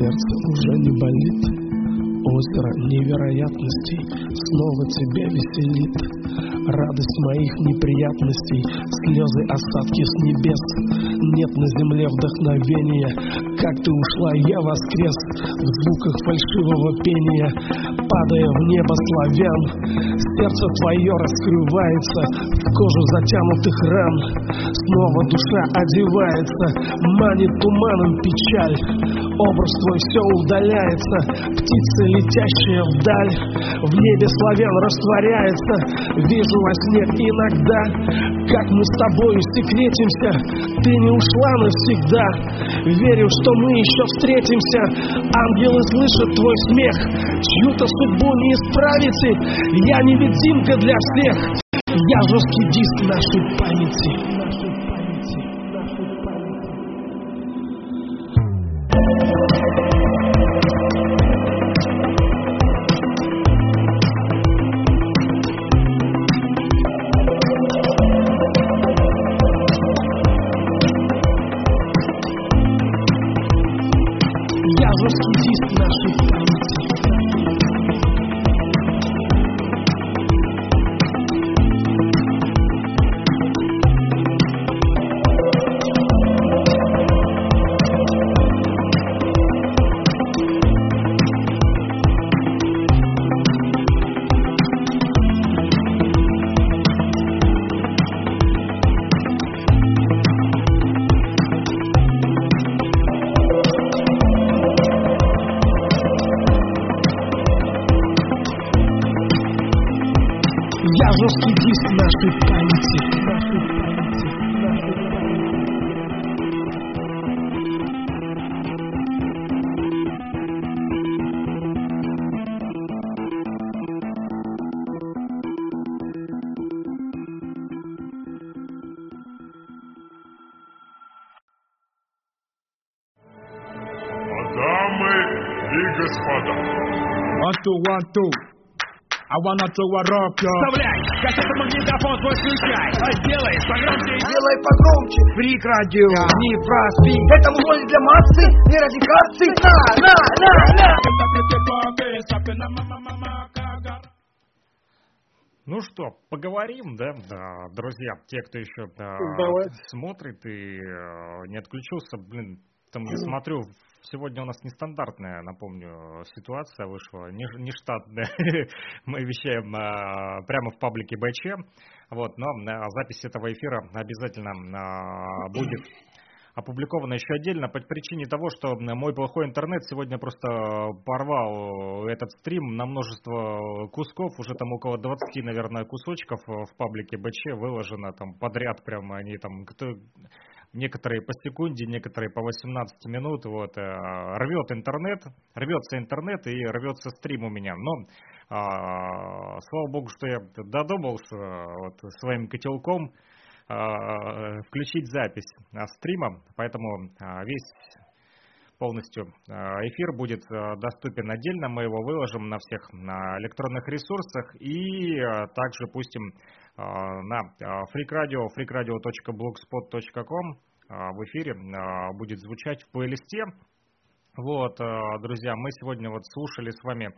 сердце уже не болит. Озеро невероятностей снова тебя веселит. Радость моих неприятностей, слезы, осадки с небес. Нет на земле вдохновения, как ты ушла, я воскрес. В звуках фальшивого пения, падая в небо славян. Сердце твое раскрывается в кожу затянутых ран. Снова душа одевается, манит туманом печаль. Образ твой все удаляется, птица, летящая вдаль. В небе славян растворяется. Вижу во сне иногда, как мы с тобою секретимся. Ты не ушла навсегда. Верю, что мы еще встретимся. Ангелы слышат твой смех. Чью-то судьбу не исправите. Я невидимка для всех. Я жесткий диск нашей памяти. Жесткий диск нашей памяти. Дамы и господа. One, two. I wanna throw a rock, yo. Вставляй, кассету, магнитофон свой включай. Делай погромче. Делай погромче. Фрик радио, не проспи. Это музло для массы, не ради кассы. Ну что, поговорим, да, друзья, те, кто еще смотрит и не отключился, блин, там я смотрю, сегодня у нас нестандартная, напомню, ситуация вышла, не штатная, мы вещаем прямо в паблике БЧ, вот, но запись этого эфира обязательно будет опубликовано еще отдельно по причине того, что мой плохой интернет сегодня просто порвал этот стрим на множество кусков, уже там около 20, наверное, кусочков в паблике БЧ выложено там подряд, прямо они там, некоторые по секунде, некоторые по 18 минут, вот, рвется интернет и рвется стрим у меня, но слава богу, что я додумался вот, своим котелком включить запись стрима, поэтому весь полностью эфир будет доступен отдельно, мы его выложим на всех электронных ресурсах и также пустим на freakradio.blogspot.com в эфире будет звучать в плейлисте. Вот, друзья, мы сегодня вот слушали с вами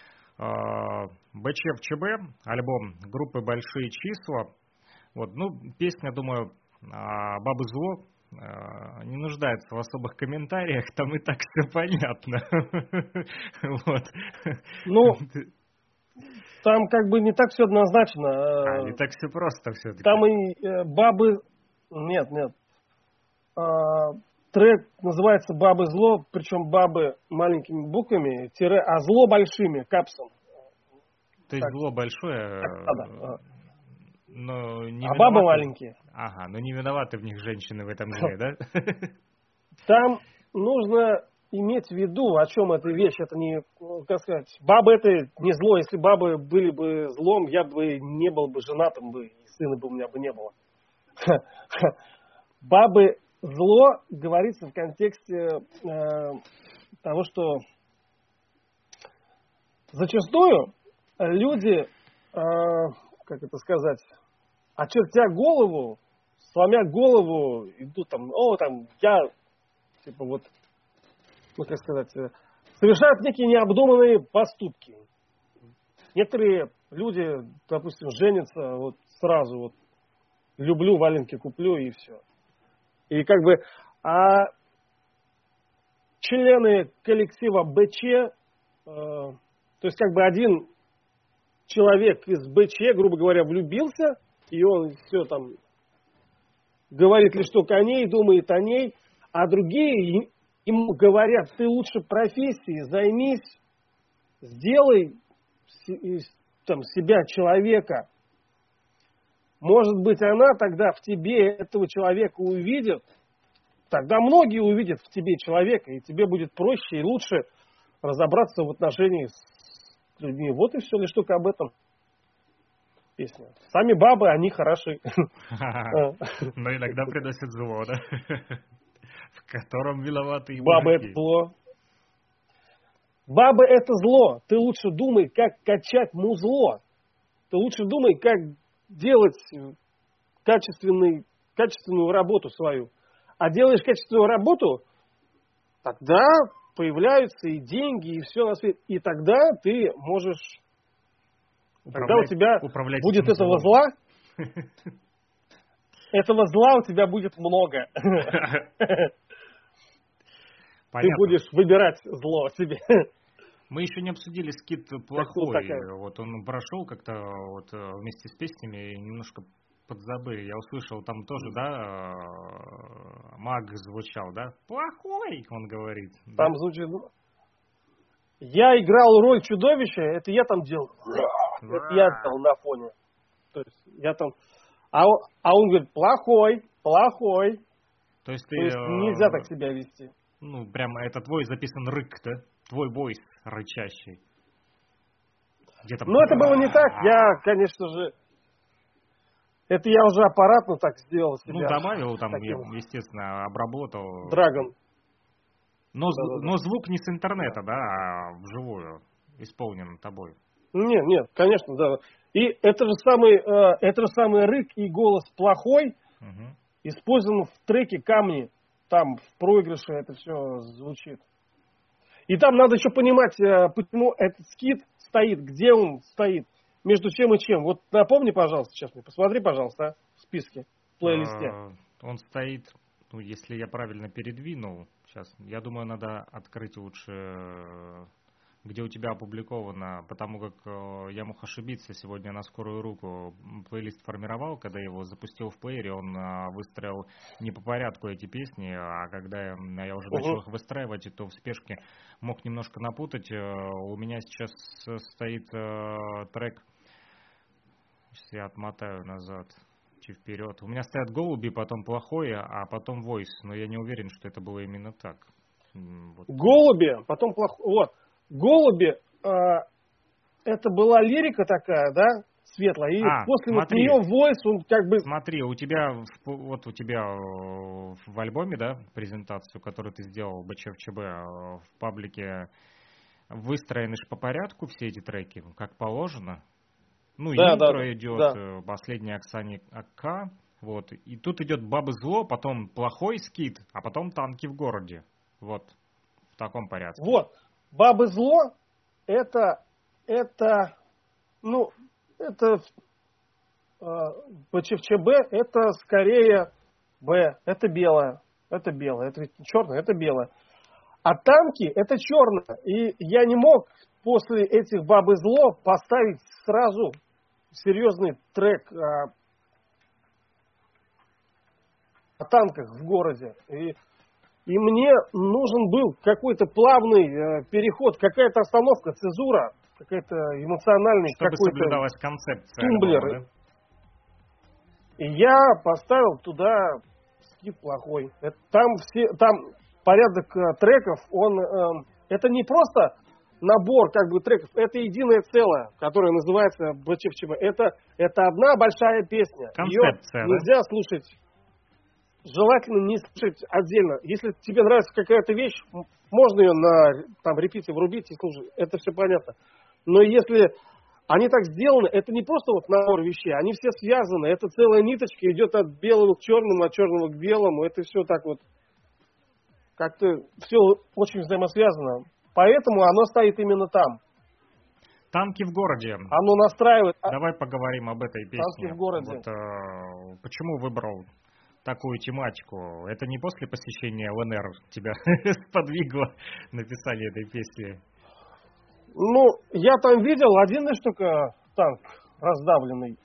БЧ в ЧБ, альбом группы «Большие числа». Вот, ну, песня, думаю, «Бабы зло» не нуждается в особых комментариях, там и так все понятно. Вот. Ну, там как бы не так все однозначно. Не так все просто все-таки. Там и бабы... Нет. Трек называется «Бабы зло», причем бабы маленькими буквами, тире, а зло большими, капсом. То есть зло большое... Но не бабы маленькие. Ага, но не виноваты в них женщины в этом деле, да? Там нужно иметь в виду, о чем эта вещь. Это не, как сказать, бабы это не зло. Если бабы были бы злом, я бы не был бы женатым, и сына бы у меня бы не было. Бабы зло говорится в контексте того, что зачастую люди, как это сказать, очертя голову, сломя голову, идут там, я, типа вот, ну, как сказать, совершают некие необдуманные поступки. Некоторые люди, допустим, женятся вот сразу, вот, люблю, валенки куплю и все. И как бы, члены коллектива БЧ, то есть как бы один человек из БЧ, грубо говоря, влюбился, и он все там говорит лишь только о ней, думает о ней, а другие ему говорят: ты лучше профессии займись, сделай там себя человека. Может быть, она тогда в тебе этого человека увидит, тогда многие увидят в тебе человека, и тебе будет проще и лучше разобраться в отношениях с людьми. Вот и все, лишь только об этом песня. Сами бабы, они хороши. Но иногда приносят зло, да? В котором виноваты и бабы — это зло. Бабы — это зло. Ты лучше думай, как качать музло. Ты лучше думай, как делать качественную работу свою. А делаешь качественную работу, тогда появляются и деньги, и все на свете. И тогда ты можешь... Когда у тебя будет этого зла, этого зла у тебя будет много. Ты будешь выбирать зло себе. Мы еще не обсудили скит плохой. Вот он прошел как-то вот вместе с песнями и немножко подзабыли. Я услышал там тоже, да, Маг звучал, да? Плохой, он говорит. Там звучит... Я играл роль чудовища, это я там делал. Это я делал на фоне. То есть я там... А он говорит: плохой. То есть нельзя так себя вести. Ну, прямо это твой записан рык, да? Твой войс рычащий. Ну, это было не так. Я, конечно же... Это я уже аппаратно так сделал себя. Ну, добавил там, естественно, обработал. Драгон. Но звук не с интернета, да, а вживую исполнен тобой. Нет, конечно, да. И это же самый рык и голос плохой использован в треке «Камни». Там в проигрыше это все звучит. И там надо еще понимать, почему этот скит стоит, где он стоит, между чем и чем. Вот напомни, пожалуйста, сейчас мне, посмотри, пожалуйста, в списке, в плейлисте. Он стоит, ну, если я правильно передвинул, сейчас, я думаю, надо открыть лучше, где у тебя опубликовано, потому как я мог ошибиться сегодня на скорую руку. Плейлист формировал, когда его запустил в плеере, он выстроил не по порядку эти песни, а когда я уже начал их выстраивать, то в спешке мог немножко напутать. У меня сейчас стоит трек, сейчас я отмотаю назад, вперед. У меня стоят голуби, потом плохое, а потом войс, но я не уверен, что это было именно так. Вот. Голуби, потом плохое. Вот. Голуби, это была лирика такая, да, светлая, и после вот нее войс, он как бы... Смотри, у тебя в альбоме, да, презентацию, которую ты сделал, БЧФЧБ, в паблике выстроены же по порядку все эти треки, как положено. Ну, да, интро идет, последняя Оксане АК, вот, и тут идет Бабы Зло, потом плохой скит, а потом Танки в городе, вот, в таком порядке. Вот. Бабы Зло, это БЧФЧБ, это скорее Б, это белое, это ведь черное, это белое. А Танки, это черное. И я не мог после этих Бабы Зло поставить сразу серьезный трек о танках в городе. И мне нужен был какой-то плавный переход, какая-то остановка, цезура, какая-то эмоциональный, чтобы какой-то соблюдалась концепция тумблер. Альбома, да? И я поставил туда скит плохой. Там порядок треков, это не просто набор как бы треков, это единое целое, которое называется БЧФЧБ. Это одна большая песня. Концепция, ее нельзя слушать. Желательно не слушать отдельно. Если тебе нравится какая-то вещь, можно ее на репите врубить и слушать. Это все понятно. Но если они так сделаны, это не просто вот набор вещей, они все связаны. Это целая ниточка идет от белого к черному, от черного к белому. Это все так вот Как-то все очень взаимосвязано. Поэтому оно стоит именно там. Танки в городе. Оно настраивает. Давай поговорим об этой песне. Танки в городе. Вот, почему выбрал такую тематику? Это не после посещения ЛНР тебя сподвигло написание этой песни? Ну, я там видел один лишь только танк раздавленный.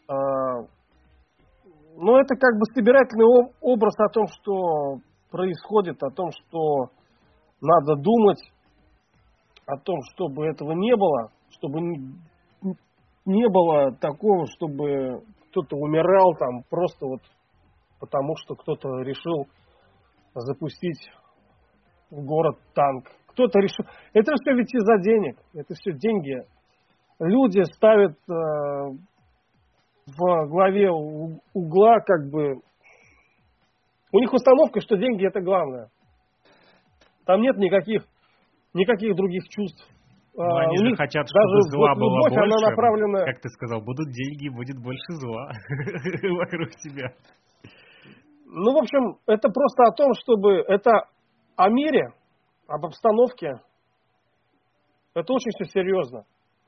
Но это как бы собирательный образ о том, что происходит, о том, что надо думать, о том, чтобы этого не было, чтобы не было такого, чтобы кто-то умирал там просто вот потому, что кто-то решил запустить в город танк. Кто-то решил... Это все ведь из-за денег. Это все деньги. Люди ставят в главе угла как бы... У них установка, что деньги это главное. Там нет никаких других чувств. Но они же хотят, чтобы зла было любовь, больше. Она направлена... Как ты сказал, будут деньги, будет больше зла вокруг тебя. Ну, в общем, это просто о том, чтобы... Это о мире, об обстановке. Это очень все серьезно.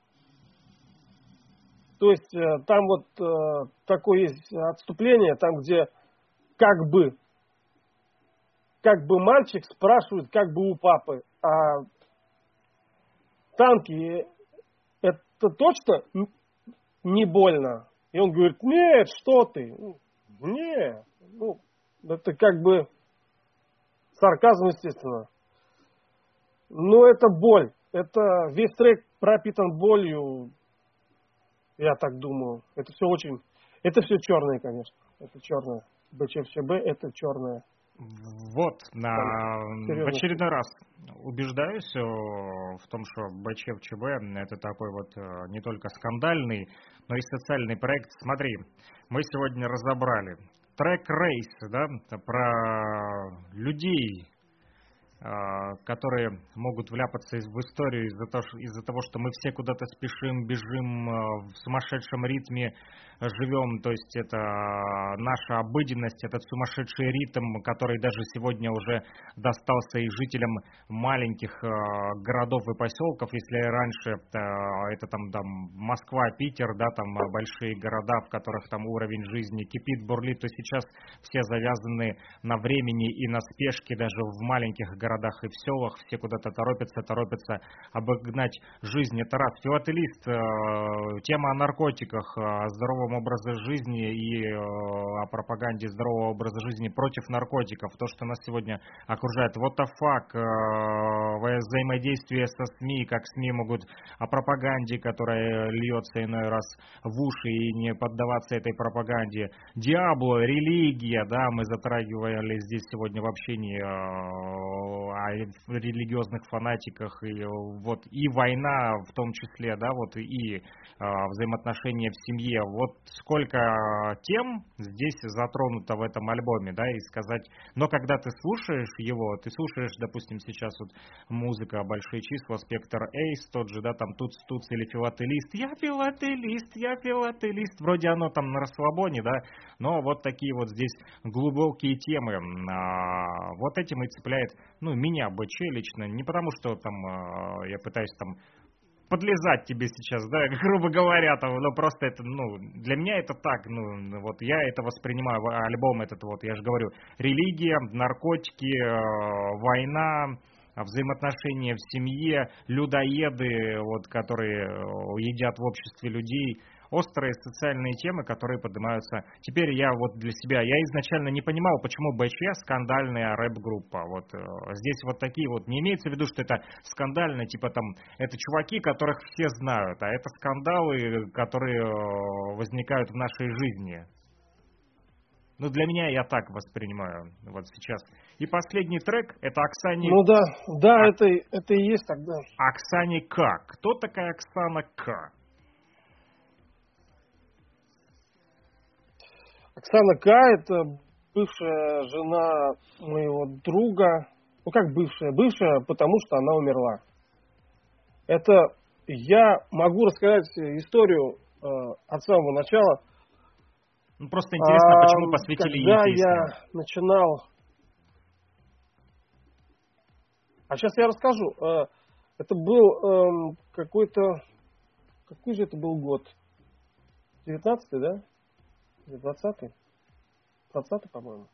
То есть там вот такое есть отступление, там где как бы мальчик спрашивает как бы у папы, а танки это точно не больно? И он говорит, нет, что ты? Нет. Ну, это как бы сарказм, естественно. Но это боль. Это весь трек пропитан болью. Я так думаю. Это все очень... Это все черное, конечно. Это черное. БЧФЧБ это черное. Вот, в очередной раз убеждаюсь в том, что БЧФЧБ это такой вот не только скандальный, но и социальный проект. Смотри, мы сегодня разобрали трек «Рейс», да, про людей, которые могут вляпаться в историю из-за того, что мы все куда-то спешим, бежим, в сумасшедшем ритме живем. То есть это наша обыденность, этот сумасшедший ритм, который даже сегодня уже достался и жителям маленьких городов и поселков. Если раньше это там Москва, Питер, да, там большие города, в которых там уровень жизни кипит, бурлит, то сейчас все завязаны на времени и на спешке, даже в маленьких городах и в селах, все куда-то торопятся обогнать жизнь. Это раз. Филателист, тема о наркотиках, о здоровом образе жизни и о пропаганде здорового образа жизни против наркотиков. То, что нас сегодня окружает. What the fuck, взаимодействие со СМИ, как СМИ могут о пропаганде, которая льется иной раз в уши, и не поддаваться этой пропаганде. Диабло, религия, да, мы затрагивали здесь сегодня в общении о религиозных фанатиках, и война в том числе, да, вот и взаимоотношения в семье. Вот сколько тем здесь затронуто в этом альбоме, да, и сказать, но когда ты слушаешь его, ты слушаешь, допустим, сейчас вот музыка «Большие числа», «Спектр Эйс», тот же, да, там «Туц или «Филателист», я филателист, вроде оно там на расслабоне, да, но вот такие вот здесь глубокие темы, вот этим и цепляет, ну, меня, БЧ лично, не потому что там я пытаюсь там подлезать тебе сейчас, да, грубо говоря, там, но просто это, ну, для меня это так, ну, вот я это воспринимаю, альбом этот, вот, я же говорю, религия, наркотики, война, взаимоотношения в семье, людоеды, вот, которые едят в обществе людей, острые социальные темы, которые поднимаются. Теперь я вот для себя, я изначально не понимал, почему БЧ скандальная рэп-группа. Вот здесь вот такие вот, не имеется в виду, что это скандально, типа там, это чуваки, которых все знают, а это скандалы, которые возникают в нашей жизни. Ну, для меня я так воспринимаю вот сейчас. И последний трек, это Оксане... Ну да, это и есть тогда. Оксане К. Кто такая Оксана К? Оксана К. это бывшая жена моего друга. Ну как бывшая? Бывшая, потому что она умерла. Это я могу рассказать историю от самого начала. Ну, просто интересно, почему посвятили ей песню. Когда я начинал А сейчас я расскажу. Это был какой-то... Какой же это был год? 19-й, да? Или 20-й? 20-й, по-моему.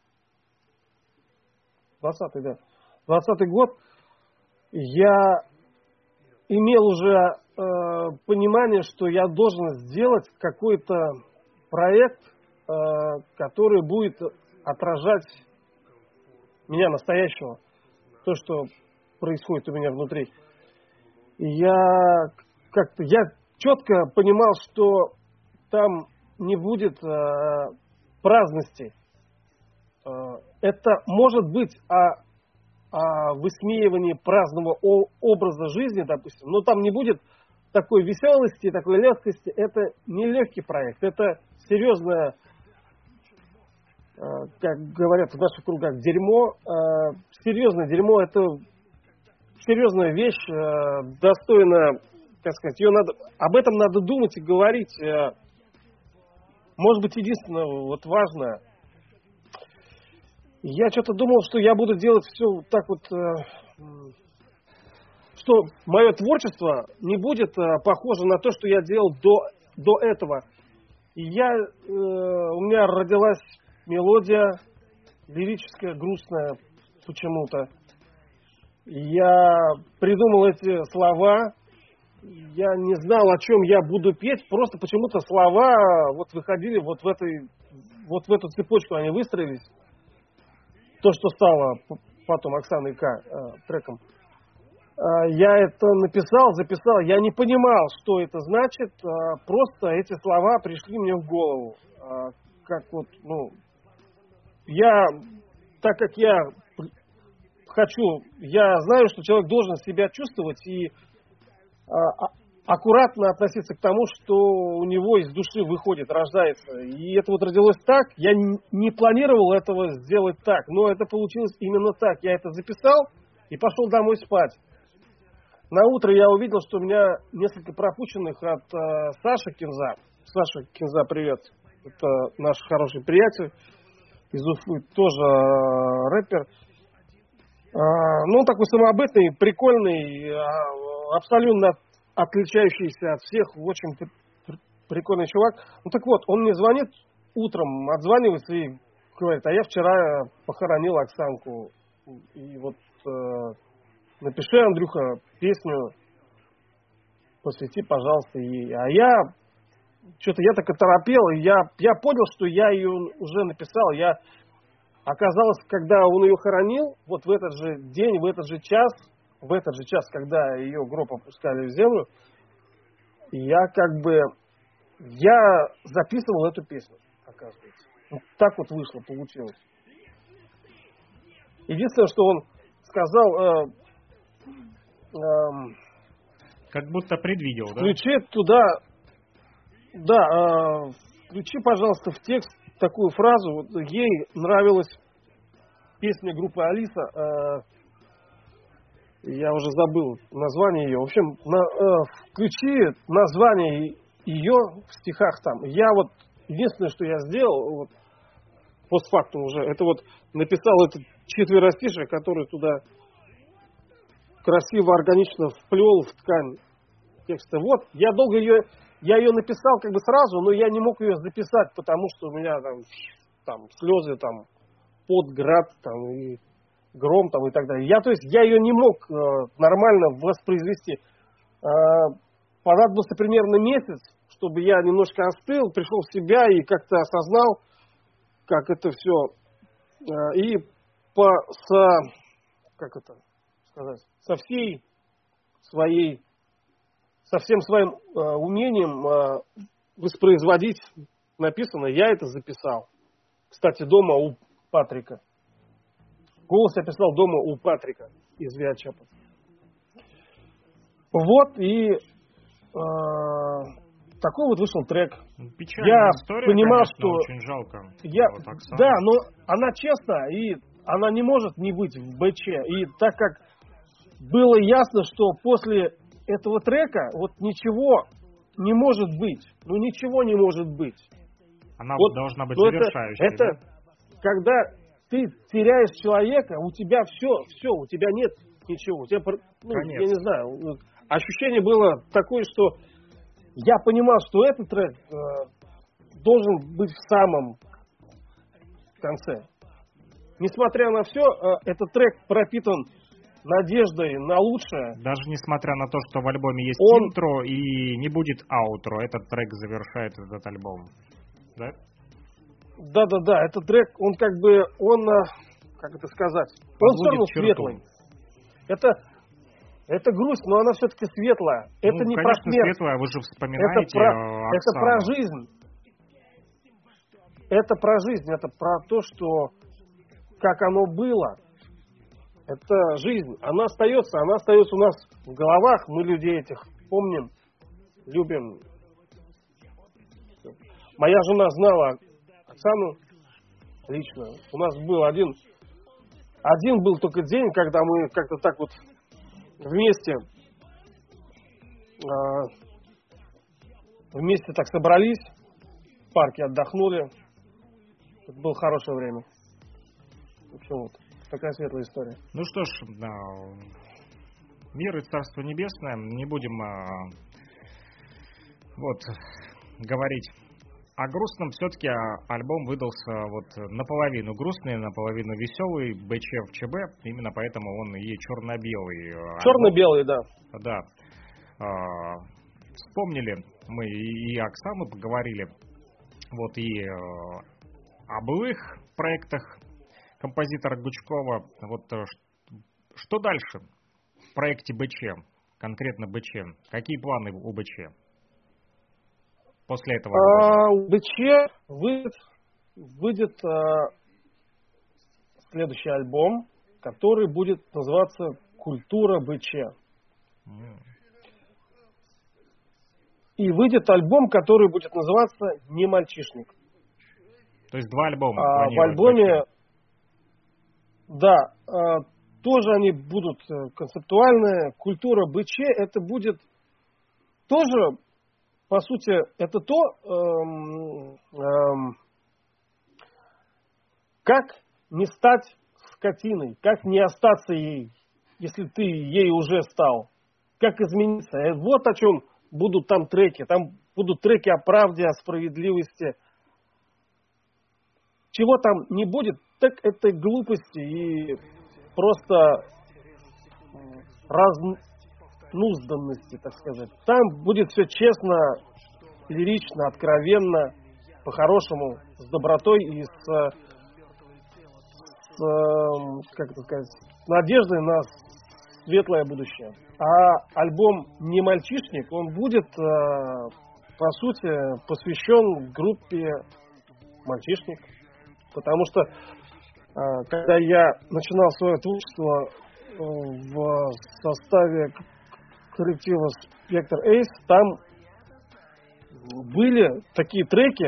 20-й, да. 20-й год. Я имел уже понимание, что я должен сделать какой-то проект, который будет отражать меня настоящего. То, что происходит у меня внутри. И я четко понимал, что там не будет праздности. Это может быть о высмеивании праздного образа жизни, допустим, но там не будет такой веселости, такой легкости. Это не легкий проект, это серьезное, как говорят в наших кругах, дерьмо. Серьезное дерьмо, это серьезная вещь, достойна, так сказать, об этом надо думать и говорить. Может быть, единственное, вот важное, я что-то думал, что я буду делать все так вот, что мое творчество не будет похоже на то, что я делал до этого. И у меня родилась мелодия лирическая, грустная почему-то. Я придумал эти слова, я не знал, о чем я буду петь, просто почему-то слова вот выходили вот в эту цепочку, они выстроились. То, что стало потом Оксаной К. треком. Я это написал, записал, я не понимал, что это значит, просто эти слова пришли мне в голову. Как вот, так как я знаю, что человек должен себя чувствовать и аккуратно относиться к тому, что у него из души выходит, рождается. И это вот родилось так. Я не планировал этого сделать так, но это получилось именно так. Я это записал и пошел домой спать. На утро я увидел, что у меня несколько пропущенных от Саши Кинза. Саша Кинза, привет. Это наш хороший приятель из Уфы, тоже рэпер. Он такой самобытный, прикольный, абсолютно отличающийся от всех, очень прикольный чувак. Так вот, он мне звонит утром, отзванивается и говорит, а я вчера похоронил Оксанку. И вот напиши, Андрюха, песню, посвяти, пожалуйста, ей. А я так оторопел, и я понял, что я ее уже написал. Оказалось, когда он ее хоронил, вот в этот же день, в этот же час, когда ее гроб опускали в землю, я записывал эту песню, оказывается. Вот так вот вышло, получилось. Единственное, что он сказал, как будто предвидел, да? Включи туда, включи, пожалуйста, в текст такую фразу. Вот ей нравилась песня группы Алиса. Я уже забыл название ее. В общем, включи название ее в стихах там. Я вот единственное, что я сделал, вот, постфактум уже, это вот написал это четверостишие, которое туда красиво, органично вплел в ткань текста. Вот, я ее написал как бы сразу, но я не мог ее записать, потому что у меня там слезы, там пот, град, там и гром там и так далее. Я ее не мог нормально воспроизвести. Понадобился примерно месяц, чтобы я немножко остыл, пришел в себя и как-то осознал, как это все. И со всем своим умением воспроизводить написанное, я это записал. Кстати, дома у Патрика. Голос я писал дома у Патрика из Виачапа. Вот, и такой вот вышел трек. Печальная история, понимал, конечно, что очень жалко. Да, но она честна, и она не может не быть в БЧ. И так как было ясно, что после этого трека вот ничего не может быть. Ну, ничего не может быть. Она вот должна быть завершающей. Это когда ты теряешь человека, у тебя все, у тебя нет ничего. У тебя, я не знаю, ощущение было такое, что я понимал, что этот трек должен быть в самом конце. Несмотря на все, этот трек пропитан надеждой на лучшее. Даже несмотря на то, что в альбоме есть интро и не будет аутро, этот трек завершает этот альбом. Да? Да, этот трек, он как бы, как это сказать, он все равно светлый. Это грусть, но она все-таки светлая. Это не про смерть. Светлая, вы же вспоминаете это про жизнь. Это про жизнь, это про то, что как оно было. Это жизнь. Она остается у нас в головах. Мы людей этих помним, любим. Моя жена знала Оксану лично. У нас был один был только день, когда мы как-то так вот вместе так собрались, в парке отдохнули. Это было хорошее время. В общем, вот такая светлая история. Ну что ж, мир и Царство Небесное. Не будем говорить о грустном. Все-таки альбом выдался наполовину грустный, наполовину веселый. БЧ в ЧБ. Именно поэтому он и черно-белый. Черно-белый, да. Да. Вспомнили мы и Оксану, поговорили и о былых проектах композитора Гучкова. Что дальше в проекте БЧ, конкретно БЧ? Какие планы у БЧ после этого? У БЧ выйдет следующий альбом, который будет называться «Культура БЧ». И выйдет альбом, который будет называться «Не мальчишник». То есть 2 альбома. В альбоме, да, тоже они будут концептуальные. Культура БЧ, это будет тоже, по сути, это то, как не стать скотиной, как не остаться ей, если ты ей уже стал, как измениться. Вот о чем будут там треки. Там будут треки о правде, о справедливости. Чего там не будет, так это глупости и просто разнузданности, так сказать. Там будет все честно, лирично, откровенно, по-хорошему, с добротой и с надеждой на светлое будущее. А альбом «Не мальчишник», он будет, по сути, посвящен группе «Мальчишник». Потому что, когда я начинал свое творчество в составе коллектива «Спектр Эйс», там были такие треки,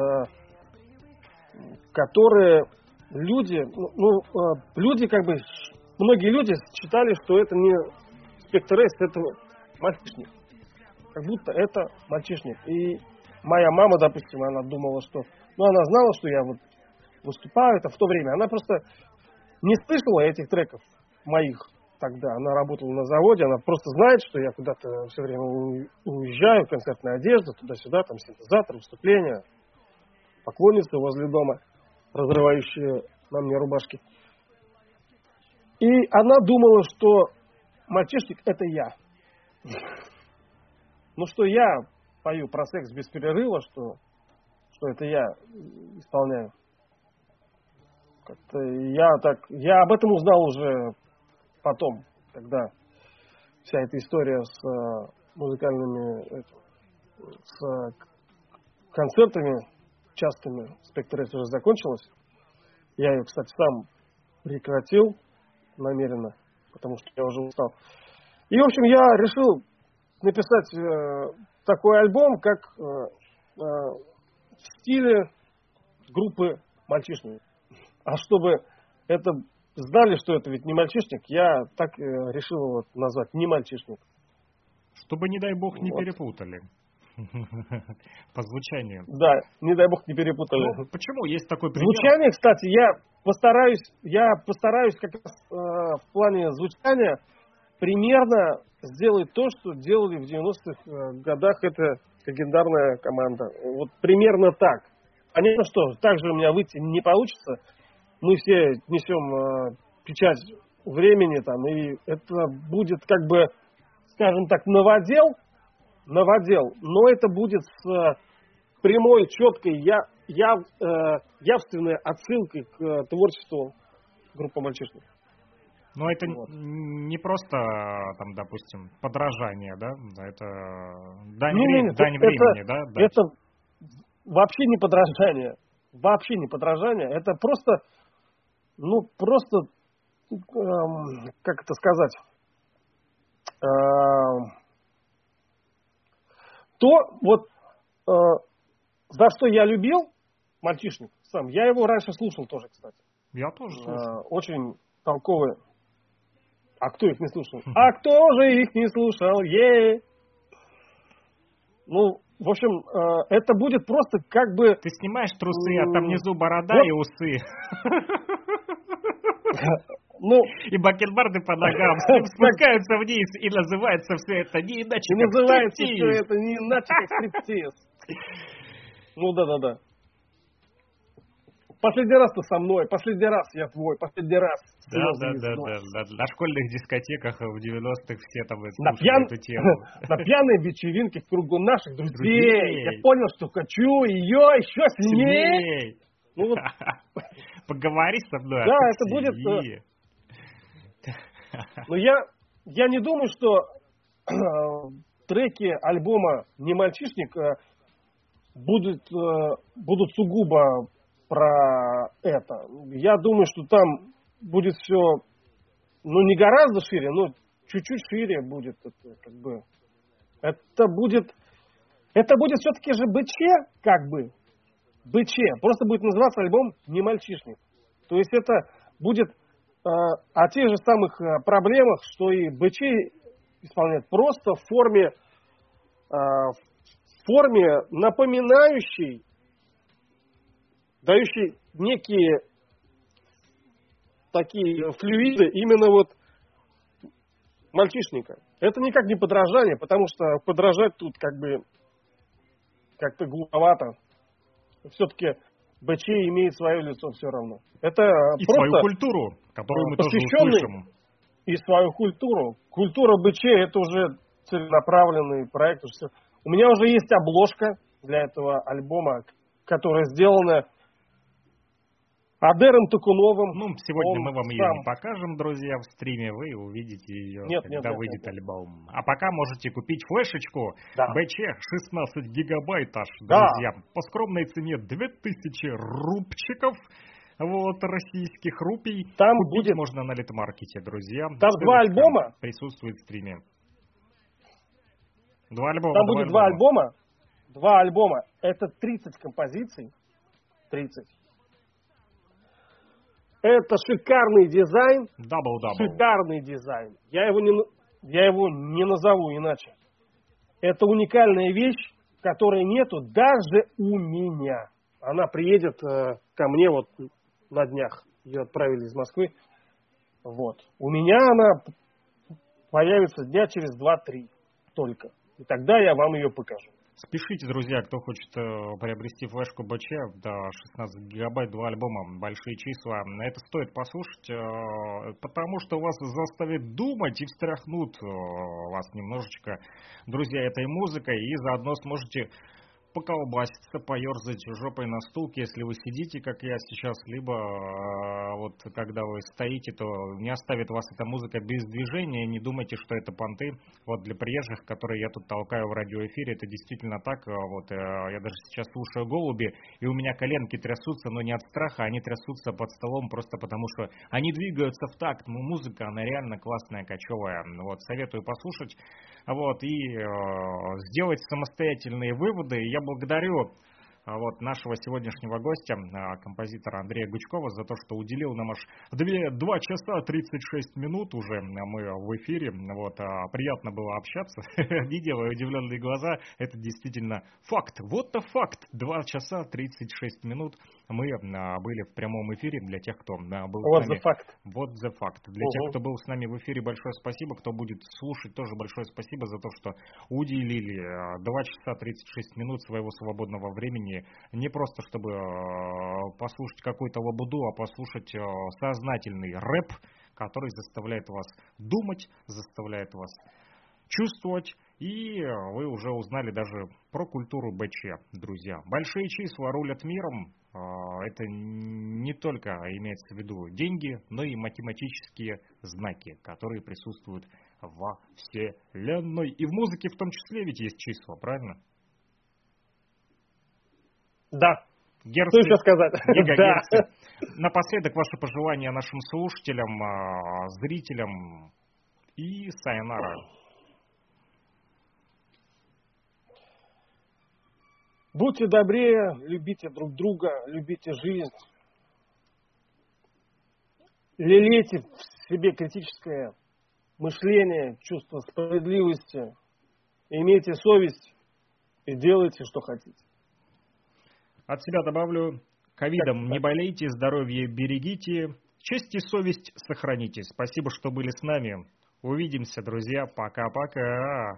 которые люди многие люди считали, что это не «Спектр Эйс», это мальчишник. Как будто это мальчишник. И моя мама, допустим, она думала, что... она знала, что я выступаю, это в то время. Она просто не слышала этих треков моих тогда. Она работала на заводе, она просто знает, что я куда-то все время уезжаю, концертная одежда, туда-сюда, там синтезатор, выступления, поклонницы возле дома, разрывающие на мне рубашки. И она думала, что мальчишник — это я. Что я пою про секс без перерыва, что это я исполняю. Как-то я об этом узнал уже потом, когда вся эта история с музыкальными, с концертами частыми «Спектр Эйс» уже закончилась. Я ее, кстати, сам прекратил намеренно, потому что я уже устал. И, в общем, я решил написать такой альбом, как в стиле группы «Мальчишник». А чтобы это знали, что это ведь не мальчишник, я так решил его назвать «Не мальчишник». Чтобы, не дай бог, не перепутали. По звучанию. Да, не дай бог не перепутали. Почему? Есть такой пример. Звучание, кстати, я постараюсь как раз в плане звучания примерно сделает то, что делали в 90-х годах эта легендарная команда. Вот примерно так. Понятно, что так же у меня выйти не получится. Мы все несем печать времени там, и это будет как бы, скажем так, новодел, но это будет с прямой, четкой, явственной отсылкой к творчеству группы «Мальчишник». Но это вот не просто, там, допустим, подражание, да? Это дань времени, да? Это вообще не подражание. Вообще не подражание. Это просто, как это сказать, за что я любил «Мальчишник» сам. Я его раньше слушал тоже, кстати. Я тоже слушал. Очень толковый. А кто их не слушал? А кто же их не слушал? Ну, в общем, это будет просто как бы... Ты снимаешь трусы, а там внизу борода и усы. И бакенбарды по ногам спускаются вниз, и называется все это не иначе, как называется все это не иначе, как стриптиз. Ну да. Последний раз ты со мной, последний раз я твой, последний раз. Да. На школьных дискотеках в 90-х все там слушали эту тему. На пьяной вечеринке в кругу наших друзей. Я понял, что хочу ее еще сильнее. Поговори со мной. Да, это будет... Но я не думаю, что треки альбома «Не мальчишник» будут сугубо про это. Я думаю, что там будет все, не гораздо шире, но чуть-чуть шире будет. Это будет все-таки же БЧ, как бы. БЧ. Просто будет называться альбом «Не мальчишник». То есть это будет о тех же самых проблемах, что и БЧ исполняет, просто в форме напоминающей, дающей некие такие флюиды именно вот мальчишника. Это никак не подражание, потому что подражать тут как-то глуповато. Все-таки БЧ имеет свое лицо все равно. Это и просто свою культуру, которую мы тоже услышим. И свою культуру. Культура БЧ — это уже целенаправленный проект. У меня уже есть обложка для этого альбома, которая сделана Адером Токуновым. Сегодня мы вам ее не покажем, друзья, в стриме. Вы увидите ее, когда выйдет альбом. А пока можете купить флешечку БЧ 16 гигабайт аж, друзья. По скромной цене 2000 рубчиков. Российских рупий. Там купить будет... можно на Литмаркете, друзья. Там два альбома. Присутствует в стриме. Два альбома. Там будет два альбома. Два альбома. Это 30 композиций. 30. Это шикарный дизайн. Шикарный дизайн. Я его не назову иначе. Это уникальная вещь, которой нету даже у меня. Она приедет ко мне на днях. Ее отправили из Москвы. У меня она появится дня через 2-3 только. И тогда я вам ее покажу. Спешите, друзья, кто хочет приобрести флешку БЧ, 16 гигабайт, 2 альбома, большие числа. Это стоит послушать, потому что вас заставит думать и встряхнут вас немножечко, друзья, этой музыкой. И заодно сможете поколбаситься, поерзать жопой на стулке, если вы сидите, как я сейчас, либо когда вы стоите, то не оставит вас эта музыка без движения. Не думайте, что это понты. Для приезжих, которые я тут толкаю в радиоэфире, это действительно так. Я даже сейчас слушаю «Голуби», и у меня коленки трясутся, но не от страха, они трясутся под столом просто потому, что они двигаются в такт. Музыка, она реально классная, кочевая. Советую послушать и сделать самостоятельные выводы. Я благодарю нашего сегодняшнего гостя, композитора Андрея Гучкова, за то, что уделил нам аж 2 часа 36 минут уже мы в эфире. Приятно было общаться. Видел удивленные глаза. Это действительно факт. Факт. 2 часа 36 минут мы были в прямом эфире. Для тех, кто был What с нами... the fact. Вот the fact. Для тех, кто был с нами в эфире, большое спасибо. Кто будет слушать, тоже большое спасибо за то, что уделили 2 часа 36 минут своего свободного времени. Не просто, чтобы послушать какую-то лабуду, а послушать сознательный рэп, который заставляет вас думать, заставляет вас чувствовать. И вы уже узнали даже про культуру БЧ, друзья. Большие числа рулят миром. Это не только имеется в виду деньги, но и математические знаки, которые присутствуют во Вселенной. И в музыке в том числе ведь есть числа, правильно? Да. Герцы, что еще сказать? гигагерцы. Да. Напоследок ваши пожелания нашим слушателям, зрителям и сайонара. Будьте добрее, любите друг друга, любите жизнь. Лелейте в себе критическое мышление, чувство справедливости. Имейте совесть и делайте, что хотите. От себя добавлю, ковидом не болейте, здоровье берегите, честь и совесть сохраните. Спасибо, что были с нами. Увидимся, друзья. Пока-пока.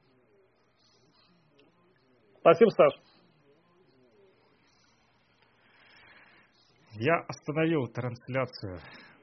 Спасибо, Саш. Я остановил трансляцию.